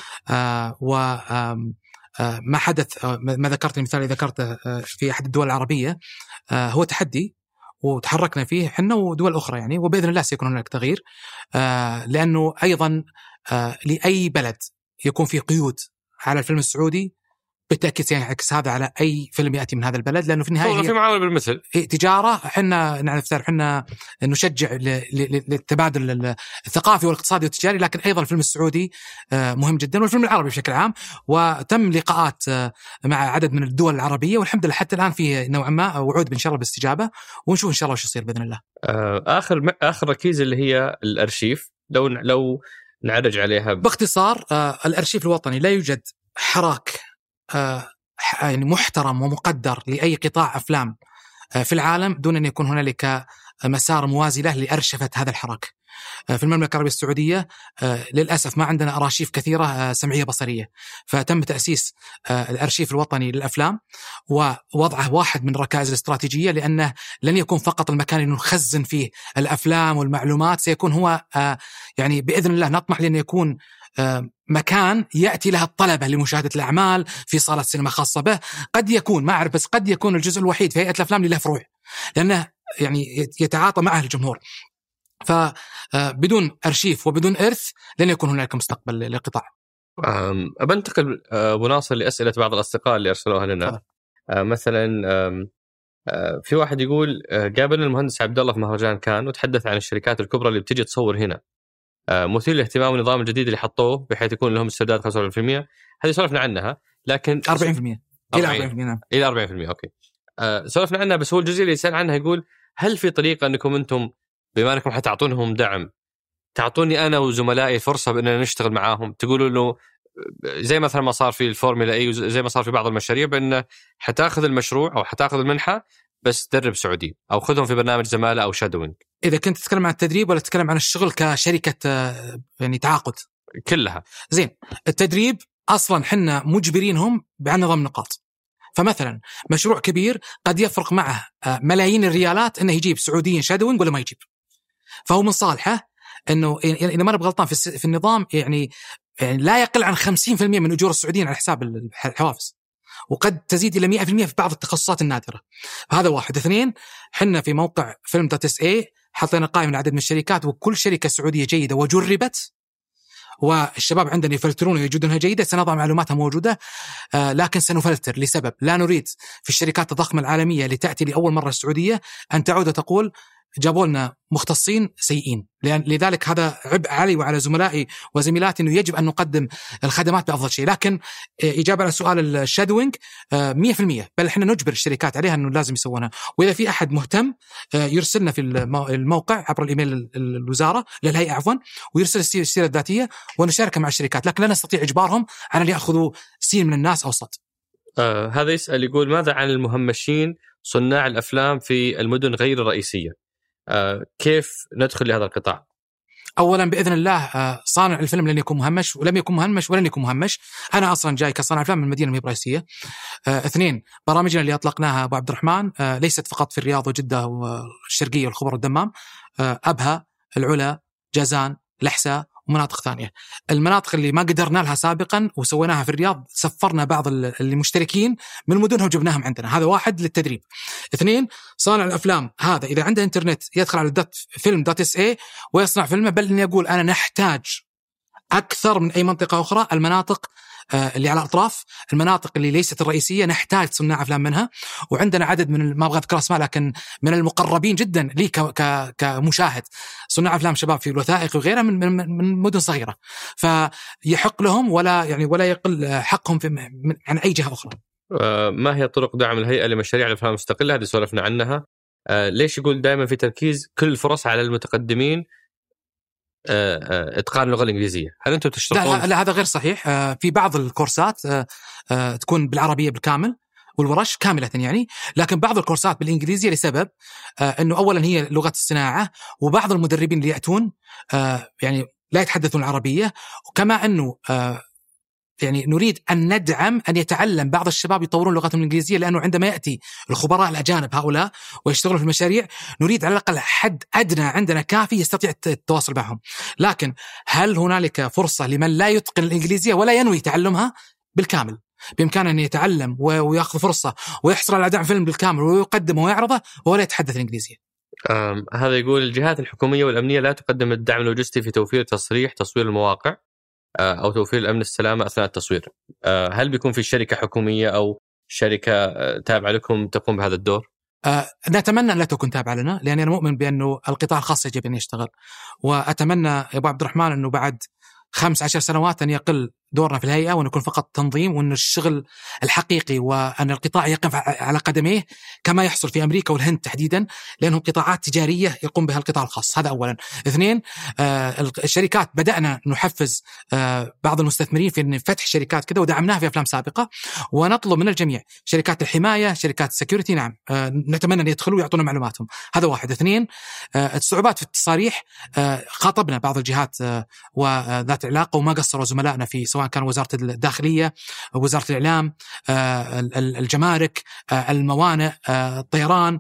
وما حدث ما ذكرت المثال اللي ذكرته في أحد الدول العربية هو تحدي وتحركنا فيه حنا ودول أخرى يعني وبإذن الله سيكون هناك تغيير لأنه أيضا لأي بلد يكون فيه قيود على الفيلم السعودي بالتأكيد سينعكس هذا على أي فيلم يأتي من هذا البلد لأنه في النهاية في معاملة بالمثل تجارة. حنا نعرف حنا نشجع للتبادل الثقافي والاقتصادي والتجاري لكن أيضا الفيلم السعودي مهم جدا والفيلم العربي بشكل عام. وتم لقاءات مع عدد من الدول العربية والحمد لله حتى الآن فيه نوعا ما وعود إن شاء الله بالاستجابة ونشوف إن شاء الله وش يصير بإذن الله. آخر ركيزة اللي هي الأرشيف لو نعرج عليها باختصار. الأرشيف الوطني لا يوجد حراك يعني محترم ومقدر لأي قطاع أفلام في العالم دون أن يكون هنالك مسار موازي له لأرشفة هذا الحراك. في المملكة العربية السعودية للأسف ما عندنا أرشيف كثيرة سمعية بصرية فتم تأسيس الأرشيف الوطني للأفلام ووضعه واحد من الركائز الاستراتيجية لأنه لن يكون فقط المكان اللي نخزن فيه الأفلام والمعلومات سيكون هو يعني بإذن الله نطمح لأن يكون مكان يأتي لها الطلبة لمشاهدة الأعمال في صالة سينما خاصة به. قد يكون ما أعرف بس قد يكون الجزء الوحيد في هيئة الأفلام اللي له فروع لأنه يعني يتعاطى معه الجمهور. فبدون أرشيف وبدون إرث لن يكون هناك مستقبل للقطاع. أبنتقل أبو ناصر لأسئلة بعض الأصدقاء اللي أرسلوها لنا. مثلا في واحد يقول قابلنا المهندس عبد الله في مهرجان كان وتحدث عن الشركات الكبرى اللي بتجي تصور هنا مثير للاهتمام النظام الجديد اللي حطوه بحيث يكون لهم استرداد 25%. هذه سولفنا عنها لكن 40% إلى 40%. أوكي سولفنا عنها بس هو الجزء اللي يسأل عنها يقول هل في طريقة أنكم أنتم بما أنكم حتعطونهم دعم تعطوني أنا وزملائي فرصة بأننا نشتغل معاهم تقولوا له زي مثلا ما صار في الفورمولا أي زي ما صار في بعض المشاريع بأنه حتاخذ المشروع أو حتاخذ المنحة بس تدرب سعودي أو خذهم في برنامج زمالة أو شادوينج. إذا كنت تتكلم عن التدريب ولا تتكلم عن الشغل كشركة يعني تعاقد؟ كلها. زين. التدريب أصلا حنا مجبرينهم بعن نظام نقاط. فمثلا مشروع كبير قد يفرق معه ملايين الريالات إنه يجيب سعوديين شادوينج ولا ما يجيب. فهو من صالحه إنه إذا ما أنا بغلطان في النظام يعني لا يقل عن 50% من أجور السعوديين على حساب الحوافز وقد تزيد إلى 100% في بعض التخصصات النادرة. هذا واحد. اثنين حنا في موقع film.sa حطينا قائمة من عدد من الشركات، وكل شركة سعودية جيدة وجربت والشباب عندنا يفلترون ويجدون انها جيده سنضع معلوماتها موجوده، لكن سنفلتر لسبب لا نريد في الشركات الضخمه العالميه اللي تاتي لاول مره السعوديه ان تعود وتقول جابوا لنا مختصين سيئين. لذلك هذا عبء علي وعلى زملائي وزميلاتي انه يجب ان نقدم الخدمات بافضل شيء. لكن اجابه على سؤال الشادوينج 100%، بل احنا نجبر الشركات عليها انه لازم يسوونها. واذا في احد مهتم يرسلنا في الموقع عبر الايميل الوزاره للهيئه عفوا، ويرسل السيره الذاتيه ونشاركها مع الشركات، لكن لا نستطيع اجبارهم على ان ياخذوا سين من الناس او صد. هذا يسال يقول ماذا عن المهمشين صناع الافلام في المدن غير الرئيسيه؟ كيف ندخل لهذا القطاع؟ أولا بإذن الله صانع الفيلم لن يكون مهمش، ولم يكن مهمش ولن يكون مهمش. أنا أصلا جاي كصانع فيلم من المدينة الرئيسية. 2 برامجنا اللي أطلقناها أبو عبد الرحمن ليست فقط في الرياض وجدة والشرقية والخبر والدمام، أبها، العلا، جازان، الأحساء ومناطق ثانية. المناطق اللي ما قدرنا لها سابقا وسويناها في الرياض سفرنا بعض المشتركين من مدنهم وجبناهم عندنا. هذا 1 للتدريب. 2 صانع الأفلام هذا إذا عنده إنترنت يدخل على film.sa ويصنع فيلمه. بل إني أقول أنا نحتاج أكثر من أي منطقة أخرى المناطق اللي على الأطراف، المناطق اللي ليست الرئيسية نحتاج صناع أفلام منها. وعندنا عدد من ما أبغى أذكر أسماء لكن من المقربين جدا لي كمشاهد صناع أفلام شباب في الوثائق وغيرها من مدن صغيرة، فيحق لهم ولا يقل حقهم عن أي جهة أخرى. ما هي طرق دعم الهيئة لمشاريع الأفلام المستقلة؟ هذه سولفنا عنها. ليش يقول دائما في تركيز كل الفرص على المتقدمين اتقان اللغة الإنجليزية؟ هل أنتم تشترطون؟ لا هذا غير صحيح. في بعض الكورسات تكون بالعربية بالكامل والورش كاملة يعني، لكن بعض الكورسات بالإنجليزية لسبب أنه أولا هي لغة الصناعة، وبعض المدربين اللي يأتون يعني لا يتحدثون العربية، وكما أنه يعني نريد أن ندعم أن يتعلم بعض الشباب يطورون لغتهم الإنجليزية، لأنه عندما يأتي الخبراء الأجانب هؤلاء ويشتغلون في المشاريع نريد على الأقل حد أدنى عندنا كافي يستطيع التواصل معهم. لكن هل هنالك فرصة لمن لا يتقن الإنجليزية ولا ينوي تعلمها بالكامل؟ بإمكانه أن يتعلم ويأخذ فرصة ويحصل على دعم فيلم بالكامل ويقدمه ويعرضه ولا يتحدث الإنجليزية. هذا يقول الجهات الحكومية والأمنية لا تقدم الدعم اللوجستي في توفير تصريح تصوير المواقع أو توفير الأمن السلامة أثناء التصوير. هل بيكون في شركة حكومية أو شركة تابعة لكم تقوم بهذا الدور؟ نتمنى أن لا تكون تابعة لنا، لأن أنا مؤمن بأنه القطاع الخاص يجب أن يشتغل. وأتمنى يا أبو عبد الرحمن أنه بعد 15 سنوات أن يقل دورنا في الهيئة ونكون فقط تنظيم، وأن الشغل الحقيقي وأن القطاع يقف على قدميه كما يحصل في أمريكا والهند تحديدا، لأنهم قطاعات تجارية يقوم بها القطاع الخاص. هذا أولا. 2 الشركات بدأنا نحفز بعض المستثمرين في فتح شركات كذا ودعمناها في أفلام سابقة، ونطلب من الجميع شركات الحماية شركات السكيورتي نعم نتمنى أن يدخلوا ويعطونا معلوماتهم. هذا 1. 2 الصعوبات في التصاريح خاطبنا بعض الجهات وذات علاقة وما قصروا زملائنا في سواء كان وزارة الداخلية، وزارة الإعلام، الجمارك، الموانئ، الطيران.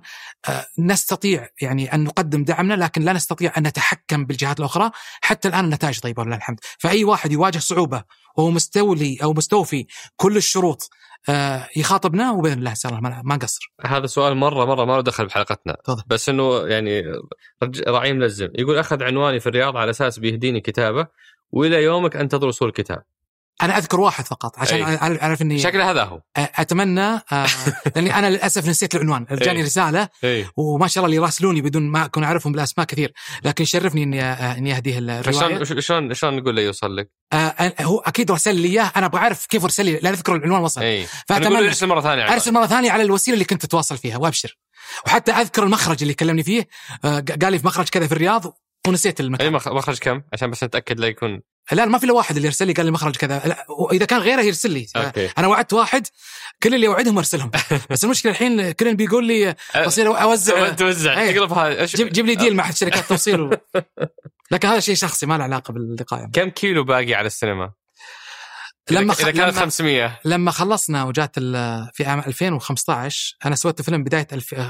نستطيع يعني أن نقدم دعمنا، لكن لا نستطيع أن نتحكم بالجهات الأخرى. حتى الآن النتائج طيبة ولله الحمد. فأي واحد يواجه صعوبة وهو مستولي أو مستوفي كل الشروط يخاطبنا وبإذن الله ما نقصر. هذا سؤال مرة ما له دخل بحلقتنا طبعا. بس إنه يعني رعيم ملزم يقول أخذ عنواني في الرياض على أساس بيهديني كتابة وإلى يومك أنتظر وصول الكتاب. أنا أذكر واحد فقط عشان أعرف إني شكله هذا هو. أتمنى لأني أنا للأسف نسيت العنوان. جاني رسالة وما شاء الله اللي يراسلوني بدون ما أكون أعرفهم بالأسماء كثير، لكن شرفني إني أهديه الرواية. شلون نقول له يوصل لك؟ هو أكيد رسل لي إياه، أنا أبغى أعرف كيف رسل لي، لا أذكر العنوان وصل. فأتمنى أرسل مرة ثانية على الوسيلة اللي كنت تتواصل فيها وأبشر. وحتى أذكر المخرج اللي كلمني فيه، قال لي في مخرج كذا في الرياض ونسيت المكان. أي مخرج كم عشان بس نتأكد لا يكون. لا ما في إلا واحد اللي يرسل لي قال لي مخرج كذا، إذا كان غيره يرسل لي. أنا وعدت واحد كل اللي أوعدهم أرسلهم. بس المشكلة الحين كلن بيقول لي أصير أوزع تقلبها جيب لي ديل مع شركات توصيل لكن هذا شيء شخصي ما له علاقة باللقاء. كم كيلو باقي على السينما؟ إذا كانت 500. لما خلصنا وجات في عام 2015 أنا سويت فيلم بداية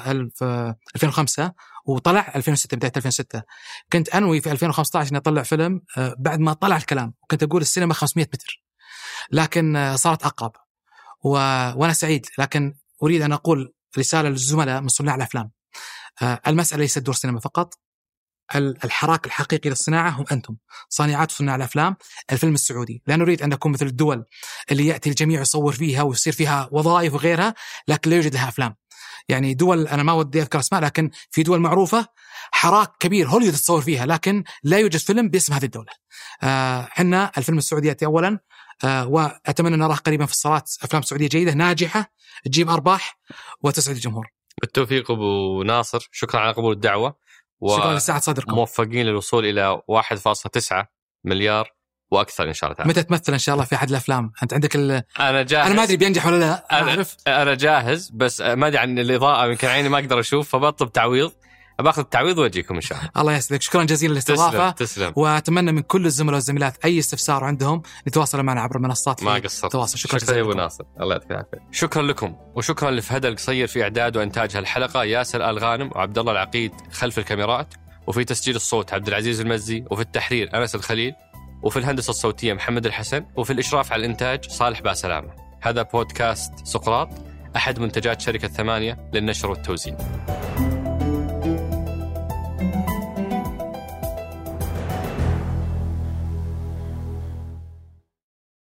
2005 وطلع 2006 بداية 2006. كنت أنوي في 2015 أن أطلع فيلم بعد ما طلع الكلام، وكنت أقول السينما 500 متر، لكن صارت أقرب وأنا سعيد. لكن أريد أن أقول رسالة للزملاء من صناع الأفلام، المسألة ليست دور سينما فقط، الحراك الحقيقي للصناعة هم أنتم صانعات وصناع الأفلام. الفيلم السعودي لا نريد أن نكون مثل الدول اللي يأتي الجميع يصور فيها ويصير فيها وظائف وغيرها لكن لا يوجد لها أفلام. يعني دول أنا ما ودي أذكر أسماء لكن في دول معروفة حراك كبير هوليوود تصور فيها لكن لا يوجد فيلم باسم هذه الدولة. حنا الفيلم السعودي يأتي أولا، وأتمنى أن نراه قريبا في الصالات أفلام سعودية جيدة ناجحة تجيب أرباح وتسعد الجمهور. بالتوفيق أبو ناصر، شكرا على قبول الدعوة شكرا لسعة صدركم. موفقين للوصول إلى 1.9 مليار وأكثر إن شاء الله تعالى. متى تمثل إن شاء الله في أحد الأفلام؟ أنت عندك أنا جاهز. أنا ما أدري بينجح ولا لا. أنا جاهز بس ما أدري عن الإضاءة يمكن عيني ما أقدر أشوف فبطلب تعويض، باخذ التعويض واجيكم ان شاء الله. الله يسعدك، شكرا جزيلا للاستضافه. تسلم. واتمنى من كل الزملاء والزميلات اي استفسار عندهم يتواصلوا معنا عبر منصات التواصل. شكرا يا ابو ناصر، الله يعطيك العافيه. شكرا لكم وشكرا لفهد القصير في اعداد وانتاج هالحلقه، ياسر الغانم وعبد الله العقيد خلف الكاميرات، وفي تسجيل الصوت عبد العزيز المزي، وفي التحرير انس الخليل، وفي الهندسه الصوتيه محمد الحسن، وفي الاشراف على الانتاج صالح باسلامه. هذا بودكاست سقراط، احد منتجات شركه 8 للنشر والتوزيع.